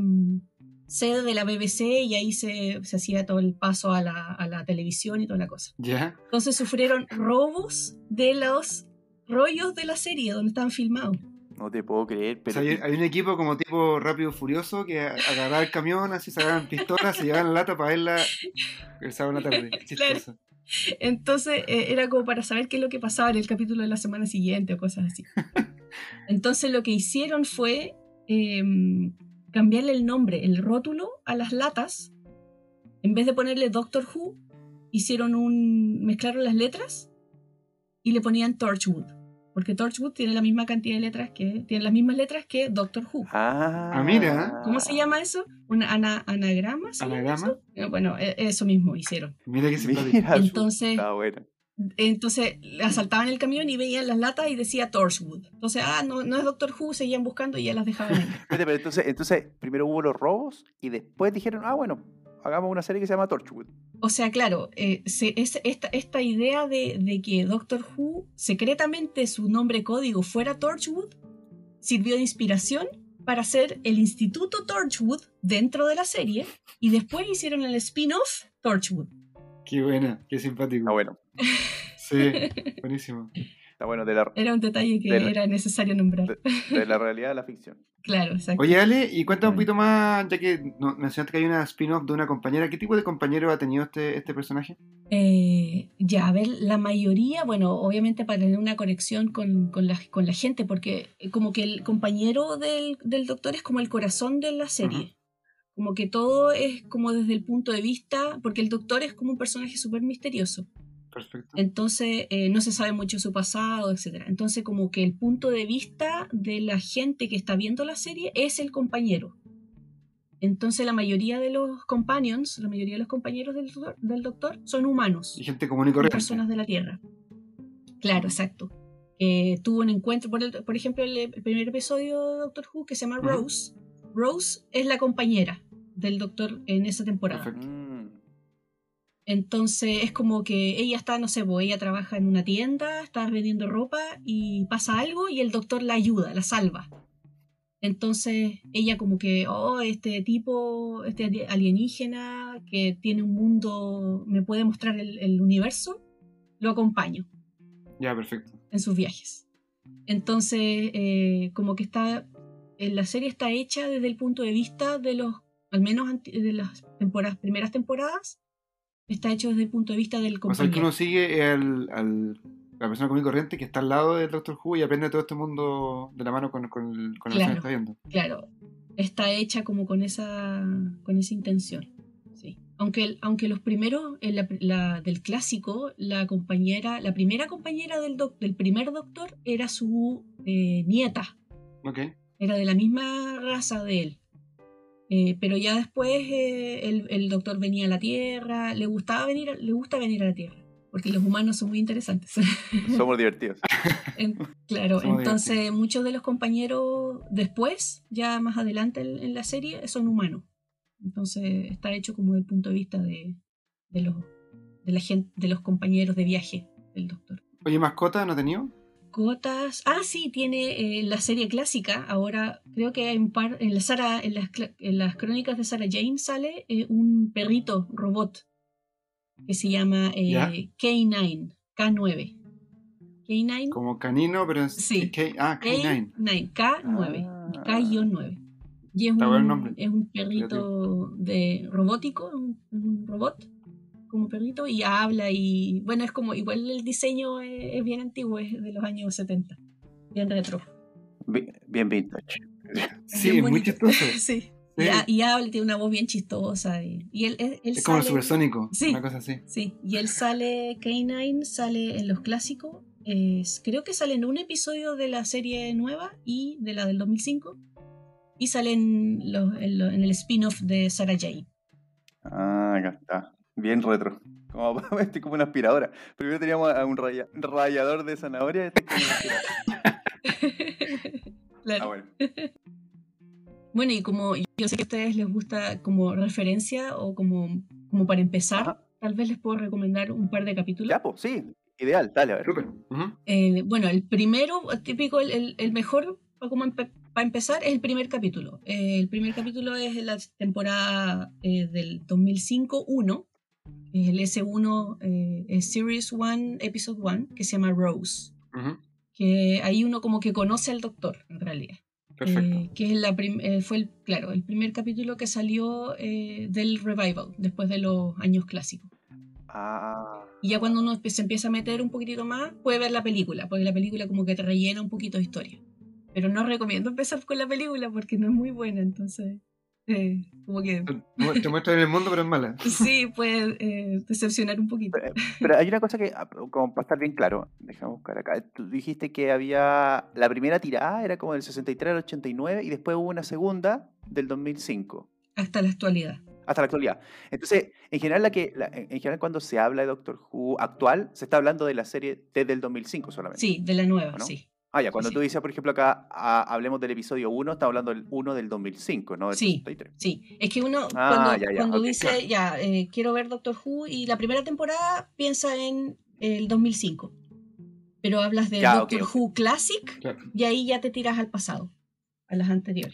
sede de la B B C, y ahí se, se hacía todo el paso a la, a la televisión y toda la cosa. ¿Ya? Entonces sufrieron robos de los rollos de la serie donde estaban filmados. No te puedo creer, pero... O sea, hay, hay un equipo como tipo Rápido Furioso que agarraba el camión, así sacaban pistolas, se llevaban la lata para verla el sábado en la tarde. Chistoso. Claro. Entonces eh, era como para saber qué es lo que pasaba en el capítulo de la semana siguiente o cosas así. Entonces lo que hicieron fue... Eh, cambiarle el nombre, el rótulo a las latas. En vez de ponerle Doctor Who, hicieron un... mezclaron las letras y le ponían Torchwood, porque Torchwood tiene la misma cantidad de letras que... tiene las mismas letras que Doctor Who. Ah, mira. ¿Cómo se llama eso? ¿Un ana, anagrama? ¿Anagrama? Eso? Bueno, eso mismo hicieron. Mira que simpático. Entonces... Ah, bueno. Entonces asaltaban el camión y veían las latas y decía Torchwood. Entonces, ah, no, no es Doctor Who, seguían buscando y ya las dejaban ahí. Pero entonces, entonces, primero hubo los robos y después dijeron, ah, bueno, hagamos una serie que se llama Torchwood. O sea, claro, eh, se, es, esta, esta idea de, de que Doctor Who, secretamente su nombre código fuera Torchwood, sirvió de inspiración para hacer el Instituto Torchwood dentro de la serie, y después hicieron el spin-off Torchwood. Qué buena, qué simpático. Ah, bueno. Sí, buenísimo. Está bueno, de la, era un detalle que la, era necesario nombrar. De, de la realidad a la ficción. Claro, exacto. Oye, Ale, y cuéntame un poquito más, ya que no, mencionaste que hay una spin-off de una compañera. ¿Qué tipo de compañero ha tenido este, este personaje? Eh, ya, a ver, la mayoría, bueno, obviamente para tener una conexión con, con, la, con la gente, porque como que el compañero del, del doctor es como el corazón de la serie. Uh-huh. Como que todo es como desde el punto de vista, porque el doctor es como un personaje súper misterioso. Perfecto. Entonces eh, no se sabe mucho de su pasado, etcétera. Entonces como que el punto de vista de la gente que está viendo la serie es el compañero. Entonces la mayoría de los companions, la mayoría de los compañeros del doctor, del doctor son humanos. Y gente común y corriente. Personas de la Tierra. Claro, exacto. Eh, tuvo un encuentro, por, el, por ejemplo, el, el primer episodio de Doctor Who que se llama uh-huh. Rose. Rose es la compañera del doctor en esa temporada. Perfecto. Entonces es como que ella está, no sé, pues ella trabaja en una tienda, está vendiendo ropa y pasa algo y el doctor la ayuda, la salva. Entonces ella como que, oh, este tipo, este alienígena que tiene un mundo, me puede mostrar el, el universo, lo acompaño. Ya, perfecto. En sus viajes. Entonces, eh, como que está, la serie está hecha desde el punto de vista de los, al menos de las temporadas, primeras temporadas, está hecho desde el punto de vista del compañero. O sea, que uno sigue al, al, la persona común y corriente que está al lado del Doctor Who y aprende todo este mundo de la mano con, con, con claro, la que está viendo. Claro, está hecha como con esa, con esa intención. Sí. Aunque, aunque los primeros, en la, la, del clásico, la compañera, la primera compañera del, doc, del primer Doctor era su eh, nieta. Okay. Era de la misma raza de él. Eh, pero ya después eh, el, el doctor venía a la Tierra, le gustaba venir, le gusta venir a la Tierra, porque los humanos son muy interesantes. Somos divertidos. En, claro, Somos entonces divertidos. Muchos de los compañeros después, ya más adelante en, en la serie, son humanos. Entonces está hecho como del punto de vista de, de, los, de, la gente, de los compañeros de viaje del doctor. Oye, ¿mascota no ha tenido? Gotas. Ah, sí, tiene eh, la serie clásica. Ahora creo que hay un par. En, la Sarah, en, las, en las crónicas de Sarah Jane sale eh, un perrito robot que se llama eh, K nueve. K nueve. K nueve. Como canino, pero es. Sí. K, ah, K nueve. K nueve. K nueve. Ah. K nueve. Y es Está un, bueno el nombre. es un perrito de robótico, un, un robot. Como perrito y habla y bueno, es como igual el diseño es, es bien antiguo, es de los años setenta, bien retro, Bien, bien vintage. Sí, bien muy bonito. chistoso. Sí, Y, Sí. ha- y habla, tiene una voz bien chistosa. Y, y él, él, él Es como el sale- supersónico, Sí. una cosa así. Sí, y él sale, K nueve sale en los clásicos. es- creo que sale en un episodio de la serie nueva y de la del dos mil cinco. Y sale en, los- en, lo- en el spin-off de Sarah Jane. Ah, acá está. Bien retro. Como, este es como una aspiradora. Primero teníamos a un raya- rallador de zanahoria. Este es como una aspiradora. Claro. Ah, bueno. Bueno, y como yo sé que a ustedes les gusta como referencia o como, como para empezar, Ajá. tal vez les puedo recomendar un par de capítulos. Ya, pues, sí. Ideal, dale, a ver. Súper. Ujú. Eh, bueno, el primero, típico, el, el, el mejor para como empe- para empezar es el primer capítulo. Eh, el primer capítulo es la temporada eh, del dos mil cinco uno, es el S uno, eh, es Series uno, Episode uno, que se llama Rose. Ujú. Que ahí uno como que conoce al doctor, en realidad. Perfecto. Eh, que es la prim- eh, fue el, claro, el primer capítulo que salió eh, del revival, después de los años clásicos. Ah. Y ya cuando uno empe- se empieza a meter un poquitito más, puede ver la película, porque la película como que te rellena un poquito de historia. Pero no recomiendo empezar con la película porque no es muy buena, entonces eh, como que Te te muestran el mundo, pero es mala. sí puede eh, decepcionar un poquito. Pero, pero hay una cosa que, ah, como para estar bien claro, déjame buscar acá. Tú dijiste que había. La primera tirada era como del sesenta y tres al ochenta y nueve y después hubo una segunda del dos mil cinco. Hasta la actualidad. Hasta la actualidad. Entonces, en general, la que, la- en general cuando se habla de Doctor Who actual, se está hablando de la serie desde el dos mil cinco solamente. Sí, de la nueva, ¿O no? sí. Ah, ya, cuando sí. tú dices, por ejemplo, acá ah, hablemos del episodio uno, está hablando del uno del dos mil cinco, no del Sí. sesenta y tres. Sí, es que uno Ah, cuando, ya, ya, cuando ok, dice, claro. ya, eh, quiero ver Doctor Who y la primera temporada piensa en el dos mil cinco. Pero hablas de Ya, Doctor ok, ok. Who Classic Claro. y ahí ya te tiras al pasado, a las anteriores.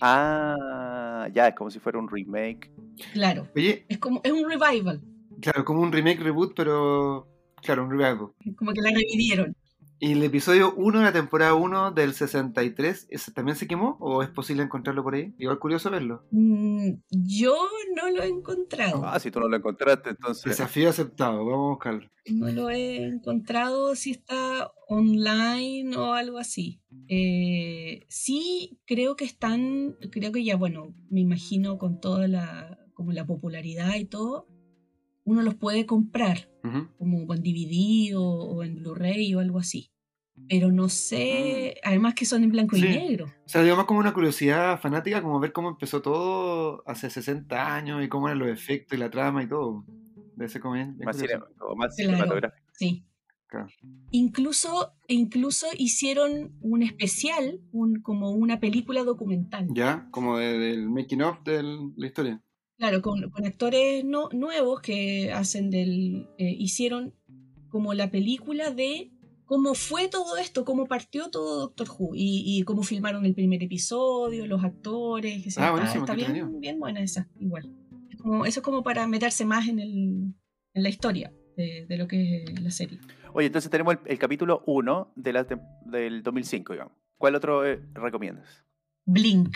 Ah, ya, es como si fuera un remake. Claro, Oye, es como es un revival, claro, como un remake, reboot, pero. Claro, un revival. como que la revivieron. ¿Y el episodio uno de la temporada uno del sesenta y tres, ese también se quemó? ¿O es posible encontrarlo por ahí? Igual curioso verlo. Mm, yo no lo he encontrado. Ah, si tú no lo encontraste, entonces. Desafío aceptado, vamos a buscarlo. No lo he encontrado si está online o algo así. Eh, sí, creo que están, creo que ya, bueno, me imagino con toda la, como la popularidad y todo, uno los puede comprar, Ujú. como en D V D o, o en Blu-ray o algo así. Pero no sé, además que son en blanco Sí. y negro. O sea, digo más como una curiosidad fanática, como ver cómo empezó todo hace sesenta años y cómo eran los efectos y la trama y todo. Debe ser como bien, bien Más, curioso. cine- o más Claro. cinematográfico. Sí. Claro. Incluso, incluso hicieron un especial, un, como una película documental. Ya, como de- del making of de la historia. Claro, con, con actores no, nuevos que hacen del. eh, hicieron como la película de cómo fue todo esto, cómo partió todo Doctor Who y, y cómo filmaron el primer episodio, los actores. Que se- Ah, está buenísimo, está qué bien, entretenido. bien buena esa, igual. Es como- eso es como para meterse más en, el, en la historia de, de lo que es la serie. Oye, entonces tenemos el, el capítulo uno de la tem- del dos mil cinco, digamos. ¿Cuál otro eh, recomiendas? Blink.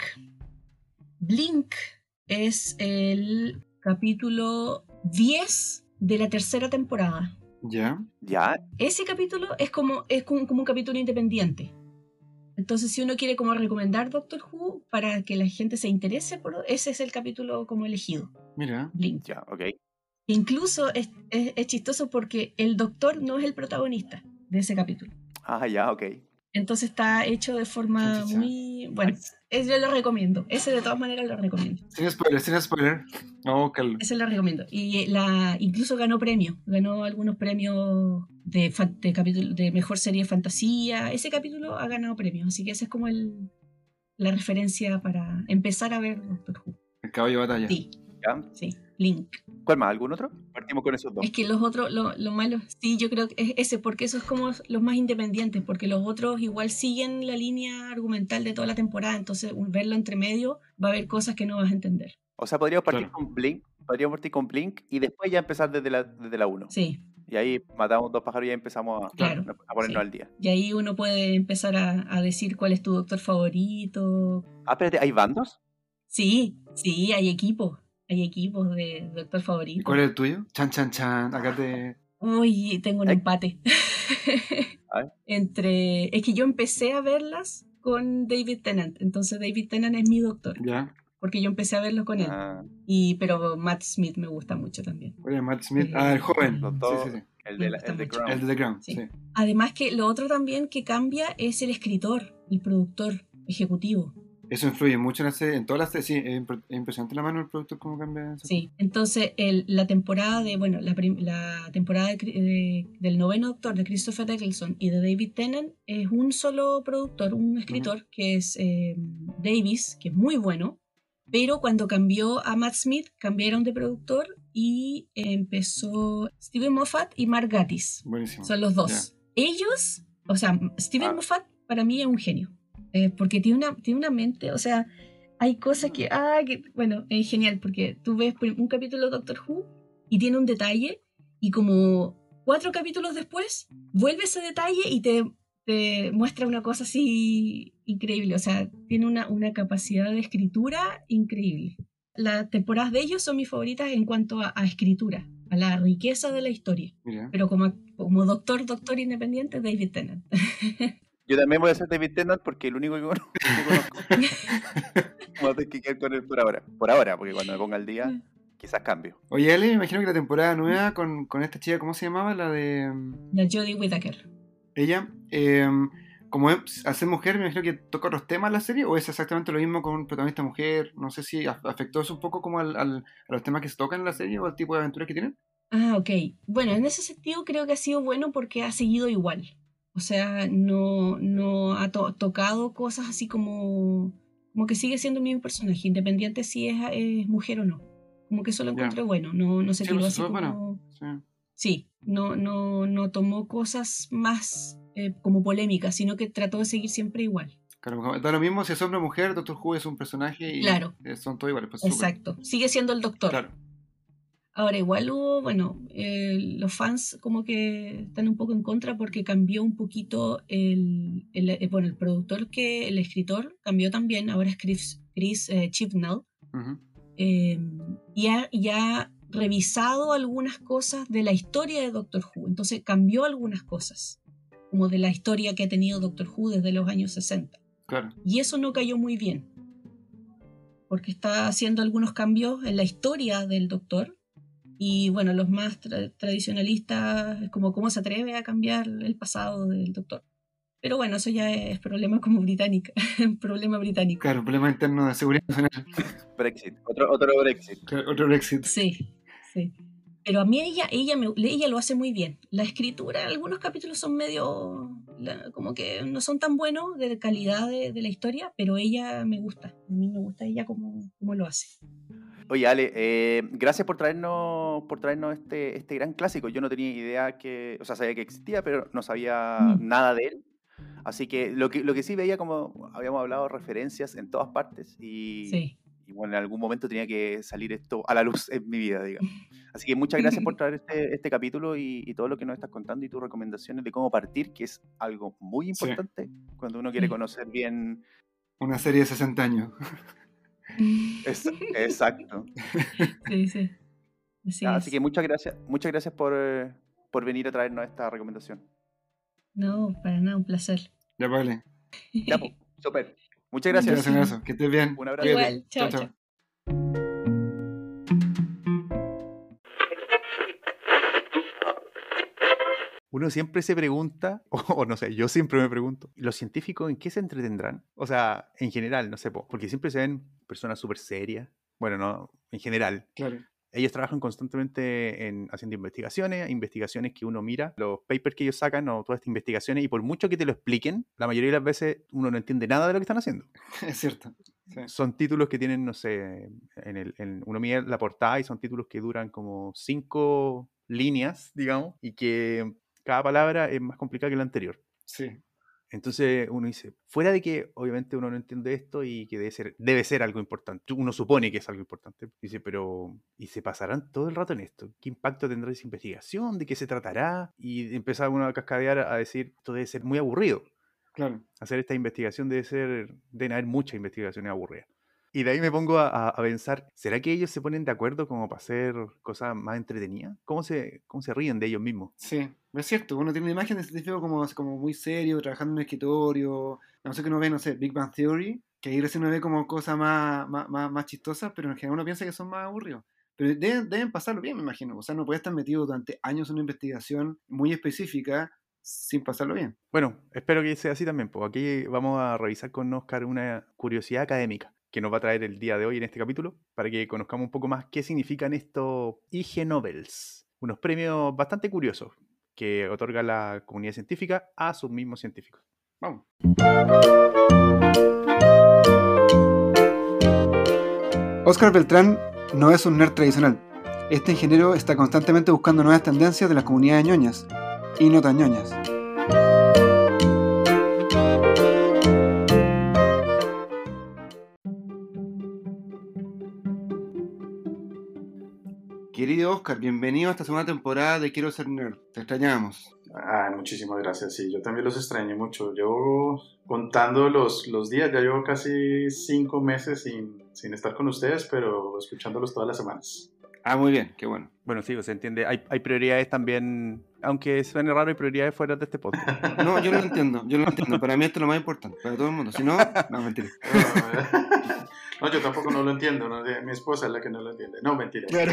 Blink es el capítulo diez de la tercera temporada. Ya. Ya, Ese capítulo es como, es como, como un capítulo independiente. Entonces, si uno quiere como recomendar Doctor Who para que la gente se interese, por ese es el capítulo como elegido, Mira. Blink. ya, ok. Incluso es, es, es chistoso porque el doctor no es el protagonista de ese capítulo. Ah, ya, ok. Entonces está hecho de forma Chucha. muy... Bueno, es- yo lo recomiendo. Ese de todas maneras lo recomiendo. Sin spoiler, sin spoiler. Vamos a buscarlo. Ese lo recomiendo. Y la, incluso ganó premios. Ganó algunos premios de, fan- de, capítulo, de mejor serie de fantasía. Ese capítulo ha ganado premios. Así que esa es como el, la referencia para empezar a ver Doctor Who. El caballo de batalla. Sí, Ya. sí. Link. ¿Cuál más? ¿Algún otro? Partimos con esos dos. Es que los otros, lo, lo malo, sí, yo creo que es ese, porque esos es como los más independientes, porque los otros igual siguen la línea argumental de toda la temporada, entonces un- verlo entre medio va a haber cosas que no vas a entender. O sea, podríamos partir Claro. con Blink, podríamos partir con Blink y después ya empezar desde la, desde la uno. Sí, Y ahí matamos dos pájaros y ya empezamos a, Claro, a ponernos sí. al día. y ahí uno puede empezar a, a decir cuál es tu doctor favorito. Ah, espérate, ¿hay bandos? Sí, sí, hay equipos, hay equipos de doctor ¿Y favorito. cuál es el tuyo? Chan, chan, chan. Acá te. Uy, tengo un Ay. empate. A ver. Entre, es que yo empecé a verlas con David Tennant, entonces David Tennant es mi doctor. Ya. porque yo empecé a verlo con él. Ah, Y, pero Matt Smith me gusta mucho también. Oye, Matt Smith. Eh, Ah, el joven. los Sí, dos, sí, sí. el Me de, la- gusta el de mucho. Crown. El de The Crown, Sí. sí. Además que lo otro también que cambia es el escritor, el productor ejecutivo. Eso influye mucho en, la serie, en todas las series. Sí, es impre- es impresionante la mano del productor cómo cambia eso. Sí, entonces el- la temporada de, bueno, la, prim- la temporada de Cri- de- del noveno Doctor de Christopher Eccleston y de David Tennant es un solo productor, un escritor, que es eh, Davis, que es muy bueno, pero cuando cambió a Matt Smith, cambiaron de productor y empezó Steven Moffat y Mark Gatiss. Buenísimo. Son los dos. Ellos, o sea, Steven Ah. Moffat para mí es un genio, eh, porque tiene una, tiene una mente, o sea, hay cosas que, ah, que, bueno, es genial, porque tú ves un capítulo de Doctor Who y tiene un detalle, y como cuatro capítulos después, vuelve ese detalle y te, te muestra una cosa así increíble, o sea, tiene una, una capacidad de escritura increíble. Las temporadas de ellos son mis favoritas en cuanto a, a escritura, a la riqueza de la historia, Mira. pero como, como doctor, doctor independiente, David Tennant. Yo también voy a ser David Tennant porque el único que conozco. que conozco. Vamos a tener que quedar con él por ahora. Por ahora, porque cuando me ponga al día, quizás cambio. Oye, Ale, me imagino que la temporada nueva con, con esta chica, ¿cómo se llamaba? La de... La Jodie Whittaker. Ella, eh, como es, al ser mujer, me imagino que toca otros temas la serie, o es exactamente lo mismo con protagonista mujer. No sé si af- afectó eso un poco como al, al- a los temas que se tocan en la serie o al tipo de aventuras que tienen. Ah, ok. Bueno, en ese sentido creo que ha sido bueno porque ha seguido igual. O sea, no, no ha to- tocado cosas así como, como que sigue siendo el mismo personaje, independiente si es, es mujer o no. Como que eso lo Ya. encontré bueno, no, no se Sí, tiró pues, así eso es como... bueno. Sí. Sí, no, no, no tomó cosas más eh, como polémicas, sino que trató de seguir siempre igual. Claro, como da lo mismo si es hombre o mujer, Doctor Who es un personaje y Claro. eh, son todos iguales. Pues, súper. Exacto. Sigue siendo el doctor. Claro. Ahora, igual hubo, bueno, eh, los fans como que están un poco en contra porque cambió un poquito el, el- eh, bueno, el productor, que el escritor cambió también, ahora es Chris, Chris eh, Chibnall, Ujú. eh, y, ha, y ha revisado algunas cosas de la historia de Doctor Who, entonces cambió algunas cosas, como de la historia que ha tenido Doctor Who desde los años sesenta, Claro. y eso no cayó muy bien, porque está haciendo algunos cambios en la historia del Doctor. Y bueno, los más tra- tradicionalistas, es como cómo se atreve a cambiar el pasado del doctor. Pero bueno, eso ya es problema como británica, problema británico. Claro, problema interno de seguridad nacional. Brexit. Otro, otro Brexit. Claro, otro Brexit. Sí, sí. Pero a mí ella, ella, me- ella lo hace muy bien. La escritura, algunos capítulos son medio, la- como que no son tan buenos de calidad de, de la historia, pero ella me gusta. A mí me gusta ella como, como lo hace. Oye, Ale, eh, gracias por traernos, por traernos este, este gran clásico. Yo no tenía idea que, o sea, sabía que existía, pero no sabía Mm. nada de él. Así que lo que, lo que sí veía, como habíamos hablado, referencias en todas partes y, Sí. y bueno, en algún momento tenía que salir esto a la luz en mi vida, digamos. Así que muchas gracias por traer este, este capítulo y, y todo lo que nos estás contando y tus recomendaciones de cómo partir, que es algo muy Sí. importante cuando uno quiere Sí. conocer bien. Una serie de sesenta años. Es- exacto. Sí, sí. Así Así es. que muchas gracias, muchas gracias por, eh, por venir a traernos esta recomendación. No, para nada, un placer. Ya vale. Ya, pues, súper. Muchas Gracias, gracias. un abrazo. Que estés bien. Un abrazo. Cuídate. Igual, chao, chao. Uno siempre se pregunta, o, o no sé, yo siempre me pregunto, ¿los científicos en qué se entretendrán? O sea, en general, no sé, po, porque siempre se ven personas súper serias. Bueno, no, en general. Claro. Ellos trabajan constantemente en haciendo investigaciones, investigaciones que uno mira, los papers que ellos sacan o todas estas investigaciones, y por mucho que te lo expliquen, la mayoría de las veces uno no entiende nada de lo que están haciendo. Es cierto. Sí. Son títulos que tienen, no sé, en el, en, uno mira la portada y son títulos que duran como cinco líneas, digamos, y que cada palabra es más complicada que la anterior. Sí. Entonces uno dice, fuera de que obviamente uno no entiende esto y que debe ser, debe ser algo importante, uno supone que es algo importante, dice, pero ¿y se pasarán todo el rato en esto? ¿Qué impacto tendrá esa investigación? ¿De qué se tratará? Y empezaba uno a cascadear a decir, esto debe ser muy aburrido. Claro. Hacer esta investigación debe ser, deben haber muchas investigaciones aburridas. Y de ahí me pongo a, a, a pensar, ¿será que ellos se ponen de acuerdo como para hacer cosas más entretenidas? ¿Cómo se, cómo se ríen de ellos mismos? Sí, es cierto, uno tiene una imagen de científico como, como muy serio, trabajando en un escritorio, no sé que uno ve, no sé, Big Bang Theory, que ahí recién uno ve como cosas más, más, más, más chistosas, pero en general uno piensa que son más aburridos. Pero deben, deben pasarlo bien, me imagino. O sea, no puede estar metido durante años en una investigación muy específica sin pasarlo bien. Bueno, espero que sea así también, pues aquí vamos a revisar con Oscar una curiosidad académica que nos va a traer el día de hoy en este capítulo, para que conozcamos un poco más qué significan estos I G Nobels, unos premios bastante curiosos que otorga la comunidad científica a sus mismos científicos. Vamos. Oscar Beltrán no es un nerd tradicional. Este ingeniero está constantemente buscando nuevas tendencias de las comunidades ñoñas y no tan ñoñas. Querido Oscar, bienvenido a esta segunda temporada de Quiero Ser Nerd. Te extrañamos. Ah, muchísimas gracias, sí, yo también los extrañé mucho. Llevo contando los, los días, ya llevo casi cinco meses sin, sin estar con ustedes, pero escuchándolos todas las semanas. Ah, muy bien, qué bueno. Bueno, sí, se entiende. Hay, hay prioridades también, aunque suene raro, hay prioridades fuera de este podcast. No, yo lo entiendo, yo lo entiendo. Para mí esto es lo más importante, para todo el mundo. Si no, no, mentira. No, yo tampoco no lo entiendo, ¿no? Mi esposa es la que no lo entiende. No, mentira. Claro.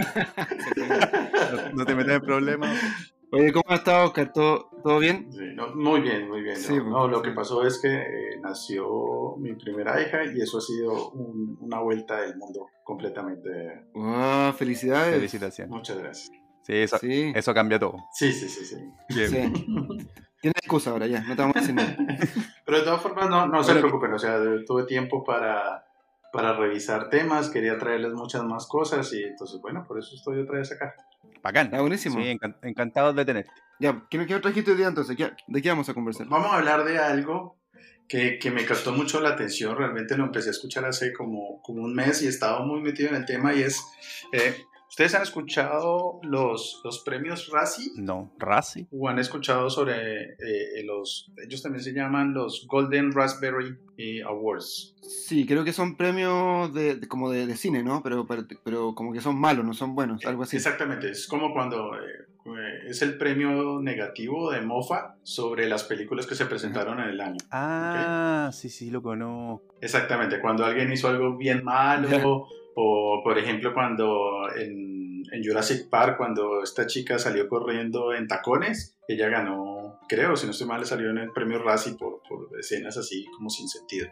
No, no te metas en problemas. Oye, ¿cómo has estado, Oscar? ¿Todo, todo bien? Sí, no, muy bien, muy bien. Sí, no, no, lo sí. que pasó es que eh, nació mi primera hija y eso ha sido un, una vuelta del mundo completamente. ¡Wow! ¡Felicidades! Felicitaciones. Muchas gracias. Sí, eso, Sí. eso cambia todo. Sí, sí, sí, sí. Bien. Sí. Tienes excusa ahora ya, no te vamos a decir nada. Pero de todas formas, no, no se Pero- preocupen, o sea, tuve tiempo para, para revisar temas, quería traerles muchas más cosas y entonces, bueno, por eso estoy otra vez acá. Bacán. Ah, buenísimo. Sí, encan- encantados de tenerte. Ya, ¿qué, qué trajiste hoy día entonces? ¿Qué- ¿De qué vamos a conversar? Vamos a hablar de algo que, que me captó mucho la atención, realmente lo empecé a escuchar hace como, como un mes y estaba muy metido en el tema y es, eh, ¿ustedes han escuchado los, los premios Razzie? No, Razzie. ¿O han escuchado sobre eh, los, ellos también se llaman los Golden Raspberry eh, Awards? Sí, creo que son premios de, de- como de, de cine, ¿no? Pero, pero, pero como que son malos, no son buenos, algo así. Exactamente, es como cuando eh, eh, es el premio negativo de Moffat sobre las películas que se presentaron en el año. Ah, sí, sí, lo conozco. Exactamente, cuando alguien hizo algo bien malo, Ya. o por ejemplo cuando en, en Jurassic Park, cuando esta chica salió corriendo en tacones, ella ganó, creo, si no estoy mal, le salió en el premio Razzie por, por escenas así como sin sentido.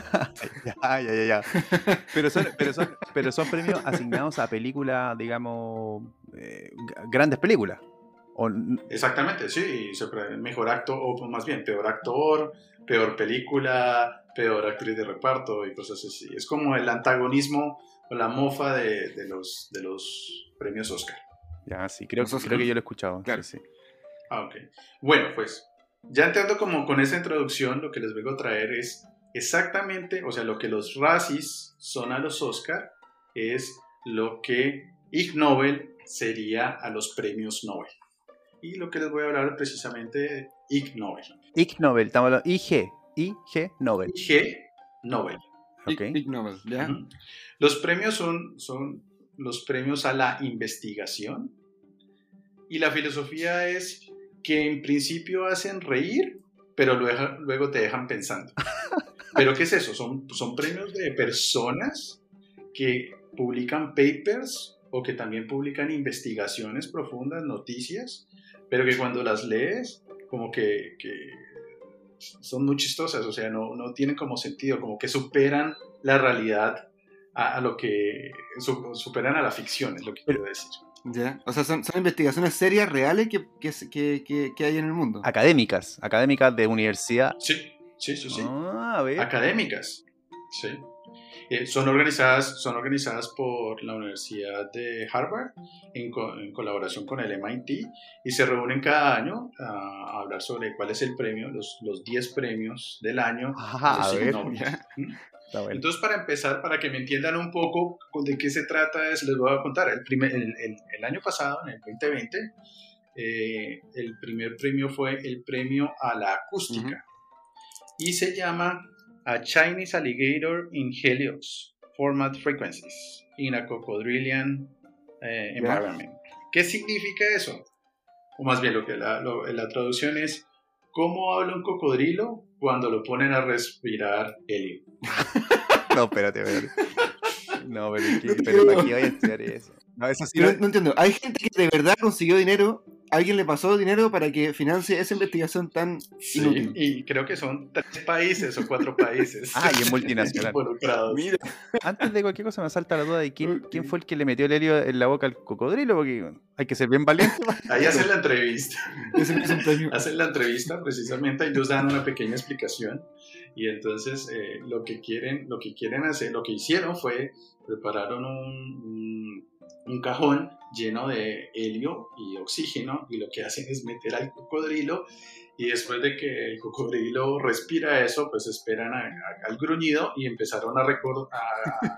Ya, ya, ya, ya. Pero son, pero son, pero son premios asignados a películas, digamos, eh, g- grandes películas. O, n- Exactamente, sí, se pre- mejor actor, o más bien, peor actor, peor película, peor actriz de reparto y cosas así. Es como el antagonismo o la mofa de, de los, de los premios Oscar. ya, sí, creo, Los Oscar. creo que yo lo he escuchado. Claro. Sí, sí. Ah, ok. Bueno, pues, ya entrando como con esa introducción, lo que les vengo a traer es exactamente, o sea, lo que los Razzies son a los Oscar, es lo que Ig Nobel sería a los premios Nobel. Y lo que les voy a hablar precisamente de Ig Nobel. Ig Nobel, estamos hablando. I G. I G Nobel. I G Nobel. Ok. Ig- Ig Nobel, ¿ya? Ujú. Los premios son, son los premios a la investigación. Y la filosofía es que en principio hacen reír, pero luego, luego te dejan pensando. ¿Pero qué es eso? Son, son premios de personas que publican papers o que también publican investigaciones profundas, noticias, pero que cuando las lees, como que, que son muy chistosas, o sea, no, no tienen como sentido, como que superan la realidad a, a lo que su- superan a la ficción, es lo que quiero decir. ¿Ya? O sea, son, son investigaciones serias, reales que, que, que, que, que hay en el mundo. Académicas. Académicas de universidad. Sí, sí, sí, sí. Ah, a ver. Académicas, sí. Eh, son, organizadas, son organizadas por la Universidad de Harvard en, co- en colaboración con el M I T y se reúnen cada año a, a hablar sobre cuál es el premio, los, los diez premios del año. Ah, los a Ig ver. Nobel. Ya. ¿Mm? Está bueno. Entonces, para empezar, para que me entiendan un poco de qué se trata, es, les voy a contar. El, primer, el, el, el año pasado, en el veinte veinte, eh, el primer premio fue el premio a la acústica. Y se llama A Chinese Alligator in Helios Format Frequencies in a Cocodrillian eh, Environment. ¿Qué significa eso? O más bien, lo que la, lo- la traducción es ¿cómo habla un cocodrilo cuando lo ponen a respirar helio. No, espérate, espérate. No, pero es que, No te pero creo. ¿para qué voy a estudiar eso? No, eso sí No, no- no entiendo. Hay gente que de verdad consiguió dinero, alguien le pasó dinero para que financie esa investigación tan Sí, inútil. y creo que son tres países o cuatro países. Ah, y es multinacional. involucrados. Mira, Antes de cualquier cosa me salta la duda de quién, quién fue el que le metió el helio en la boca al cocodrilo, porque hay que ser bien valiente. Ahí hacen la entrevista. ese es un premio. Hacen la entrevista precisamente, ellos dan una pequeña explicación y entonces eh, lo que quieren, lo que quieren hacer, lo que hicieron fue prepararon un, un, un cajón lleno de helio y oxígeno y lo que hacen es meter al cocodrilo y después de que el cocodrilo respira eso, pues esperan a, a, al gruñido y empezaron a, record, a,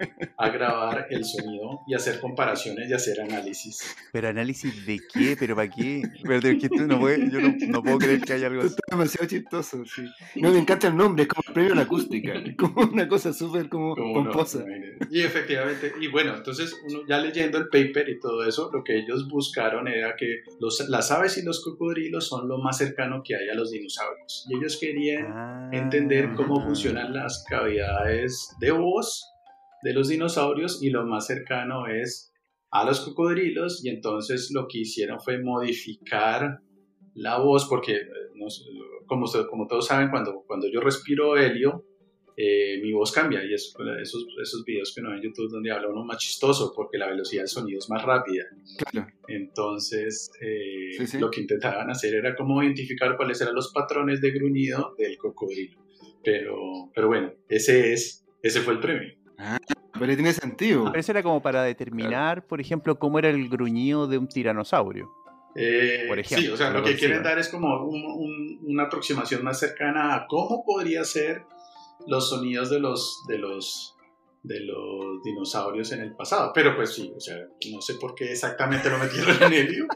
a grabar el sonido y hacer comparaciones y hacer análisis. ¿Pero análisis de qué? ¿Pero para qué? Pero es que tú no puedes, yo no, no puedo creer que haya algo Esto así. está demasiado chistoso, sí. No, me encanta el nombre, es como el premio a la acústica. Es como una cosa súper como Como pomposa. no, y efectivamente, y bueno, entonces uno ya leyendo el paper y todo eso, lo que ellos buscaron era que los, las aves y los cocodrilos son lo más cercano que hay a los dinosaurios. Y ellos querían Ah. entender cómo funcionan las cavidades de voz de los dinosaurios y lo más cercano es a los cocodrilos y entonces lo que hicieron fue modificar la voz porque, no sé, como, como todos saben, cuando, cuando yo respiro helio, Eh, mi voz cambia y es, esos, esos videos que uno ve en YouTube donde habla uno más chistoso porque la velocidad del sonido es más rápida. Claro. Entonces eh, Sí, sí. lo que intentaban hacer era como identificar cuáles eran los patrones de gruñido del cocodrilo, pero, pero bueno, ese, es, ese fue el premio. Ah, pero tiene sentido. Pero eso era como para determinar, por ejemplo, cómo era el gruñido de un tiranosaurio. Eh, Por ejemplo, sí, o sea, lo lo que consigo. quieren dar es como un, un, una aproximación más cercana a cómo podría ser los sonidos de los, de los, de los dinosaurios en el pasado. Pero pues sí, o sea, no sé por qué exactamente lo metieron en helio.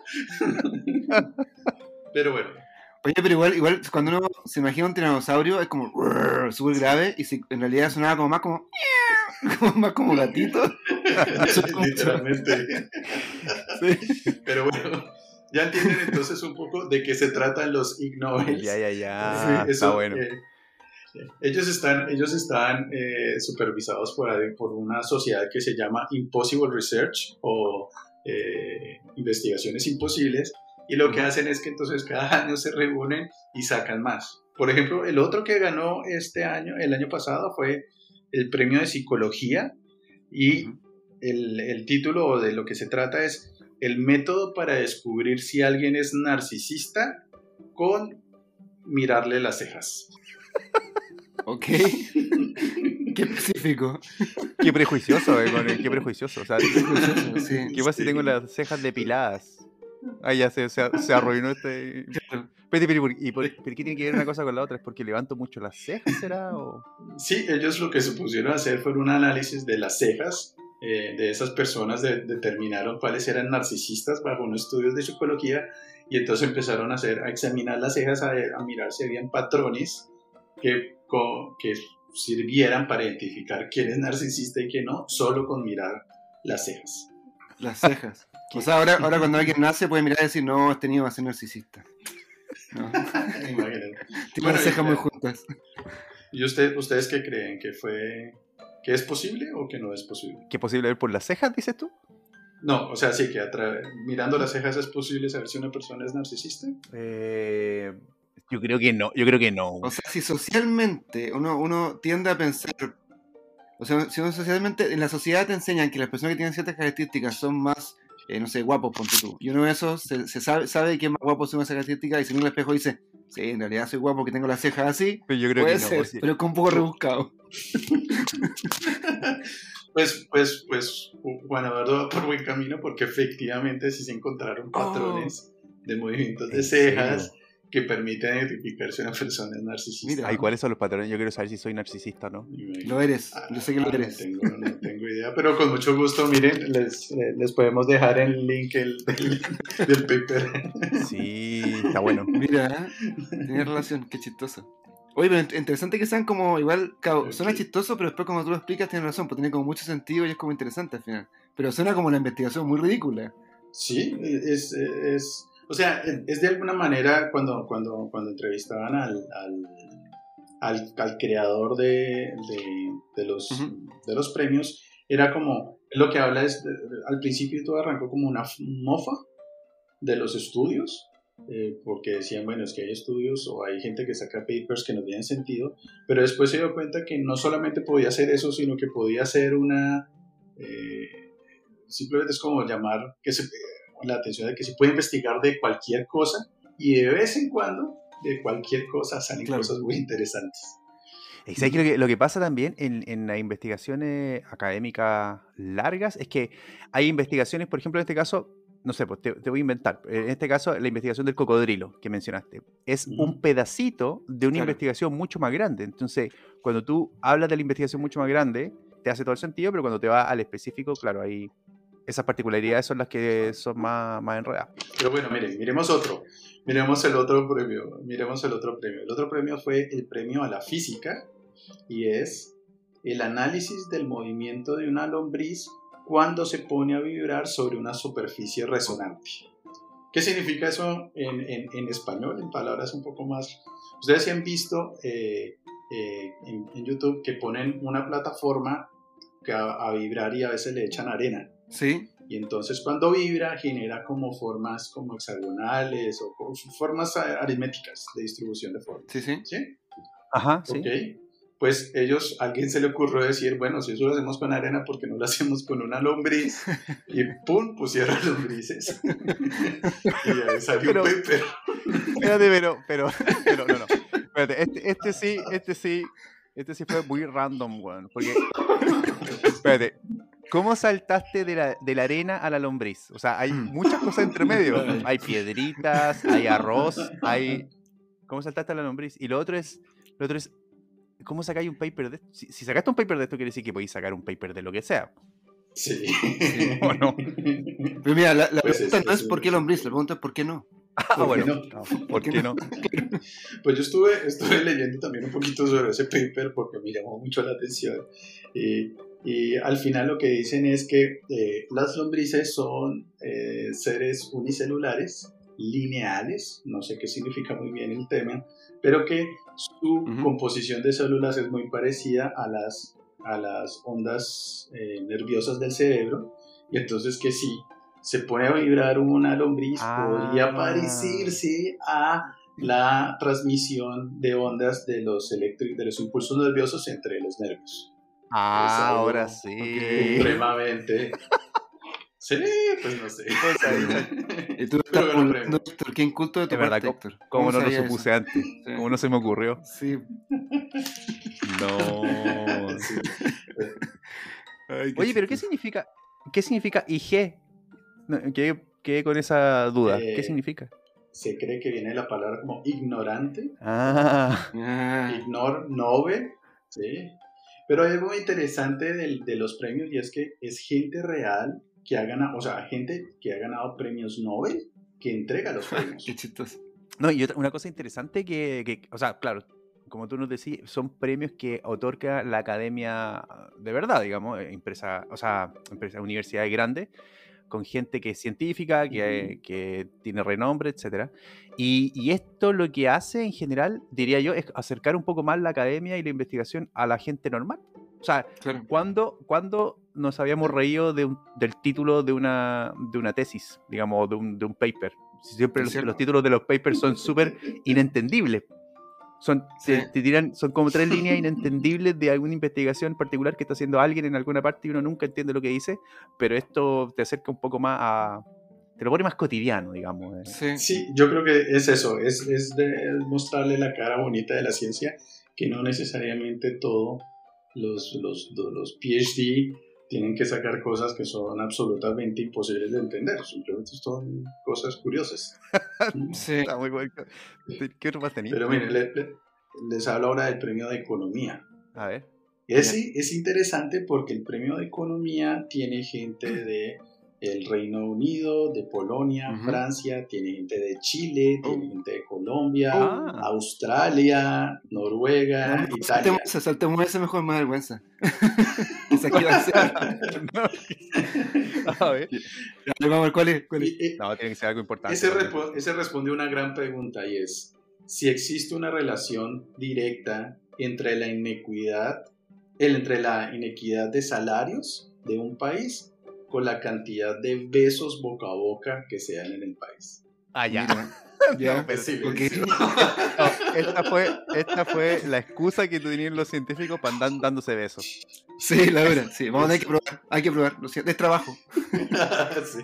Pero bueno. Oye, pero igual, igual cuando uno se imagina un tiranosaurio es como "Rrr", súper grave y si, en realidad sonaba como más como, como más como gatito. Literalmente. Sí. Pero bueno, ya entienden entonces un poco de qué se tratan los Ig Nobels. Ya, ya, ya. Sí, Está eso, bueno. eh, ellos están, ellos están eh, supervisados por, por una sociedad que se llama Impossible Research o eh, Investigaciones Imposibles y lo que hacen es que entonces cada año se reúnen y sacan más. Por ejemplo, el otro que ganó este año, el año pasado, fue el premio de psicología y uh-huh. el, el título de lo que se trata es el método para descubrir si alguien es narcisista con mirarle las cejas. Ok. Qué específico. Qué prejuicioso, eh, con el, qué prejuicioso. O sea, sí, ¿qué pasa sí. si tengo las cejas depiladas? Ah, ya se, se, se arruinó este. Pero, pero, pero, ¿y por, ¿pero qué tiene que ver una cosa con la otra? ¿Es porque levanto mucho las cejas, será? O... Sí, ellos lo que se pusieron a hacer fue un análisis de las cejas eh, de esas personas, de, determinaron cuáles eran narcisistas bajo unos estudios de psicología y entonces empezaron a, hacer, a examinar las cejas, a, a mirar si habían patrones que, con, que sirvieran para identificar quién es narcisista y quién no, solo con mirar las cejas. Las cejas. O sea, ahora, ahora cuando alguien nace puede mirar y decir, no, este niño va a ser narcisista. No. Imagínate. Tiene bueno, las cejas muy juntas. ¿Y usted, ustedes qué creen? ¿Que fue, que es posible o que no es posible? ¿Que es posible ver por las cejas, dices tú? No, o sea, sí, que atra- mirando las cejas es posible saber si una persona es narcisista. Eh, yo creo que no, yo creo que no. O sea, si socialmente uno, uno tiende a pensar, o sea, si uno socialmente, en la sociedad te enseñan que las personas que tienen ciertas características son más, eh, no sé, guapos, ponte tú. Y uno de esos se, se sabe, sabe que es más guapo según esa característica y si en un espejo dice, sí, en realidad soy guapo que tengo las cejas así, pero yo creo puede que no, ser, sí. pero es como un poco rebuscado. Pues, pues, pues, Juan Eduardo va por buen camino porque efectivamente sí se encontraron patrones oh, de movimientos de cejas serio? Que permiten identificar si una persona es narcisista. Mira, ¿y cuáles son los patrones? Yo quiero saber si soy narcisista o no. Lo eres, ah, yo sé que lo eres. No tengo, no tengo idea, pero con mucho gusto, miren, les, les podemos dejar el link el, del, del paper. Sí, está bueno. Mira, tiene relación, qué chistoso. Oye, pero interesante que sean como, igual, claro, okay. Suena chistoso, pero después cuando tú lo explicas tienes razón, porque tiene como mucho sentido y es como interesante al final. Pero suena como una investigación muy ridícula. Sí, es, es o sea, es de alguna manera cuando, cuando, cuando entrevistaban al, al, al, al creador de, de, de, los, uh-huh. de los premios, era como, lo que habla es, de, de, al principio todo arrancó como una mofa de los estudios, eh, porque decían, bueno, es que hay estudios o hay gente que saca papers que no tienen sentido, pero después se dio cuenta que no solamente podía hacer eso, sino que podía ser una, eh, simplemente es como llamar que se, la atención de que se puede investigar de cualquier cosa, y de vez en cuando de cualquier cosa salen claro. cosas muy interesantes. ¿Sabes lo que, lo que pasa también en, en las investigaciones académicas largas? Es que hay investigaciones, por ejemplo, en este caso, no sé, pues te, te voy a inventar. En este caso, la investigación del cocodrilo que mencionaste es uh-huh. un pedacito de una claro. investigación mucho más grande. Entonces, cuando tú hablas de la investigación mucho más grande, te hace todo el sentido, pero cuando te vas al específico, claro, ahí esas particularidades son las que son más, más enredadas. Pero bueno, miren, miremos otro. Miremos el otro premio. Miremos el otro premio. El otro premio fue el premio a la física y es el análisis del movimiento de una lombriz cuando se pone a vibrar sobre una superficie resonante. ¿Qué significa eso en, en, en español? En palabras un poco más... Ustedes sí han visto eh, eh, en, en YouTube que ponen una plataforma que a, a vibrar y a veces le echan arena. Sí. Y entonces cuando vibra genera como formas como hexagonales o como formas aritméticas de distribución de formas. Sí, sí. ¿Sí? Ajá, sí. Ok. Pues ellos, a alguien se le ocurrió decir, bueno, si eso lo hacemos con arena, ¿por qué no lo hacemos con una lombriz? Y ¡pum! Pusieron lombrices. Y ahí salió pero, un paper. Espérate, pero, pero, pero, no, no. Espérate, este, este sí, este sí, este sí fue muy random, weón. Porque, espérate. ¿Cómo saltaste de la, de la arena a la lombriz? O sea, hay muchas cosas entre medio. Hay piedritas, hay arroz, hay... ¿Cómo saltaste a la lombriz? Y lo otro es... Lo otro es ¿cómo sacáis un paper de esto? Si, si sacaste un paper de esto, quiere decir que podéis sacar un paper de lo que sea. Sí. ¿O no? Pero mira, la, la pues pregunta es, no es, es por qué lombriz, la pregunta es por qué no. Ah, ¿Por bueno. Qué no? No, ¿Por qué no? Pues yo estuve, estuve leyendo también un poquito sobre ese paper porque me llamó mucho la atención. Y, y al final lo que dicen es que eh, las lombrices son eh, seres unicelulares, lineales, no sé qué significa muy bien el tema, pero que su uh-huh. composición de células es muy parecida a las, a las ondas eh, nerviosas del cerebro, y entonces que si se pone a vibrar una lombriz ah. podría parecerse a la transmisión de ondas de los, electri- de los impulsos nerviosos entre los nervios. Ah, ahora sí. Supremamente. Sí, pues no sé. Y tú estás preguntando, Héctor, qué inculto de tu parte, verdad, Héctor. ¿Cómo no lo supuse eso? Antes? Sí. ¿Cómo no se me ocurrió? Sí. No. Sí. Ay, Oye, pero ¿qué significa, qué significa I G? Quedé, quedé con esa duda. Eh, ¿Qué significa? Se cree que viene de la palabra como ignorante. Ah. Ignor, nove. Sí. Pero hay algo muy interesante de, de los premios, y es que es gente real que ha ganado, o sea, gente que ha ganado premios Nobel que entrega los premios. Qué chistoso. No, y otra, una cosa interesante que, que, o sea, claro, como tú nos decís, son premios que otorga la academia de verdad, digamos, empresa, o sea, empresa, universidades grandes, con gente que es científica, que, uh-huh. que tiene renombre, etcétera. Y, y esto lo que hace en general, diría yo, es acercar un poco más la academia y la investigación a la gente normal. O sea, claro. ¿cuándo, ¿cuándo nos habíamos reído de un, del título de una, de una tesis, digamos, de un, de un paper? Siempre los, los títulos de los papers son súper inentendibles. Son, sí. te, te tiran, son como tres líneas inentendibles de alguna investigación particular que está haciendo alguien en alguna parte y uno nunca entiende lo que dice, pero esto te acerca un poco más a... te lo pone más cotidiano, digamos. Eh. Sí. sí, yo creo que es eso, es, es de mostrarle la cara bonita de la ciencia, que no necesariamente todos los, los, los P H D tienen que sacar cosas que son absolutamente imposibles de entender, simplemente son cosas curiosas. Sí, está muy bueno. ¿Qué otro más tenía? Pero miren, le, le, les hablo ahora del premio de economía. A ver. Ese es interesante porque el premio de economía tiene gente de el Reino Unido, de Polonia, uh-huh. Francia, tiene gente de Chile, tiene uh. gente de Colombia, uh. Australia, Noruega, no, Italia. Se saltemos ese mejor, más vergüenza. Esa que va a ser. A ver. Vamos a ver cuál es. ¿Cuál es? Y, y, no, tiene que ser algo importante. Ese, repo, ese responde una gran pregunta, y es si existe una relación directa entre la inequidad, el, entre la inequidad de salarios de un país con la cantidad de besos boca a boca que se dan en el país. Ah, ya. Mira, ya, No, pero Sí, porque- sí. No, esta, fue, esta fue la excusa que tenían los científicos para andar dándose besos. Sí, la dura, sí, vamos a tener que probar, hay que probar, lo siento, es trabajo. Sí.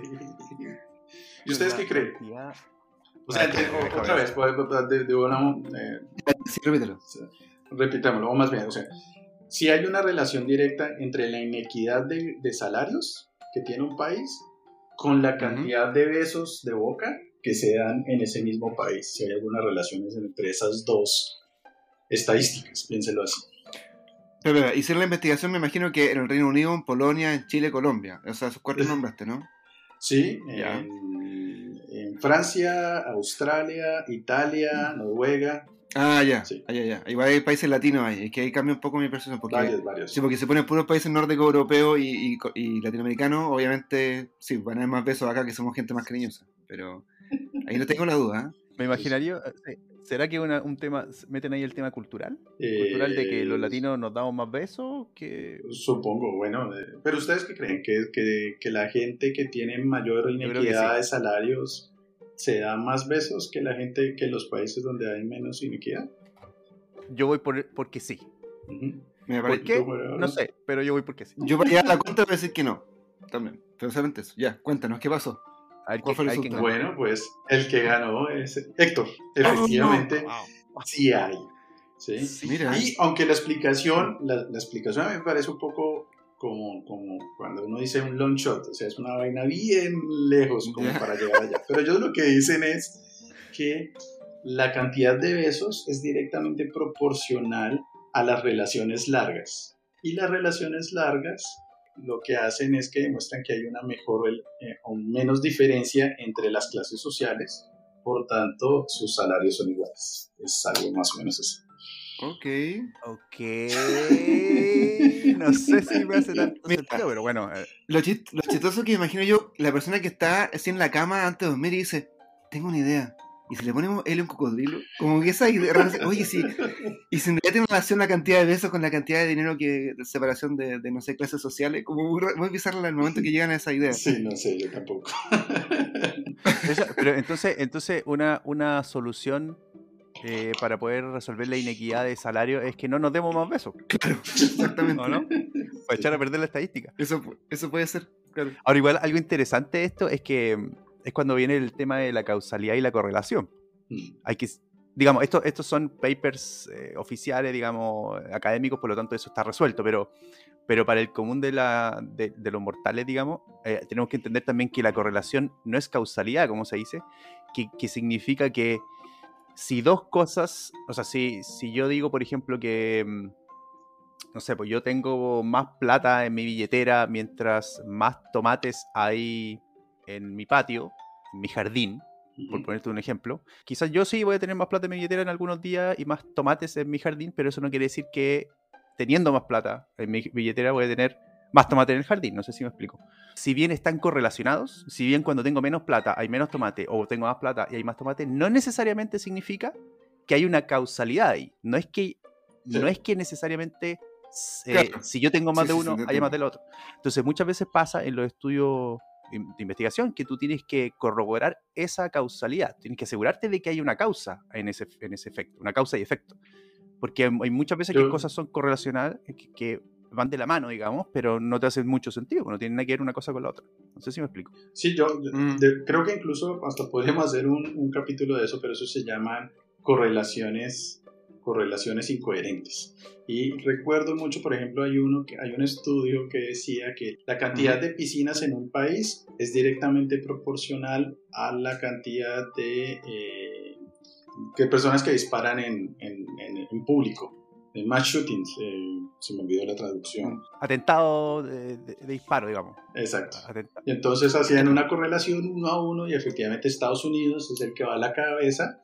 ¿Y ustedes qué creen? Cantidad- O sea, Ah, entre- déjame o- otra ver. vez, pues, de, de una, eh, Sí, repítelo. repitámoslo, o más bien, o sea, si hay una relación directa entre la inequidad de, de salarios que tiene un país con la cantidad de besos de boca que se dan en ese mismo país, si hay algunas relaciones entre esas dos estadísticas, piénselo así. Pero, pero, hicieron la investigación, me imagino que en el Reino Unido, en Polonia, en Chile, Colombia. O sea, esos cuatro nombraste, ¿no? Sí, Ya. en, en Francia, Australia, Italia, Noruega, Ah, ya, Sí. ah, ya, ya. Igual hay países latinos ahí, es que ahí cambia un poco mi percepción. Porque, varios, varios. sí, porque se ponen puros países nórdicos, europeos y, y, y latinoamericanos, obviamente, sí, van a haber más besos acá que somos gente más cariñosa. Pero ahí no tengo la duda, ¿eh? Me imaginaría, eh, sí. ¿Será que una, un tema, meten ahí el tema cultural? Eh, ¿Cultural de que los latinos nos damos más besos? Que Supongo, bueno, eh, pero ¿ustedes qué creen? ¿Que, que, que la gente que tiene mayor creo que inequidad sí. de salarios se da más besos que la gente que los países donde hay menos inequidad? yo voy por porque sí. Ujú. Me ¿Por parece- qué? ¿Tú, María? No sé, pero yo voy porque sí. Yo para llegar a la cuenta voy a decir que no, también. Pero solamente eso. Ya, cuéntanos, ¿qué pasó? A ver, ¿Cuál qué- fue el a ver quién resultado? gana. Bueno, pues el que ganó es Héctor. Efectivamente, Wow. sí hay. ¿sí? Sí. Mira. Y aunque la explicación, la, la explicación a mí me parece un poco como, como cuando uno dice un long shot, o sea, es una vaina bien lejos como Ya. para llegar allá. Pero ellos lo que dicen es que la cantidad de besos es directamente proporcional a las relaciones largas. Y las relaciones largas lo que hacen es que demuestran que hay una mejor eh, o menos diferencia entre las clases sociales, por tanto sus salarios son iguales. Es algo más o menos así. Ok. Ok. No sé si me hace tanto Mira. sentido, pero bueno. eh, Lo, chist- lo chistoso que imagino yo, la persona que está así en la cama antes de dormir y dice, tengo una idea. Y si le ponemos él un cocodrilo, como que esa idea, oye, sí, y si en realidad tiene relación la cantidad de besos con la cantidad de dinero que, de separación de, de no sé, clases sociales, como muy, muy bizarro el momento que llegan a esa idea. Sí, no sé, yo tampoco. esa- pero entonces, entonces una, una solución eh, para poder resolver la inequidad de salario es que no nos demos más besos. Claro, exactamente. ¿O no? Para echar a perder la estadística. Eso, eso puede ser, claro. Ahora, igual, algo interesante de esto es que mm, es cuando viene el tema de la causalidad y la correlación. Hay que, digamos, esto, estos son papers eh, oficiales, digamos, académicos, por lo tanto eso está resuelto, pero, pero para el común de, la, de, de los mortales, digamos, eh, tenemos que entender también que la correlación no es causalidad, como se dice, que, que significa que si dos cosas, o sea, si, si yo digo, por ejemplo, que, mm, no sé, pues yo tengo más plata en mi billetera mientras más tomates hay en mi patio, en mi jardín, por ponerte un ejemplo. Quizás yo sí voy a tener más plata en mi billetera en algunos días y más tomates en mi jardín, pero eso no quiere decir que teniendo más plata en mi billetera voy a tener más tomate en el jardín. No sé si me explico. Si bien están correlacionados, si bien cuando tengo menos plata hay menos tomate o tengo más plata y hay más tomate, no necesariamente significa que hay una causalidad ahí. No es que, Sí. no es que necesariamente eh, Claro. si yo tengo más Sí, de sí, uno, sí, te haya más entiendo. del otro. Entonces muchas veces pasa en los estudios de investigación que tú tienes que corroborar esa causalidad, tienes que asegurarte de que hay una causa en ese, en ese efecto, una causa y efecto, porque hay hay muchas veces que Yo- cosas son correlacionadas, que, que van de la mano, digamos, pero no te hacen mucho sentido, no tienen nada que ver una cosa con la otra. No sé si me explico. Sí, yo Mm. de- creo que incluso hasta podríamos hacer un, un capítulo de eso, pero eso se llaman correlaciones, correlaciones incoherentes. Y recuerdo mucho, por ejemplo, hay uno que hay un estudio que decía que la cantidad de piscinas en un país es directamente proporcional a la cantidad de, eh, de personas que disparan en, en, en, en público. En mass shootings, eh, se me olvidó la traducción. Atentado de, de- de disparo, digamos. Exacto. Atenta- Y entonces hacían una correlación uno a uno y efectivamente Estados Unidos es el que va a la cabeza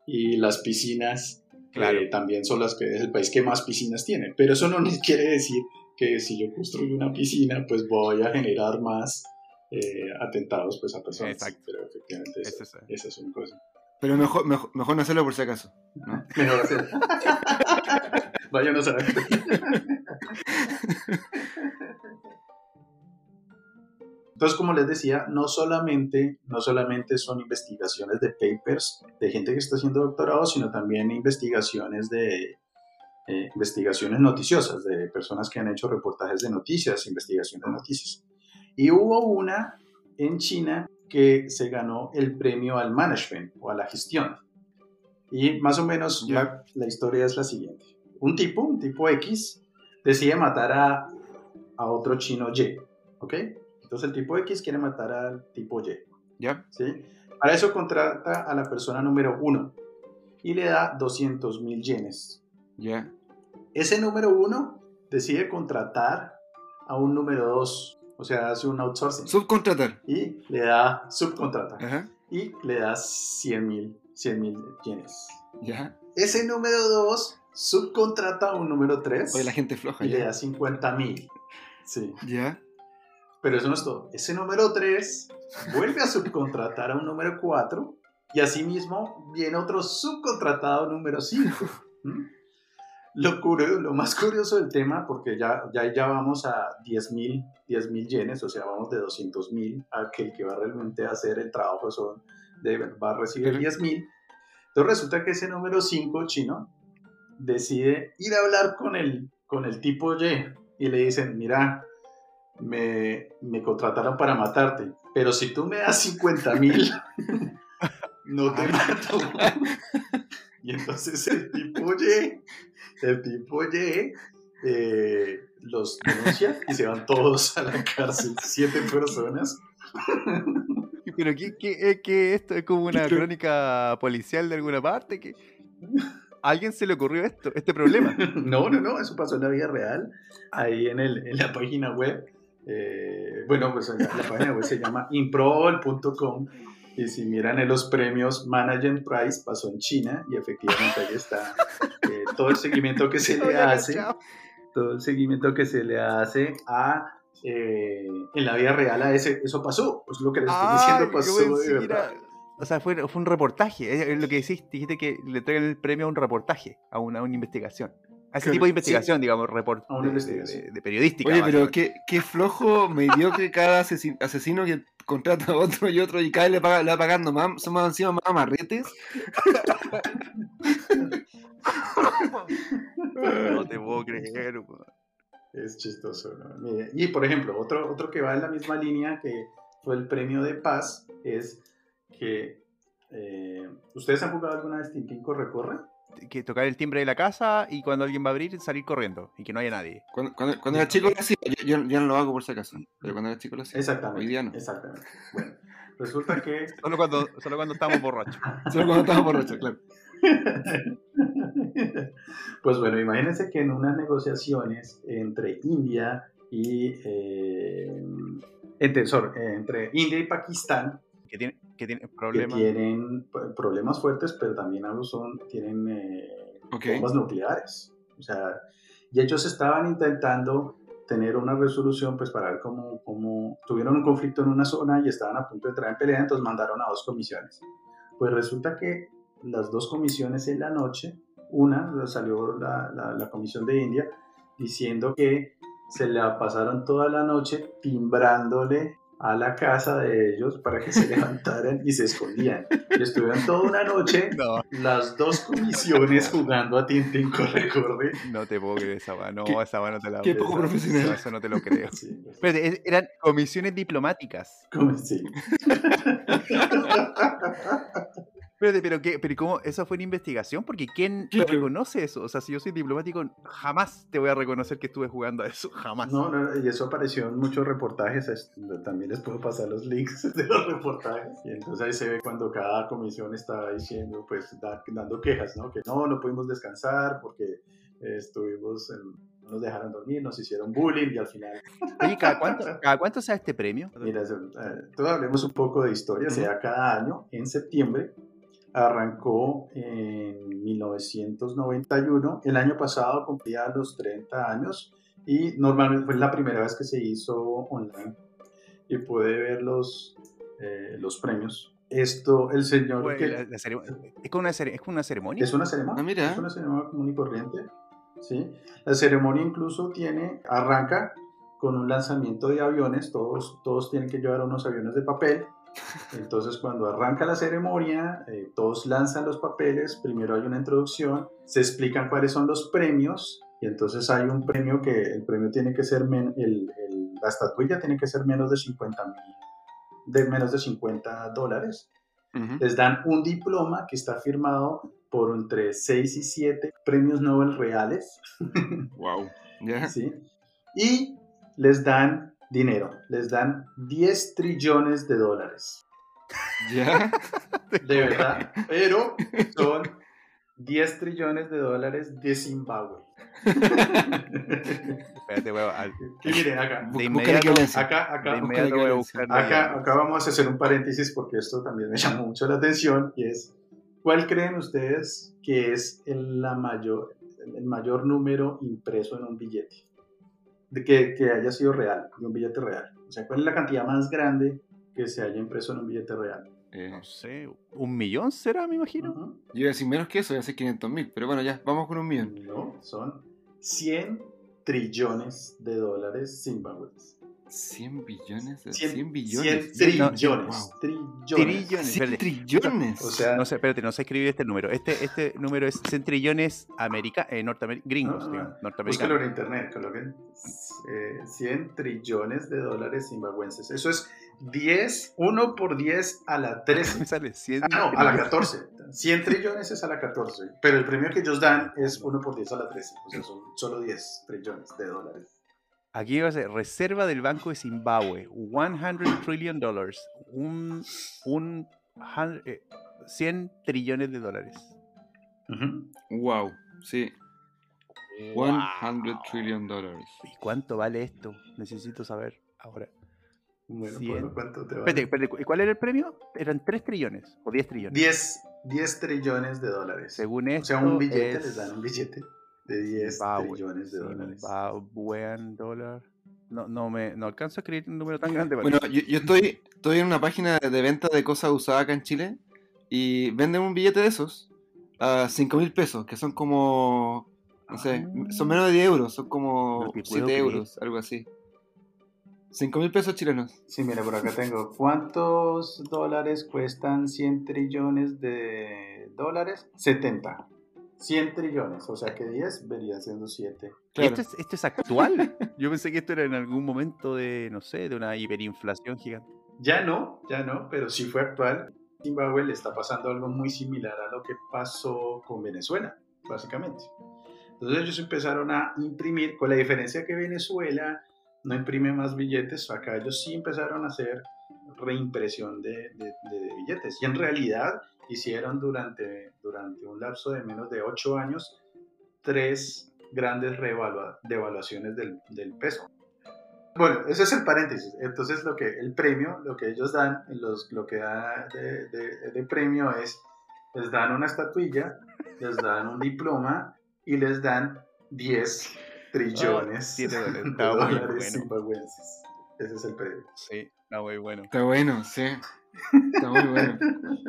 y las piscinas Claro. eh, también son las que es el país que más piscinas tiene. Pero eso no les quiere decir que si yo construyo una piscina pues voy a generar más eh, atentados pues a personas. Exacto. Pero efectivamente Es eso- eso. esas son cosas. Pero mejor, mejor, mejor no hacerlo por si acaso, ¿no? Mejor hacer. Váyanos a ver. Entonces, como les decía, no solamente, no solamente son investigaciones de papers de gente que está haciendo doctorado, sino también investigaciones de eh, investigaciones noticiosas de personas que han hecho reportajes de noticias, investigaciones de noticias. Y hubo una en China que se ganó el premio al management o a la gestión. Y más o menos la, la historia es la siguiente. Un tipo, un tipo X, decide matar a, a otro chino Y, ¿ok? Entonces el tipo X quiere matar al tipo Y, ¿Ya? ¿sí? Para eso contrata a la persona número uno y le da doscientos mil yenes. ¿Ya? Ese número uno decide contratar a un número dos, o sea, hace un outsourcing. Subcontratar. Y le da subcontrata. Ajá. Y le da cien mil yenes. ¿Ya? Ese número dos subcontrata a un número tres. Oye, la gente floja, y ya. le da cincuenta mil. Sí. ¿Ya? Pero eso no es todo. Ese número tres vuelve a subcontratar a un número cuatro y asimismo viene otro subcontratado número cinco. ¿Mm? Lo, curioso, lo más curioso del tema, porque ya, ya, ya vamos a diez mil yenes, o sea, vamos de doscientos mil a que el que va realmente a hacer el trabajo son de, va a recibir diez mil. Entonces resulta que ese número cinco chino decide ir a hablar con el, con el tipo Y y le dicen, mira, me, me contrataron para matarte, pero si tú me das cincuenta mil, no te mato. Y entonces el tipo Y, el tipo Y eh, los denuncia y se van todos a la cárcel, siete personas. Pero ¿qué, qué, es que esto es como una crónica policial de alguna parte? ¿Que ¿a alguien se le ocurrió esto, este problema? No, no, no, eso pasó en la vida real, ahí en, el, en la página web. Eh, bueno, pues la, la página web se llama improbable punto com. Y si miran en los premios Management Prize, pasó en China y efectivamente ahí está eh, todo el seguimiento que se le hace, todo el seguimiento que se le hace a eh, en la vida real a ese, eso pasó, pues lo que les estoy diciendo pasó de verdad. O sea, fue, fue un reportaje, es lo que decís, dijiste que le traigan el premio a un reportaje, a una, a una investigación. A ese Claro, tipo de investigación, sí. digamos, report, A una de, investigación. de, de periodística. Oye, pero qué, qué flojo, mediocre cada asesino, asesino que contrata a otro y otro y cada vez le, paga, le va pagando más, son más encima más amarretes. No te puedo creer, man. Es chistoso, ¿no? Mire, y por ejemplo, otro, otro que va en la misma línea que fue el premio de paz es que eh, ¿ustedes han jugado alguna vez Tintín Corre Corre? Que tocar el timbre de la casa y cuando alguien va a abrir salir corriendo y que no haya nadie. Cuando, cuando, cuando era chico lo hacía, yo, yo, yo no lo hago por si acaso, pero cuando era chico lo hacía. Exactamente. Hoy día no. Exactamente. Bueno, resulta que Solo cuando, solo cuando estamos borrachos. Solo cuando estaba borracho, claro. Pues bueno, imagínense que en unas negociaciones entre India y eh, entre, sorry, entre India y Pakistán, Que tiene, que tiene que problemas. tienen p- problemas fuertes, pero también algo son, tienen eh, Ok. bombas nucleares. O sea, y ellos estaban intentando tener una resolución, pues para ver cómo, cómo tuvieron un conflicto en una zona y estaban a punto de entrar en pelea, entonces mandaron a dos comisiones. Pues resulta que las dos comisiones en la noche, una salió la, la, la comisión de India diciendo que se la pasaron toda la noche timbrándole a la casa de ellos para que se levantaran y se escondían. Y estuvieron toda una noche No, las dos comisiones jugando a Tintín Corre Corre. no te puedo creer esa va. No, Qué- esa va no te la Qué puedo poco creer. profesional. No, eso no te lo creo. Sí, pues, Espérate, es- eran comisiones diplomáticas. como- sí. Espérate, pero qué, pero ¿cómo? ¿Eso fue una investigación? Porque ¿quién Claro. reconoce eso? O sea, si yo soy diplomático, jamás te voy a reconocer que estuve jugando a eso. Jamás. No, no, y eso apareció en muchos reportajes. es- También les puedo pasar los links de los reportajes. Y entonces ahí se ve cuando cada comisión está diciendo, pues, da- dando quejas, ¿no? Que no, no pudimos descansar porque eh, estuvimos, en- no nos dejaron dormir, nos hicieron bullying y al final. Oye, ¿cada cuánto, cada cuánto se da este premio? Mira, eh, todos hablemos un poco de historia. Se da cada año en septiembre. Arrancó en mil novecientos noventa y uno. El año pasado cumplía los treinta años y normalmente fue la primera vez que se hizo online y pude ver los, eh, los premios Esto, el señor Pues, que... la- la ceremonia- ¿Es como una, cere- es como una ceremonia? Es una ceremonia, Ah, mira. es una ceremonia común y corriente, ¿sí? La ceremonia incluso tiene, arranca con un lanzamiento de aviones, todos, todos tienen que llevar unos aviones de papel. Entonces cuando arranca la ceremonia, eh, todos lanzan los papeles, primero hay una introducción, se explican cuáles son los premios, y entonces hay un premio que el premio tiene que ser, men, el, el, la estatuilla tiene que ser menos de cincuenta mil, de menos de cincuenta dólares. Ujú. Les dan un diploma que está firmado por entre seis y siete premios Nobel reales, Wow. Ya. ¿sí? Y les dan dinero, les dan diez trillones de dólares, Ya. de verdad, pero son diez trillones de dólares de Zimbabue. Espérate, weón, al- Y miren acá, de Busca inmediato, violencia. acá, acá, de acá, inmediato voy a buscar. acá, acá vamos a hacer un paréntesis porque esto también me llamó mucho la atención y es, ¿cuál creen ustedes que es el, la mayor, el mayor número impreso en un billete? De que, que haya sido real, de un billete real. O sea, ¿cuál es la cantidad más grande que se haya impreso en un billete real? Eh, No sé, ¿un millón será, me imagino? Ujú. yo iba a decir menos que eso, iba a decir quinientos mil, pero bueno, ya, vamos con un millón. No, son cien trillones de dólares zimbabueses. cien billones, de- cien, cien billones. cien No, trillones. wow. Trillones. Trillones. cien espérate. trillones. O sea, No sé, espérate, no sé escribir este número. Este, este número es cien trillones america eh, norteamer- gringos, No, no, digamos, búsquelo norteamericanos. en internet, coloquen eh, cien trillones de dólares zimbabuenses. Eso es diez, uno por diez a la Me trece. sale cien Ah, no, a la trillones. catorce. cien trillones es a la catorce. Pero el premio que ellos dan es uno por diez a la trece. O sea, son solo diez trillones de dólares. Aquí va a ser reserva del Banco de Zimbabue, cien trillion dollars, un, un hun- eh, cien trillones de dólares. Ujú. Wow, sí. cien trillion dollars. ¿Y cuánto vale esto? Necesito saber ahora. Bueno, cien. Pablo, ¿cuánto te Espérate, vale? espérate, ¿y cuál era el premio? ¿Eran tres trillones o diez trillones? diez, diez trillones de dólares. Según esto, O sea, un billete, es les dan un billete de diez Zimbabue, trillones de dólares. Zimbabwean dólar. No, no me no alcanzo a escribir un número tan grande. Bueno, yo, yo estoy, estoy en una página de venta de cosas usadas acá en Chile y venden un billete de esos a cinco mil pesos, que son como, no sé, Ah. son menos de diez euros, son como No te puedo siete creer. euros, algo así. cinco mil pesos chilenos. Sí, mira, por acá tengo. ¿Cuántos dólares cuestan cien trillones de dólares? setenta. cien trillones, o sea que diez verían siendo siete. ¿Y Claro. esto es, esto es actual? Yo pensé que esto era en algún momento de, no sé, de una hiperinflación gigante. Ya no, ya no, pero sí fue actual. Zimbabue le está pasando algo muy similar a lo que pasó con Venezuela, básicamente. Entonces ellos empezaron a imprimir, con la diferencia que Venezuela no imprime más billetes, acá ellos sí empezaron a hacer reimpresión de, de, de, de billetes. Y en realidad hicieron durante, durante un lapso de menos de ocho años tres grandes revalua- devaluaciones del, del peso. Bueno, ese es el paréntesis. Entonces, lo que el premio, lo que ellos dan, los, lo que da de, de, de premio es, les dan una estatuilla, les dan un diploma y les dan diez trillones siete dólares. de Está muy dólares bueno. zimbabuenses. Ese es el premio. Sí, está muy bueno. Está bueno, sí. Está muy bueno.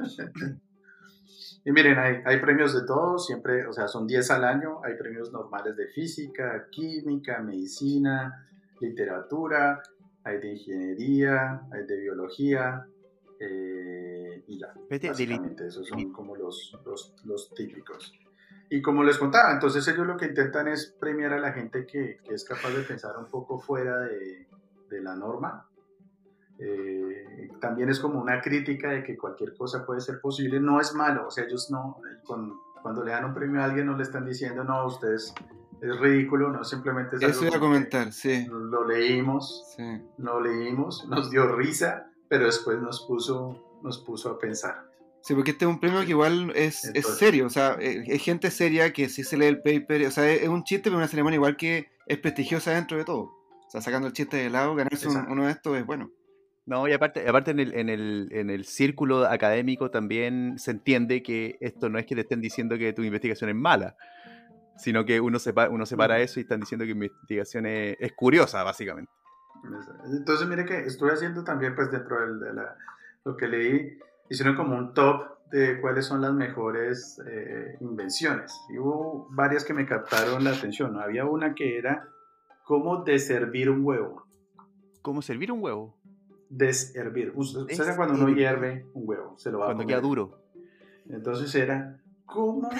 Y miren, hay, hay premios de todo, siempre, o sea, son diez al año, hay premios normales de física, química, medicina, literatura, hay de ingeniería, hay de biología, eh, y ya, Vete, de li- básicamente esos son como los, los, los típicos. Y como les contaba, entonces ellos lo que intentan es premiar a la gente que, que es capaz de pensar un poco fuera de, de la norma. Eh, también es como una crítica de que cualquier cosa puede ser posible, no es malo, o sea, ellos no, con, cuando le dan un premio a alguien no le están diciendo, no, usted es, es ridículo, no, simplemente es Eso algo iba a como que comentar, sí. lo leímos, Sí. lo leímos, nos dio risa, pero después nos puso, nos puso a pensar. Sí, porque este es un premio que igual es, es Entonces- serio, o sea, es, es gente seria que sí se lee el paper, o sea, es, es un chiste, pero una ceremonia igual que es prestigiosa dentro de todo. O sea, sacando el chiste de lado, ganarse un- Exacto. uno de estos es bueno. No, y aparte, aparte en el, en el, en el círculo académico también se entiende que esto no es que te estén diciendo que tu investigación es mala, sino que uno separa, uno separa Mm. eso y están diciendo que mi investigación es, es curiosa, básicamente. Entonces, mire que estuve haciendo también, pues dentro del- de la, lo que leí, hicieron como un top de cuáles son las mejores eh, invenciones. Y hubo varias que me captaron la atención, ¿no? Había una que era cómo deshervir un huevo. ¿Cómo servir un huevo? Deshervir. ¿Ustedes saben cuando uno hierve un huevo? Se lo va Cuando a comer. queda duro. Entonces era cómo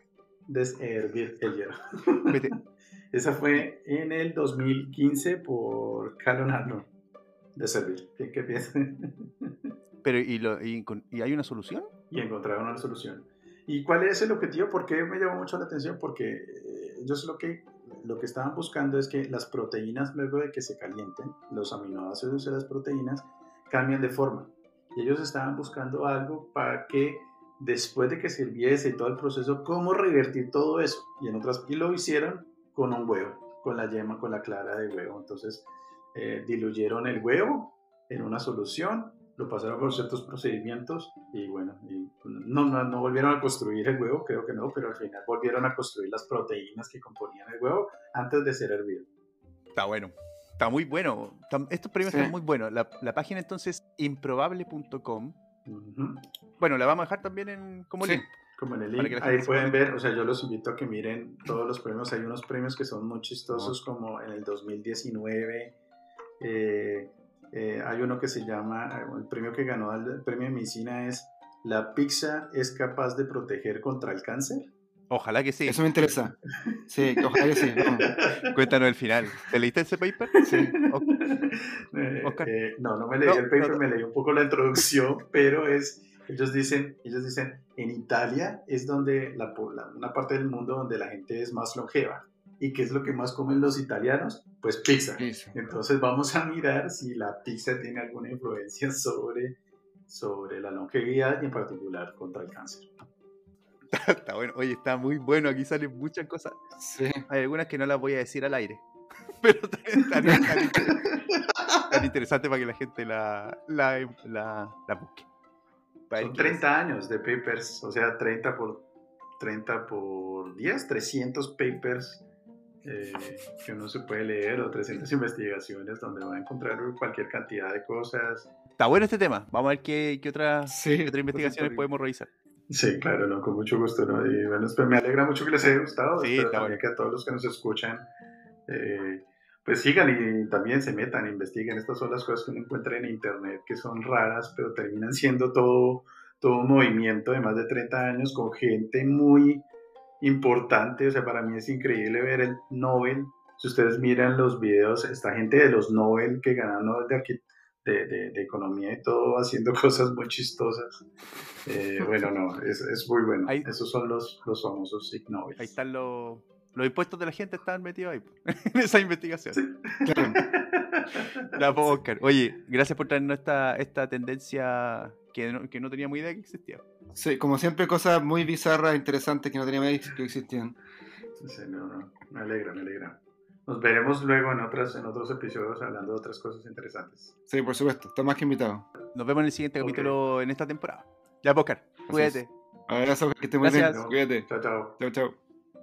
deshervir el hielo. Vete. Esa fue en el dos mil quince por Calon Arnold. Deshervir. ¿Qué, qué piensan? Pero, ¿y, lo, y, ¿y hay una solución? Y encontraron una solución. ¿Y cuál es el objetivo? ¿Por qué me llamó mucho la atención? Porque eh, ellos lo que, lo que estaban buscando es que las proteínas, luego de que se calienten, los aminoácidos de las proteínas cambian de forma. Y ellos estaban buscando algo para que después de que se hirviese y todo el proceso, cómo revertir todo eso. Y, en otras, y lo hicieron con un huevo, con la yema, con la clara de huevo. Entonces eh, diluyeron el huevo en una solución, lo pasaron por ciertos procedimientos y bueno, y no, no, no volvieron a construir el huevo, creo que no, pero al final volvieron a construir las proteínas que componían el huevo antes de ser hervido. Está bueno, está muy bueno. Estos premios sí. están muy buenos. La, la página entonces improbable punto com. Uh-huh. Bueno, la vamos a dejar también en, como sí. link. Como en el link, ahí pueden ver, o sea, yo los invito a que miren todos los premios. Hay unos premios que son muy chistosos, oh. como en el dos mil diecinueve. Eh, eh, hay uno que se llama, el premio que ganó el premio de medicina es ¿la pizza es capaz de proteger contra el cáncer? Ojalá que sí. Eso me interesa. Sí, ojalá que sí. Vamos. Cuéntanos el final. ¿Te leíste ese paper? Sí. ¿Oscar? Eh, eh, no, no me leí no, el paper, no, no. me leí un poco la introducción, pero es... Ellos dicen, ellos dicen, en Italia es donde la, la, una parte del mundo donde la gente es más longeva. ¿Y qué es lo que más comen los italianos? Pues pizza. pizza. Entonces vamos a mirar si la pizza tiene alguna influencia sobre, sobre la longevidad y en particular contra el cáncer. Está bueno. Oye, está muy bueno. Aquí salen muchas cosas. Sí. Hay algunas que no las voy a decir al aire. Pero tan, tan, tan, tan interesante para que la gente la, la, la, la busque. Son treinta años de papers, o sea, treinta por diez, trescientos papers eh, que uno se puede leer, o trescientas investigaciones donde va a encontrar cualquier cantidad de cosas. Está bueno este tema, vamos a ver qué, qué, otra, sí, qué otras investigaciones sí, podemos revisar. Sí, claro, no, con mucho gusto, ¿no? Y bueno, me alegra mucho que les haya gustado, sí, pero también bueno. Que a todos los que nos escuchan, eh, pues sigan y también se metan, investiguen. Estas son las cosas que uno encuentra en internet que son raras, pero terminan siendo todo, todo un movimiento de más de treinta años con gente muy importante. O sea, para mí es increíble ver el Nobel. Si ustedes miran los videos, esta gente de los Nobel que ganan Nobel de, arqu- de, de, de economía y todo, haciendo cosas muy chistosas. Eh, bueno, no, es, es muy bueno. Ahí, Esos son los, los famosos Ig Nobel. Ahí están los... Los impuestos de la gente estaban metidos ahí, en esa investigación. Sí. Claro. La Oscar. Oye, gracias por traernos esta, esta tendencia que no, que no teníamos idea que existía. Sí, como siempre, cosas muy bizarras, interesantes que no teníamos idea que existían. Sí, no, no. Me alegra, me alegra. Nos veremos luego en, otras, en otros episodios hablando de otras cosas interesantes. Sí, por supuesto. Está más que invitado. Nos vemos en el siguiente okay. capítulo en esta temporada. Ya, Oscar. Cuídate. Abrazo, que estés muy Gracias. bien. Cuídate. Chao, chao. Chao, chao.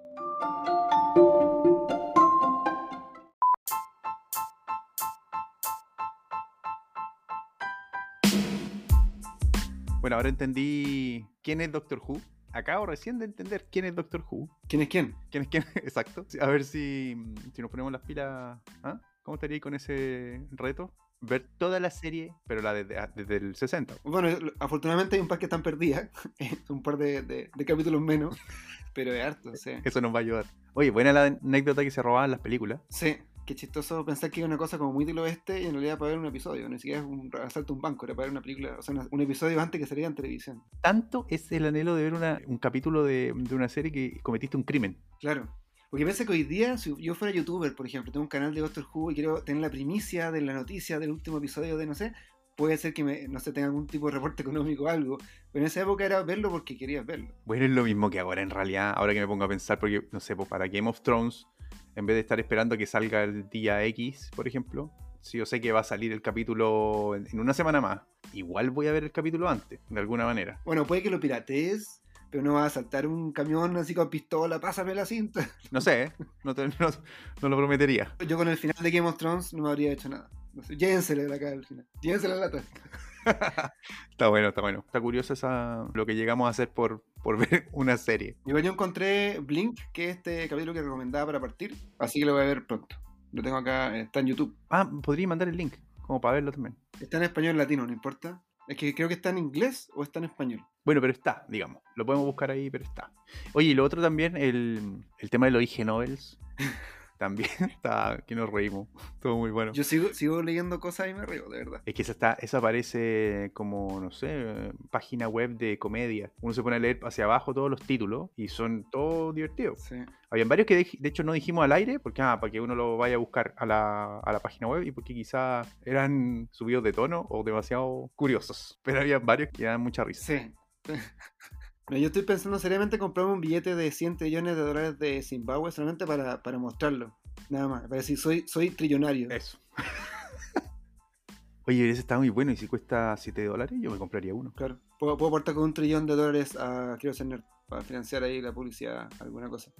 Bueno, ahora entendí quién es Doctor Who. Acabo recién de entender quién es Doctor Who. ¿Quién es quién? ¿Quién es quién? Exacto. A ver si, si nos ponemos las pilas. ¿Ah? ¿Cómo estaría ahí con ese reto? Ver toda la serie, pero la desde, desde el sesenta. Bueno, afortunadamente hay un par que están perdidas. Un par de, de, de capítulos menos. Pero es harto, sí. Eso nos va a ayudar. Oye, buena la anécdota que se robaban las películas. Sí. Qué chistoso pensar que era una cosa como muy del oeste y en realidad para ver un episodio, ni siquiera es un asalto a un banco, era para ver una película, o sea, una, un episodio antes que saliera en televisión. Tanto es el anhelo de ver una, un capítulo de, de una serie que cometiste un crimen. Claro, porque piensa que hoy día, si yo fuera youtuber, por ejemplo, tengo un canal de Doctor Who y quiero tener la primicia de la noticia del último episodio de no sé, puede ser que me, no sé, tenga algún tipo de reporte económico o algo, pero en esa época era verlo porque querías verlo. Bueno, es lo mismo que ahora en realidad, ahora que me pongo a pensar, porque no sé, pues para Game of Thrones, en vez de estar esperando que salga el día X, por ejemplo, si yo sé que va a salir el capítulo en, en una semana más, igual voy a ver el capítulo antes, de alguna manera. Bueno, puede que lo piratees, pero no vas a saltar un camión así con pistola, pásame la cinta. No sé, ¿eh? no, te, no, no lo prometería. Yo con el final de Game of Thrones no me habría hecho nada. No sé, llévensele la cara al final, llévensele la lata. Está bueno, está bueno. Está curioso esa, lo que llegamos a hacer por, por ver una serie. Igual yo encontré Blink, que es este capítulo que recomendaba para partir, así que lo voy a ver pronto. Lo tengo acá, está en YouTube. Ah, podría mandar el link, como para verlo también. Está en español latino, no importa. Es que creo que está en inglés o está en español. Bueno, pero está, digamos. Lo podemos buscar ahí, pero está. Oye, y lo otro también, el, el tema de los I G Novels. También está, que nos reímos. Todo muy bueno. Yo sigo, sigo leyendo cosas y me río, de verdad. Es que esa, está, esa parece como, no sé, página web de comedia. Uno se pone a leer hacia abajo todos los títulos y son todos divertidos. Sí. Habían varios que de, de hecho no dijimos al aire, porque ah, para que uno lo vaya a buscar a la, a la página web y porque quizá eran subidos de tono o demasiado curiosos. Pero había varios que daban mucha risa. Sí. Pero yo estoy pensando seriamente comprarme un billete de cien trillones de dólares de Zimbabue solamente para, para mostrarlo. Nada más. Para decir, soy, soy trillonario. Eso. Oye, ese está muy bueno y si cuesta siete dólares, yo me compraría uno. Claro. Puedo, puedo aportar con un trillón de dólares a Quiero Ser Nerd para financiar ahí la publicidad, alguna cosa.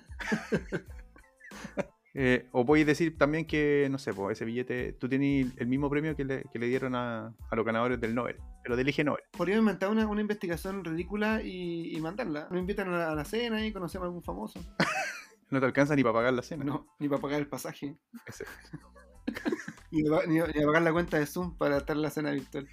Eh, o podéis decir también que, no sé, pues ese billete, tú tenés el mismo premio que le, que le dieron a, a los ganadores del Nobel, pero del I G Nobel. Podríamos inventar una, una investigación ridícula y, y mandarla. Nos invitan a la, a la cena y conocemos a algún famoso. No te alcanza ni para pagar la cena. No, ni para pagar el pasaje. Ese. Ni, ni, ni a pagar la cuenta de Zoom para estar en la cena virtual.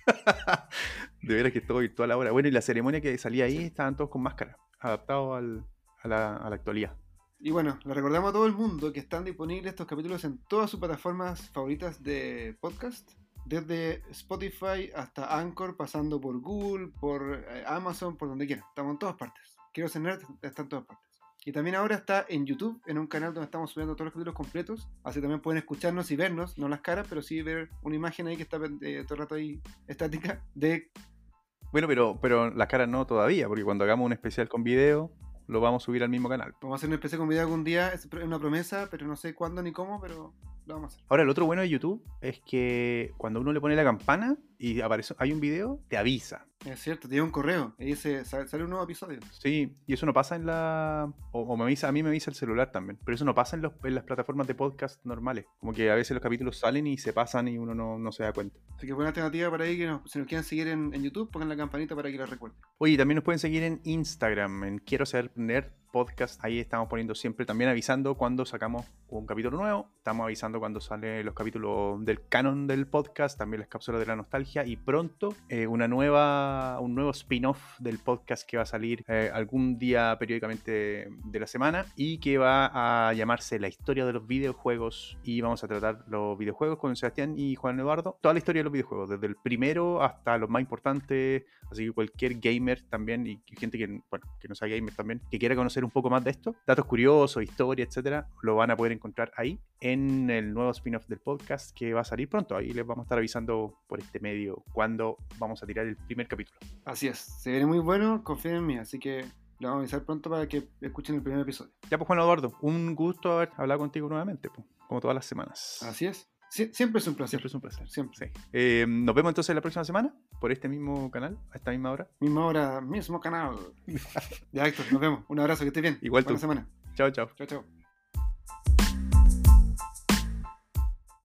De veras que es todo virtual ahora. Bueno, y la ceremonia que salía ahí estaban todos con máscara, adaptados al, a, la, a la actualidad. Y bueno, le recordamos a todo el mundo que están disponibles estos capítulos en todas sus plataformas favoritas de podcast, desde Spotify hasta Anchor, pasando por Google, por eh, Amazon, por donde quiera. Estamos en todas partes. Quiero Ser Nerd está en todas partes. Y también ahora está en YouTube, en un canal donde estamos subiendo todos los capítulos completos. Así también pueden escucharnos y vernos, no las caras, pero sí ver una imagen ahí que está eh, todo el rato ahí estática de... Bueno, pero, pero las caras no todavía, porque cuando hagamos un especial con video, lo vamos a subir al mismo canal. Vamos a hacer un especial con video algún día, es una promesa, pero no sé cuándo ni cómo, pero lo vamos a hacer. Ahora, lo otro bueno de YouTube es que cuando uno le pone la campana y aparece, hay un video, te avisa. Es cierto, te llega un correo y dice, sale, sale un nuevo episodio. Sí, y eso no pasa en la... O, o me avisa, a mí me avisa el celular también, pero eso no pasa en, los, en las plataformas de podcast normales. Como que a veces los capítulos salen y se pasan y uno no, no se da cuenta. Así que buena alternativa para ahí, que nos, si nos quieren seguir en, en YouTube, pongan la campanita para que la recuerden. Oye, también nos pueden seguir en Instagram, en Quiero Ser Nerd Podcast. Ahí estamos poniendo siempre, también avisando cuando sacamos un capítulo nuevo. Estamos avisando cuando salen los capítulos del canon del podcast, también las cápsulas de la nostalgia y pronto eh, una nueva, un nuevo spin-off del podcast que va a salir eh, algún día periódicamente de la semana y que va a llamarse La Historia de los Videojuegos, y vamos a tratar los videojuegos con Sebastián y Juan Eduardo, toda la historia de los videojuegos, desde el primero hasta los más importantes, así que cualquier gamer también y gente que, bueno, que no sea gamer también, que quiera conocer un poco más de esto, datos curiosos, historia, etcétera, lo van a poder encontrar ahí en el nuevo spin-off del podcast que va a salir pronto. Ahí les vamos a estar avisando por este medio cuando vamos a tirar el primer capítulo. Así es, se viene muy bueno, confíen en mí, así que lo vamos a avisar pronto para que escuchen el primer episodio. Ya pues, Juan Eduardo, un gusto haber hablado contigo nuevamente, pues, como todas las semanas. Así es, Sie- siempre es un placer. Siempre es un placer. Siempre. Sí. Eh, nos vemos entonces la próxima semana por este mismo canal, a esta misma hora. Misma hora, mismo canal. Ya, Héctor, nos vemos. Un abrazo, que estés bien. Igual Buena tú. semana. Chao, chao. Chao, chao.